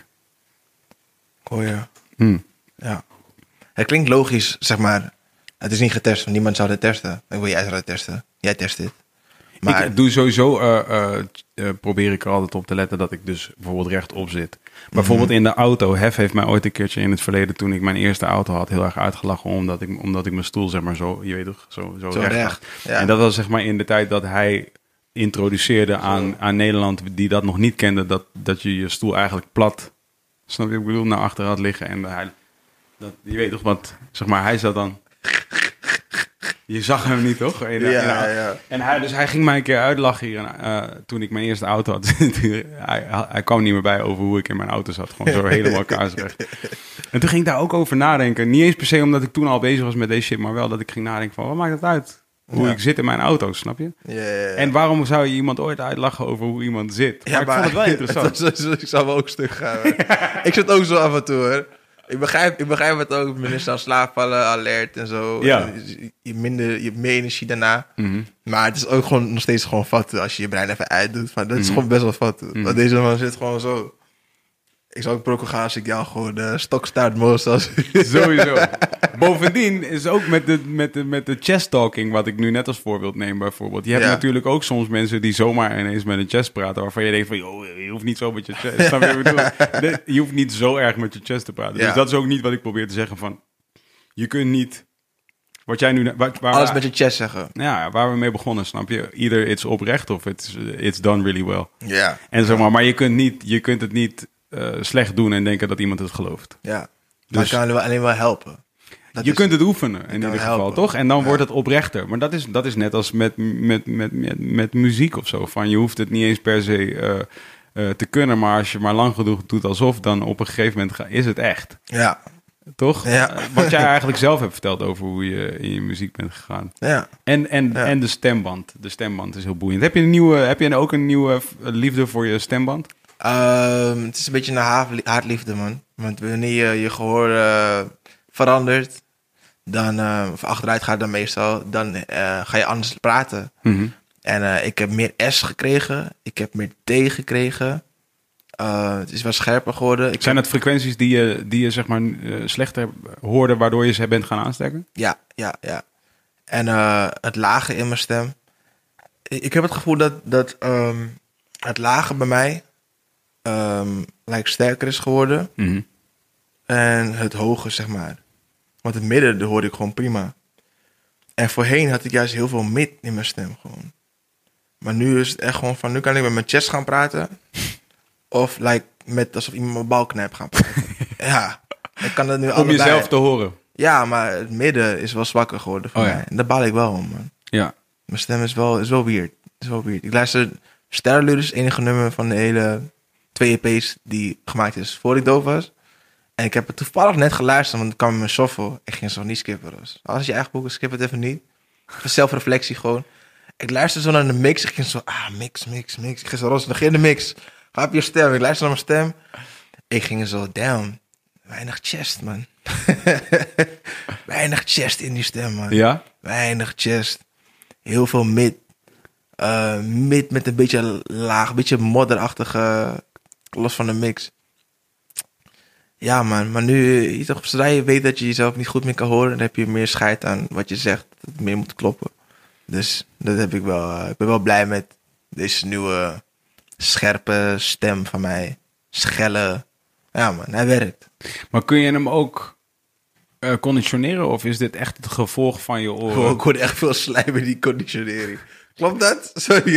Oh ja. Hmm. Ja. Het klinkt logisch, zeg maar. Het is niet getest, want niemand zou het testen. Ik wil jij zou het testen. Jij test dit. Maar Ik doe sowieso, uh, uh, uh, probeer ik er altijd op te letten dat ik dus bijvoorbeeld rechtop zit. Bijvoorbeeld in de auto. Hef heeft mij ooit een keertje in het verleden, toen ik mijn eerste auto had, heel erg uitgelachen. Omdat ik, omdat ik mijn stoel, zeg maar, zo, je weet toch, zo, zo, Zo recht, recht, had. ja. En dat was zeg maar in de tijd dat hij introduceerde aan, aan Nederland, die dat nog niet kende, dat, dat je je stoel eigenlijk plat, snap je wat ik bedoel, naar achter had liggen. En hij, dat, je weet toch, wat, zeg maar, hij zat dan... Je zag hem niet, toch? In de- Ja, in de- ja. En hij, dus hij ging mij een keer uitlachen hier. En, uh, toen ik mijn eerste auto had. hij, hij kwam niet meer bij over hoe ik in mijn auto zat. Gewoon zo helemaal kaarsrecht. En toen ging ik daar ook over nadenken. Niet eens per se omdat ik toen al bezig was met deze shit. Maar wel dat ik ging nadenken van, wat maakt het uit? Hoe Ja. ik zit in mijn auto, snap je? Ja, ja, ja. En waarom zou je iemand ooit uitlachen over hoe iemand zit? Maar Ja, ik vond het wel interessant. het was- ik zou wel ook stuk gaan. hoor. Ik zit ook zo af en toe, hoor. Ik begrijp, ik begrijp het ook. Mensen aan slaap vallen, alert en zo. Ja. En je, je, minder, je hebt meer energie daarna. Mhm. Maar het is ook gewoon nog steeds gewoon fout als je je brein even uitdoet. Van, dat is Mhm. gewoon best wel fout. Mhm. Want deze man zit gewoon zo. Ik zou ook brokken gaan als ik jou gewoon uh, stokstaart most als... Sowieso. Bovendien is ook met de, met, de, met de chest talking, wat ik nu net als voorbeeld neem bijvoorbeeld. Je hebt Ja. natuurlijk ook soms mensen die zomaar ineens met een chest praten, waarvan je denkt van, joh, je hoeft niet zo met je chest. Snap je wat ik bedoel? De- Je hoeft niet zo erg met je chest te praten. Ja. Dus dat is ook niet wat ik probeer te zeggen van, je kunt niet, wat jij nu, waar, waar, Alles met je chest zeggen. ja, waar we mee begonnen, snap je? Either it's oprecht of it's, it's done really well. Ja. En zeg maar, maar je kunt, niet, je kunt het niet uh, slecht doen en denken dat iemand het gelooft. Ja. Maar Dus- ik kan wel alleen wel helpen. Dat je is- kunt het oefenen in kan ieder geval, helpen. toch? En dan Ja. wordt het oprechter. Maar dat is, dat is net als met, met, met, met, met muziek of zo. Van, je hoeft het niet eens per se uh, uh, te kunnen, maar als je maar lang genoeg doet alsof, dan op een gegeven moment ga, is het echt. Ja. Toch? Ja. Uh, wat jij eigenlijk zelf hebt verteld over hoe je in je muziek bent gegaan. Ja. En, en, Ja. en de stemband. De stemband is heel boeiend. Heb je, een nieuwe, heb je ook een nieuwe liefde voor je stemband? Ehm, het is een beetje een haat- haatliefde, man. Want wanneer je je gehoor eh, verandert, dan, eh, of achteruit gaat dan meestal, dan eh, ga je anders praten. Mhm. En eh, ik heb meer S gekregen, ik heb meer T gekregen. Eh, het is wat scherper geworden. Ik Zijn heb- dat frequenties die je, die je zeg maar uh, slechter hoorde, waardoor je ze bent gaan aanstekken? Ja, ja, ja. En eh, het lage in mijn stem. Ik, ik heb het gevoel dat, dat ehm, het lage bij mij ehm, lijkt sterker is geworden. Mhm. En het hoge, zeg maar. Want het midden, dat hoorde ik gewoon prima. En voorheen had ik juist heel veel mid in mijn stem gewoon. Maar nu is het echt gewoon van, nu kan ik met mijn chest gaan praten. Of like, met alsof iemand mijn balknijp gaan praten. Ja, ik kan dat nu Om allebei. jezelf te horen. Ja, maar het midden is wel zwakker geworden voor Oh ja. mij. En daar baal ik wel om, man. Ja. Mijn stem is wel, is wel weird. Is wel weird. Ik luister Sterrenluur is het enige nummer van de hele twee E P's die gemaakt is voor ik doof was. En ik heb het toevallig net geluisterd, want het kwam in mijn shuffle. Ik ging zo niet skippen. Dus als je eigen boeken, skip het even niet. Even zelfreflectie gewoon. Ik luister zo naar de mix. Ik ging zo, ah, mix, mix, mix. Ik ging zo, Ros, negeer de mix. Ga op je stem. Ik luister naar mijn stem. Ik ging zo, damn. Weinig chest, man. Weinig chest in die stem, man. Ja? Weinig chest. Heel veel mid. Uh, mid met een beetje laag, een beetje modderachtige, los van de mix. Ja, man. Maar nu, je toch, zodra je weet dat je jezelf niet goed meer kan horen, dan heb je meer scheid aan wat je zegt. Dat het meer moet kloppen. Dus dat heb ik wel. Uh, ik ben wel blij met deze nieuwe scherpe stem van mij. Schelle. Ja, man. Hij werkt. Maar kun je hem ook uh, conditioneren? Of is dit echt het gevolg van je oren? Oh, ik hoorde echt veel slijm in die conditionering. Klopt dat? Sorry.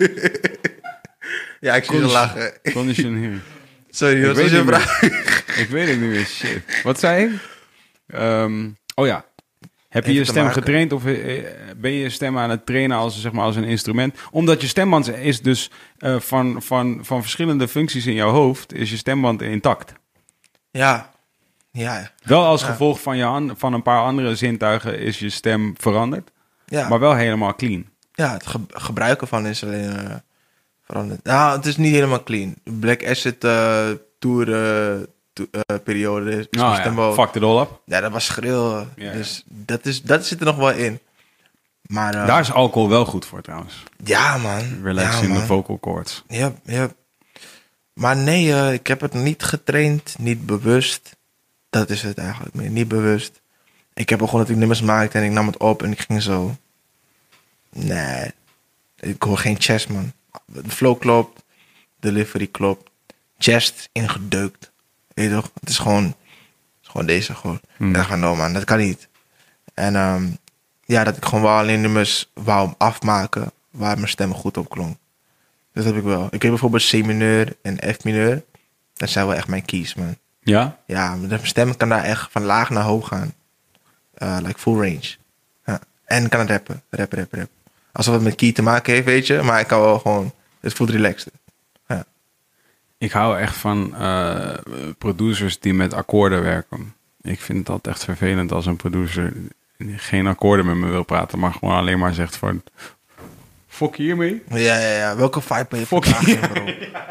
Ja, ik zie je Condi- lachen. Conditioneren. Sorry, Ik wat was weet je niet meer. vraag? Ik weet het niet meer. Shit. Wat zei ik? Ehm, oh ja. Heb je Even je te stem maken. getraind of eh, ben je je stem aan het trainen als, zeg maar, als een instrument? Omdat je stemband is dus uh, van, van, van verschillende functies in jouw hoofd, is je stemband intact. Ja. Ja. Wel als Ja. gevolg van, je an- van een paar andere zintuigen is je stem veranderd, Ja. maar wel helemaal clean. Ja, het ge- gebruiken van is alleen uh, veranderd. Nou, het is niet helemaal clean. Black Acid uh, tour uh, to- uh, periode. Is Nou mijn ja, stem wel- fuck it all up. Ja, dat was schreeuwen. Ja, dus Dat, is, dat zit er nog wel in. Maar, uh, Daar is alcohol wel goed voor trouwens. Ja, man. Relax ja, in man. de vocal cords. Ja, ja. Maar nee, uh, ik heb het niet getraind, niet bewust. Dat is het eigenlijk meer, niet bewust. Ik heb gewoon dat ik nummers maakte en ik nam het op en ik ging zo. Nee, ik hoor geen chest, man. De flow klopt, delivery klopt, chest ingedeukt. Weet je toch? Het is gewoon, het is gewoon deze gewoon. Hmm. En ik dacht van, no man, dat kan niet. En um, ja, dat ik gewoon wel alleen nummers wou afmaken waar mijn stem goed op klonk. Dat heb ik wel. Ik heb bijvoorbeeld C-mineur en F-mineur. Dat zijn wel echt mijn keys, man. Ja? Ja, mijn stem kan daar echt van laag naar hoog gaan. Uh, like full range. Ja. En kan het rappen. Rappen, rappen, rappen. Alsof het met key te maken heeft, weet je. Maar ik kan wel gewoon... Het voelt relaxed. Ja. Ik hou echt van uh, producers die met akkoorden werken. Ik vind dat echt vervelend als een producer geen akkoorden met me wil praten, maar gewoon alleen maar zegt van... Fok hiermee? Ja, ja, ja. Welke vibe ben je Fok vandaag hier. in, bro?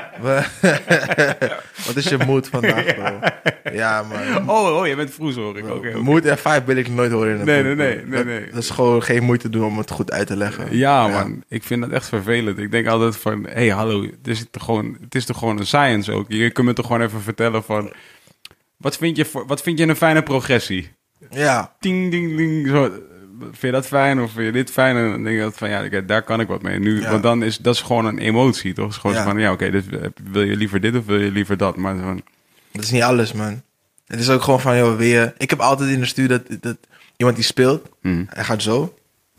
Wat is je mood vandaag, bro? Ja, man. Oh, oh, je bent vroeg, hoor ik. Oké, okay, okay. Mood en vibe wil ik nooit horen in een Nee, boek, nee, nee, bro. nee, dat, nee. dat is gewoon geen moeite doen om het goed uit te leggen. Ja, man. Ik vind dat echt vervelend. Ik denk altijd van, hé, hey, hallo, het is, toch gewoon, het is toch gewoon een science ook. Je kunt me toch gewoon even vertellen van... Wat vind je, voor, wat vind je een fijne progressie? Ja. Ting, ding, ding, zo... Vind je dat fijn of vind je dit fijn? En dan denk ik dat van, ja, okay, daar kan ik wat mee. Nu, Ja. Want dan is dat is gewoon een emotie, toch? Het is gewoon Ja. van, ja, oké, okay, wil je liever dit of wil je liever dat? Maar van, Dat is niet alles, man. Het is ook gewoon van, joh, weer... Ik heb altijd in de stuur dat, dat iemand die speelt, hmm. hij gaat zo.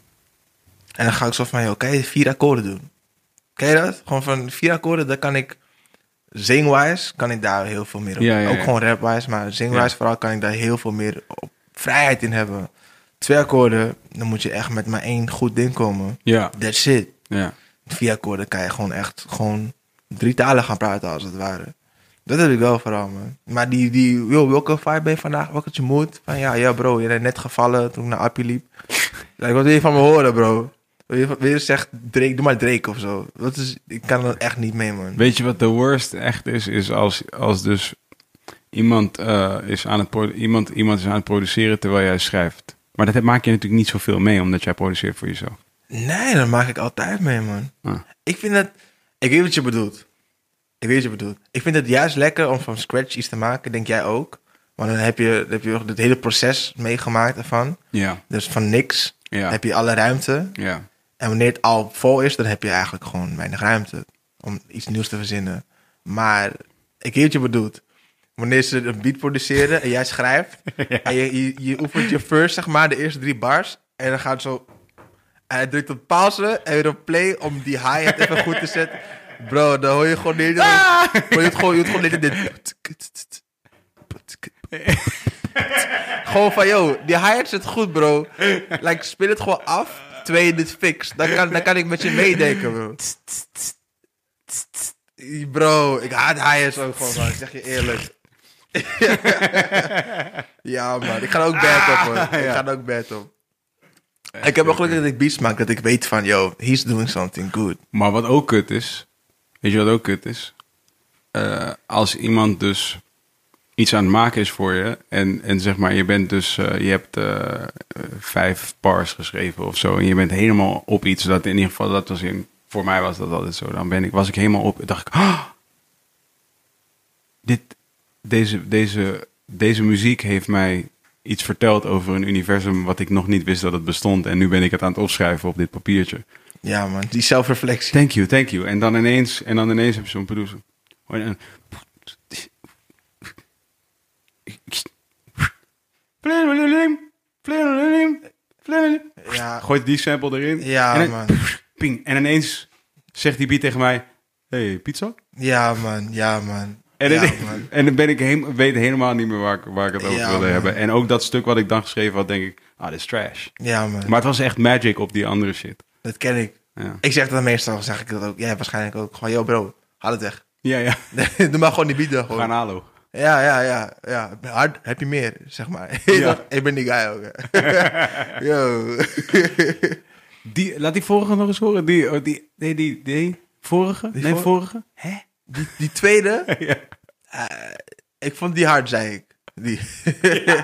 En dan ga ik zo van, joh, kan je vier akkoorden doen? Ken je dat? Gewoon van vier akkoorden, daar kan ik... Zingwise kan ik daar heel veel meer op. Ja, ja, ook ja. gewoon rapwise, maar zingwise Ja. vooral kan ik daar heel veel meer op vrijheid in hebben. Twee akkoorden, dan moet je echt met maar één goed ding komen. Ja, That's it. ja. Vier akkoorden kan je gewoon echt gewoon drie talen gaan praten als het ware. Dat heb ik wel vooral, man. Maar die, die yo, welke vibe ben je vandaag? Welke je moed? Van ja, ja bro, je bent net gevallen toen ik naar Appie liep. Like, wat wil je van me horen, bro? Wil je, wil je zeggen, Drake, doe maar Drake of zo. Dat is, ik kan er echt niet mee, man. Weet je wat de worst echt is? Is als, als dus iemand, uh, is aan het produ- iemand, iemand is aan het produceren terwijl jij schrijft. Maar dat maak je natuurlijk niet zoveel mee, omdat jij produceert voor jezelf. Nee, dat maak ik altijd mee, man. Ah. Ik vind het... Ik weet wat je bedoelt. Ik weet wat je bedoelt. Ik vind het juist lekker om van scratch iets te maken, denk jij ook. Want dan heb je, dan heb je het hele proces meegemaakt ervan. Ja, Dus van niks ja, heb je alle ruimte. ja. En wanneer het al vol is, dan heb je eigenlijk gewoon weinig ruimte om iets nieuws te verzinnen. Maar ik weet wat je bedoelt. Wanneer ze een beat produceren en jij schrijft... Ja. en je, je, je oefent je first, zeg maar, de eerste drie bars... en dan gaat het zo... en hij drukt op pauze en weer op play om die hi-hat even goed te zetten. Bro, dan hoor je gewoon niet... Ah! Hoor je het gewoon, je hoort gewoon niet dit... Gewoon van, yo, die hi-hat zit goed, bro. Like, speel het gewoon af... Twee in dit fix. Dan kan, dan kan ik met je meedenken, bro. Bro, ik haat hi-hats ook gewoon, man. Ik zeg je eerlijk. Ja, man. Ik ga er ook bad op, hoor. Ik ga er ook bad op. Ik heb wel geluk dat ik beats maak, dat ik weet van, yo, he's doing something good. Maar wat ook kut is, weet je wat ook kut is? Uh, als iemand dus iets aan het maken is voor je en, en zeg maar, je bent dus, uh, je hebt uh, vijf bars geschreven of zo en je bent helemaal op iets, dat in ieder geval, dat was in, voor mij was dat altijd zo, dan ben ik, was ik helemaal op, dacht ik, ah, dit, deze, deze, deze muziek heeft mij iets verteld over een universum wat ik nog niet wist dat het bestond en nu ben ik het aan het opschrijven op dit papiertje. Ja, man. Die zelfreflectie. Thank you, thank you. En dan ineens, en dan ineens heb je zo'n producer. Ja, Gooit die sample erin. ja en dan, man. Ping. En ineens zegt die beat tegen mij: hey, pizza? Ja, man. Ja, man. En, Ja, dan, man. en dan ben ik heem, weet helemaal niet meer waar ik, waar ik het over Ja, wilde man. hebben. En ook dat stuk wat ik dan geschreven had, denk ik: ah, dit is trash. Ja, man. Maar het was echt magic op die andere shit. Dat ken ik. Ja, Ik zeg dat meestal, zeg ik dat ook. Jij waarschijnlijk ook. Gewoon, yo, bro. Haal het weg. ja. ja. Doe maar gewoon die beat dan gewoon. Gaan halo. Ja, ja, ja, ja. Hard, heb je meer, zeg maar. Ja. Ik ben die guy ook. hè. Yo. Die, laat die vorige nog eens horen. Die, oh, die, nee, die, die vorige? Die nee, vor- vorige? Hè? Die, die tweede, Ja. ik vond die hard, zei ik. Die.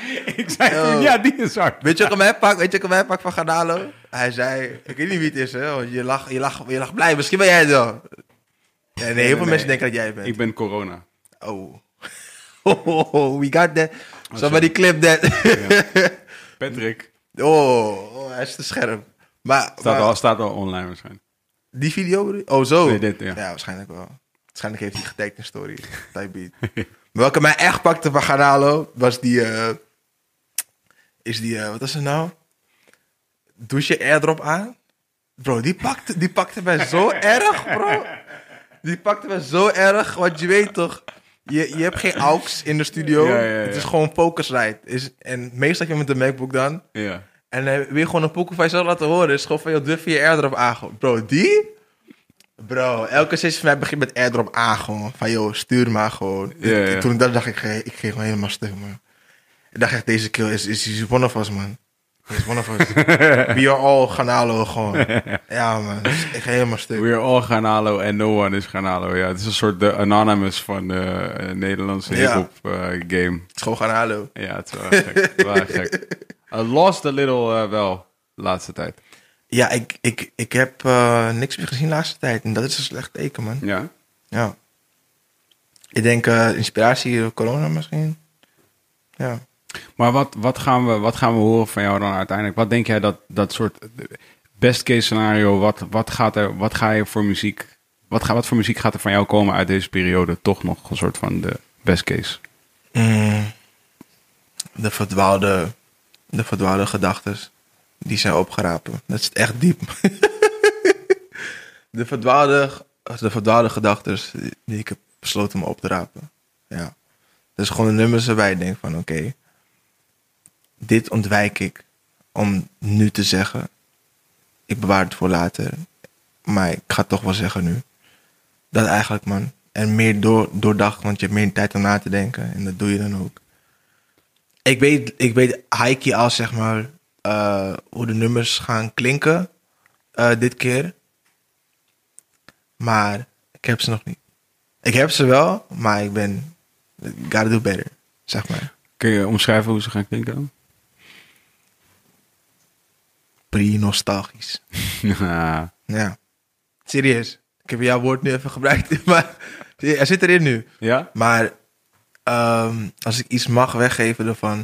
Ik zei Yo. toen, ja, die is hard. Weet je wat ik mij pak? Weet je wat ik mij pak van Garnalo? Hij zei, ik weet niet wie het is, hè. Want je lag, je lag, je lag blij. Misschien ben jij het wel. Ja, nee, heel veel nee. mensen denken dat jij het bent. Ik ben corona. Oh. Oh, we got that. Somebody clip that. Ja. Patrick. oh, oh, hij is te scherp. Maar, Staat, maar al, staat al online waarschijnlijk. die video? bedoel je? Oh, zo. Nee, dit, ja. waarschijnlijk wel. Waarschijnlijk heeft hij getagd in story. Type beat. Maar welke mij echt pakte van Garnalo was die... eh, is die... eh, wat is het nou? Doe je airdrop aan? Bro, die pakte, die pakte mij zo erg, bro. Die pakte mij zo erg. Want je weet toch... Je, je hebt geen aux in de studio. Ja, ja, ja. Het is gewoon Focusrite. Is, en meestal heb je met de MacBook dan. Ja. En dan wil je gewoon een pokoe van jezelf laten horen. Het is gewoon van, joh, durf je je airdrop aan gewoon. Bro, die... Bro, elke sessie van mij begint met airdrop aan gewoon. Van, joh, stuur maar gewoon. Ja, ja. Toen ik dat dacht, ik, ik ging gewoon helemaal stuk, man. Ik dacht echt, deze kill is, is, is one of us, man. Is one of us. We are all Garnalo gewoon. Ja, man. Dus ik ga helemaal stuk. We're all Garnalo and no one is Garnalo. Ja, het is een soort de Anonymous van de uh, Nederlandse Ja. hip-hop uh, game. Het is gewoon Garnalo. Ja, het is wel gek. Het is wel gek. I lost a little uh, wel de laatste tijd. Ja, ik, ik, ik heb uh, niks meer gezien de laatste tijd. En dat is een slecht teken, man. Ja. Ja. Ik denk uh, inspiratie door corona misschien. Ja. Maar wat, wat, gaan we, wat gaan we horen van jou dan uiteindelijk? Wat denk jij dat dat soort best case scenario, wat, wat, gaat er, wat ga je voor muziek, wat, ga, wat voor muziek gaat er van jou komen uit deze periode? Toch nog een soort van de best case. Mm, de verdwaalde, de verdwaalde gedachtes die zijn opgerapen. Dat is echt diep. de verdwaalde, de verdwaalde gedachtes die ik heb besloten me op te rapen. Ja. Dus gewoon de nummers erbij. Ik denk van oké, okay, dit ontwijk ik om nu te zeggen. Ik bewaar het voor later. Maar ik ga het toch wel zeggen nu. Dat eigenlijk, man. En meer door, doordacht, want je hebt meer tijd om na te denken. En dat doe je dan ook. Ik weet, ik weet Heike al, zeg maar, uh, hoe de nummers gaan klinken uh, dit keer. Maar ik heb ze nog niet. Ik heb ze wel, maar ik ben... Gotta do better, zeg maar. Kun je omschrijven hoe ze gaan klinken? Pre-nostalgisch. Ja. Ja. Serieus. Ik heb jouw woord nu even gebruikt, maar hij zit erin nu. Ja? Maar um, als ik iets mag weggeven ervan...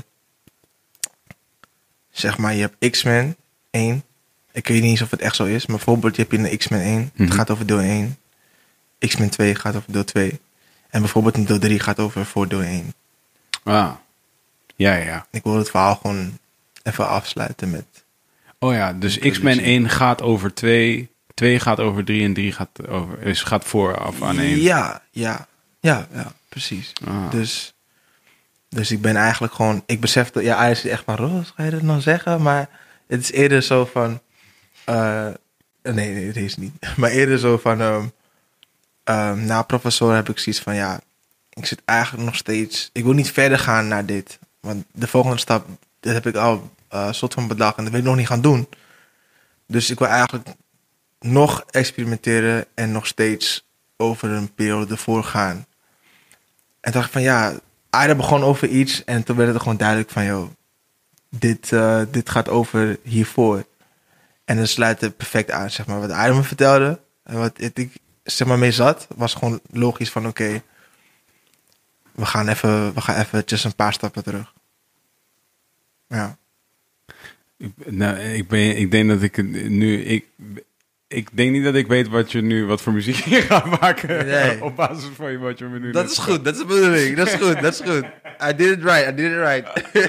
Zeg maar, je hebt X-Men één. Ik weet niet eens of het echt zo is, maar bijvoorbeeld je hebt in de X-Men één. Mm-hmm. Het gaat over deel één. X-Men twee gaat over deel twee. En bijvoorbeeld in deel drie gaat over voor deel één. Ah. Ja, ja. Ik wil het verhaal gewoon even afsluiten met... Oh ja, dus X-Men één gaat over twee, twee gaat over drie en drie gaat, over, is, gaat vooraf aan één. Ja, ja, ja, ja, precies. Ah. Dus, dus ik ben eigenlijk gewoon... Ik besef dat... Ja, hij is echt van... Roos, ga je dat nou zeggen? Maar het is eerder zo van... Uh, nee, nee, het is niet. Maar eerder zo van... Um, um, na professor heb ik zoiets van... Ja, ik zit eigenlijk nog steeds... Ik wil niet verder gaan naar dit. Want de volgende stap... Dat heb ik al uh, soort van bedacht. En dat wil ik nog niet gaan doen. Dus ik wil eigenlijk... nog experimenteren en nog steeds over een periode ervoor gaan. En dacht ik van ja, Aida begon over iets en toen werd het gewoon duidelijk van joh, dit, uh, dit gaat over hiervoor. En dat sluit het perfect aan, zeg maar. Wat Aida me vertelde en wat ik zeg maar mee zat, was gewoon logisch van oké, okay, we gaan even, we gaan eventjes een paar stappen terug. Ja. Ik, nou, ik, ben, ik denk dat ik het nu... Ik, Ik denk niet dat ik weet wat je nu, wat voor muziek je gaat maken. Nee. Op basis van je, wat je me nu Dat net is zei. goed, dat is de bedoeling. Dat is goed, dat is goed. I did it right, I did it right.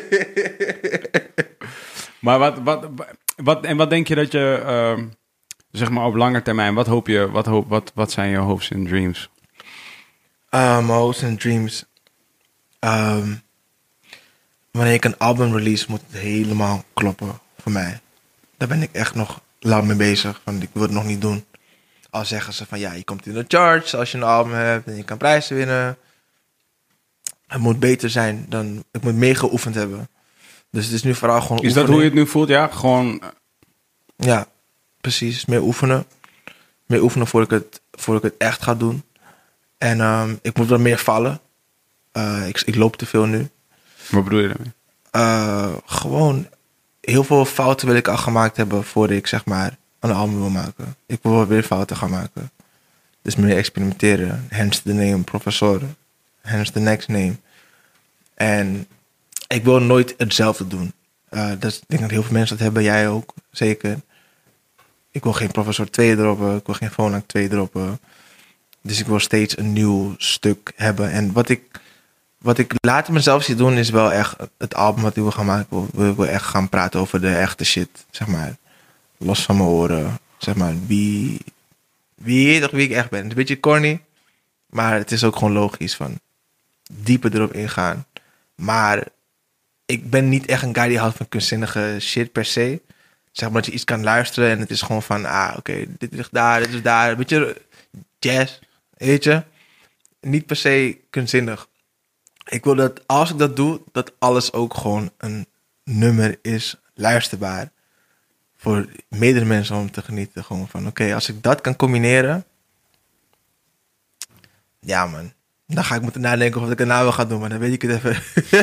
Maar wat, wat, wat, en wat denk je dat je, uh, zeg maar op lange termijn, wat hoop je, wat, hoop, wat, wat zijn je hopes en dreams? Uh, mijn hopes en dreams. Um, wanneer ik een album release, moet het helemaal kloppen voor mij. Daar ben ik echt nog lang mee bezig, want ik wil het nog niet doen. Al zeggen ze van ja, je komt in de charts als je een album hebt en je kan prijzen winnen. Het moet beter zijn dan, ik moet meer geoefend hebben. Dus het is nu vooral gewoon Is dat hoe je het nu voelt? Ja, gewoon... Ja, precies. Meer oefenen. Meer oefenen voordat ik het, voordat ik het echt ga doen. En um, ik moet wel meer vallen. Uh, ik, ik loop te veel nu. Wat bedoel je daarmee? Uh, gewoon heel veel fouten wil ik al gemaakt hebben voordat ik zeg maar een album wil maken. Ik wil weer fouten gaan maken. Dus meer experimenteren. Hence the name Professor. Hence the next name. En ik wil nooit hetzelfde doen. Uh, dat is, ik denk dat heel veel mensen dat hebben. Jij ook, zeker. Ik wil geen Professor twee droppen. Ik wil geen Phonak twee droppen. Dus ik wil steeds een nieuw stuk hebben. En wat ik, wat ik later mezelf zie doen is wel echt het album wat ik wil gaan maken. Ik wil, wil echt gaan praten over de echte shit, zeg maar. Los van mijn oren. Zeg maar, wie... Wie weet toch wie ik echt ben. Het is een beetje corny. Maar het is ook gewoon logisch van... dieper erop ingaan. Maar... ik ben niet echt een guy die houdt van kunstzinnige shit per se. Zeg maar dat je iets kan luisteren... en het is gewoon van... ah, oké, okay, dit ligt daar, dit is daar. Een beetje jazz, weet je. Niet per se kunstzinnig. Ik wil dat als ik dat doe... dat alles ook gewoon een nummer is... luisterbaar... voor meerdere mensen om te genieten. Gewoon van, oké, okay, als ik dat kan combineren... ja, man. Dan ga ik moeten nadenken of ik het nou wil gaan doen. Maar dan weet ik het even.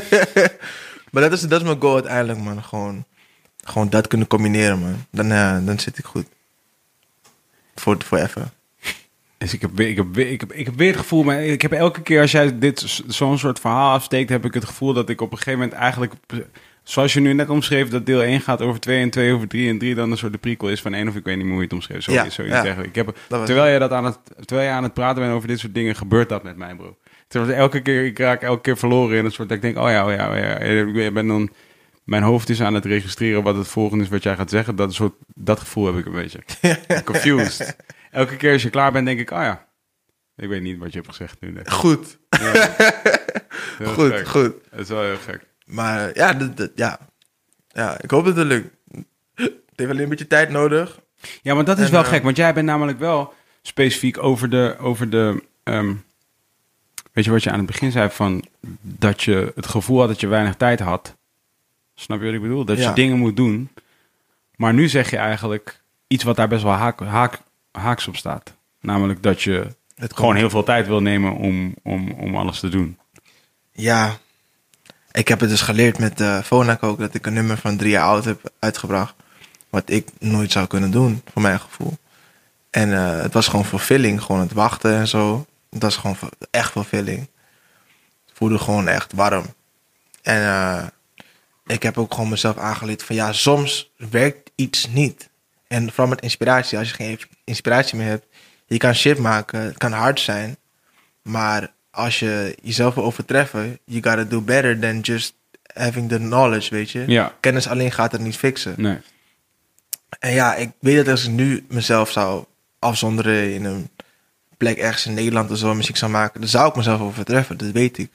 Maar dat is, dat is mijn goal uiteindelijk, man. Gewoon, gewoon dat kunnen combineren, man. Dan, uh, dan zit ik goed. Voor, voor even. Dus ik heb, weer, ik, heb weer, ik, heb, ik heb weer het gevoel... maar ik heb elke keer als jij dit zo'n soort verhaal afsteekt... heb ik het gevoel dat ik op een gegeven moment eigenlijk... zoals je nu net omschreef, dat deel één gaat over twee en twee over drie en drie dan een soort de prequel is van één, of ik weet niet meer hoe je het omschreef. Zo, ja, zoiets ja. eigenlijk. Ik heb, terwijl, je dat aan het, terwijl je aan het praten bent over dit soort dingen, gebeurt dat met mij, bro. Terwijl elke keer, ik raak elke keer verloren in een soort dat ik denk, oh ja, oh ja, oh ja. Ik ben dan, mijn hoofd is aan het registreren wat het volgende is wat jij gaat zeggen. Dat, soort, dat gevoel heb ik een beetje. Confused. Elke keer als je klaar bent, denk ik, oh ja, ik weet niet wat je hebt gezegd nu. Nee. Goed. Ja. Goed, gek. goed. Dat is wel heel gek. Maar ja, dat, dat, ja. Ja, ik hoop dat het lukt. Het heeft alleen een beetje tijd nodig. Ja, maar dat is en, wel uh, gek, want jij bent namelijk wel specifiek over de... Over de um, weet je wat je aan het begin zei van... dat je het gevoel had dat je weinig tijd had. Snap je wat ik bedoel? Dat ja. je dingen moet doen. Maar nu zeg je eigenlijk iets wat daar best wel haak, haak, haaks op staat. Namelijk dat je het gewoon heel veel tijd wil nemen om, om, om alles te doen. Ja, ik heb het dus geleerd met uh, Phonak ook... dat ik een nummer van drie jaar oud heb uitgebracht... wat ik nooit zou kunnen doen, voor mijn gevoel. En uh, het was gewoon fulfilling, gewoon het wachten en zo. Het was gewoon echt fulfilling. Het voelde gewoon echt warm. En uh, ik heb ook gewoon mezelf aangeleerd van... ja, soms werkt iets niet. En vooral met inspiratie, als je geen inspiratie meer hebt... je kan shit maken, het kan hard zijn... maar als je jezelf wil overtreffen... you gotta do better than just having the knowledge, weet je. Ja. Kennis alleen gaat het niet fixen. Nee. En ja, ik weet dat als ik nu mezelf zou afzonderen... in een plek ergens in Nederland of zo muziek zou maken... dan zou ik mezelf overtreffen, dat weet ik.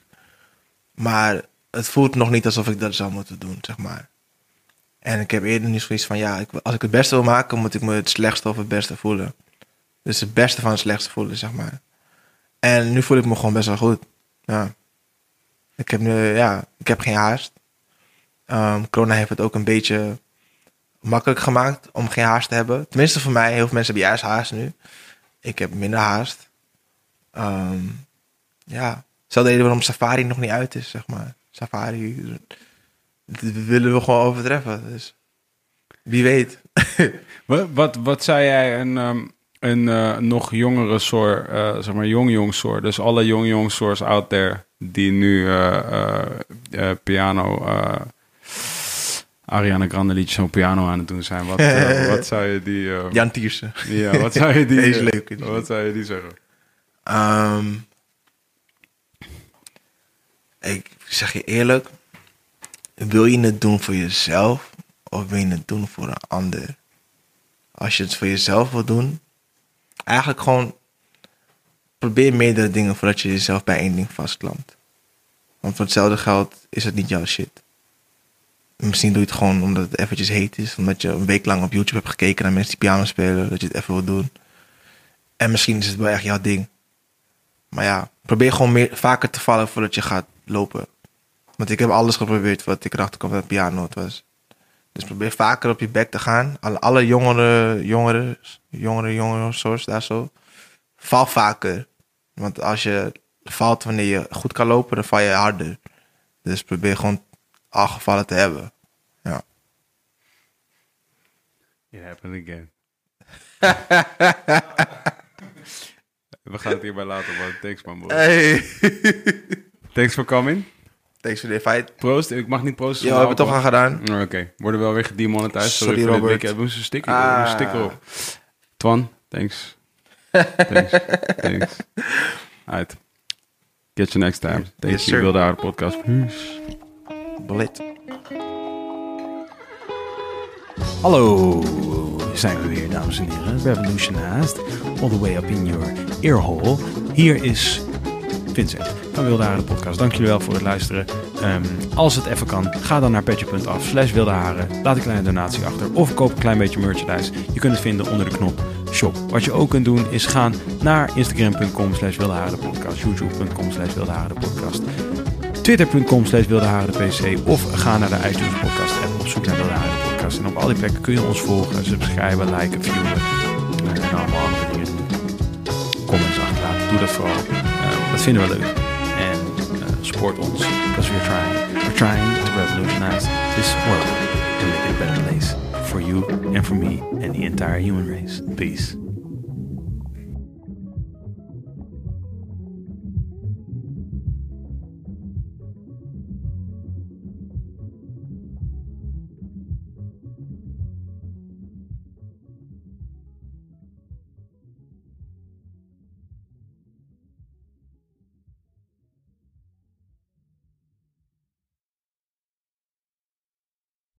Maar het voelt nog niet alsof ik dat zou moeten doen, zeg maar. En ik heb eerder nu zoiets van... ja, ik, als ik het beste wil maken... moet ik me het slechtste of het beste voelen. Dus het beste van het slechtste voelen, zeg maar. En nu voel ik me gewoon best wel goed. Ja. Ik heb nu, ja, ik heb geen haast. Um, corona heeft het ook een beetje makkelijk gemaakt om geen haast te hebben. Tenminste voor mij, heel veel mensen hebben juist haast nu. Ik heb minder haast. Um, ja, stel de reden waarom Safari nog niet uit is, zeg maar. Safari, dat willen we gewoon overtreffen. Dus wie weet. Wat, wat, wat zou jij een... Um... een uh, nog jongere soort, uh, zeg maar jong jong soort. Dus alle jong jong soorts out there die nu uh, uh, uh, piano, uh, Ariana Grande liedjes op piano aan het doen zijn. Wat, uh, wat zou je die... Uh, Jan Tiersen. Ja, wat zou je die... Deze leuk. Uh, wat zou je die zeggen? Um, ik zeg je eerlijk, wil je het doen voor jezelf of wil je het doen voor een ander? Als je het voor jezelf wil doen, eigenlijk gewoon probeer meerdere dingen voordat je jezelf bij één ding vastklampt. Want voor hetzelfde geld is het niet jouw shit. Misschien doe je het gewoon omdat het eventjes heet is. Omdat je een week lang op YouTube hebt gekeken naar mensen die piano spelen. Dat je het even wil doen. En misschien is het wel echt jouw ding. Maar ja, probeer gewoon meer, vaker te vallen voordat je gaat lopen. Want ik heb alles geprobeerd wat ik erachter kwam dat piano het was. Dus probeer vaker op je bek te gaan. Alle, alle jongere, jongeren, jongere, jongere soorts daar zo. Val vaker. Want als je valt wanneer je goed kan lopen, dan val je harder. Dus probeer gewoon al gevallen te hebben. Ja. It happened again. We gaan het hierbij laten, man. Thanks, man. Boy. Hey. Thanks for coming. Thanks for the fight. Proost. Ik mag niet proosten. Ja, we hebben het toch al gedaan. Oké. Okay. Worden wel weer gedemonetized. Sorry, Sorry voor Robert. dit week. We een sticker, Ah. een sticker op. Twan, thanks. Thanks. Thanks. Alright. Get you next time. Thank Yes, you. sir. Wilde Aarde Podcast. Peace. Blit. Hallo, zijn we weer, dames en heren. Revolutionized, all the way up in your earhole. Hier is Vincent van Wilde Haren Podcast. Dank jullie wel voor het luisteren. Um, als het even kan, ga dan naar petje.af slash Wilde Haren. Laat een kleine donatie achter of koop een klein beetje merchandise. Je kunt het vinden onder de knop shop. Wat je ook kunt doen is gaan naar instagram.com slash Wilde Haren Podcast, youtube.com slash Wilde Haren Podcast, twitter.com slash Wilde Haren pc of ga naar de iTunes podcast app op zoek naar Wilde Haren Podcast. En op al die plekken kun je ons volgen, subscriben, liken, viewen uh, en allemaal andere dingen doen. Comments achterlaten, doe dat vooral. Uh, dat vinden we leuk. En uh, support ons, because we're trying. We're trying to revolutionize this world and make it a better place for you and for me and the entire human race. Peace.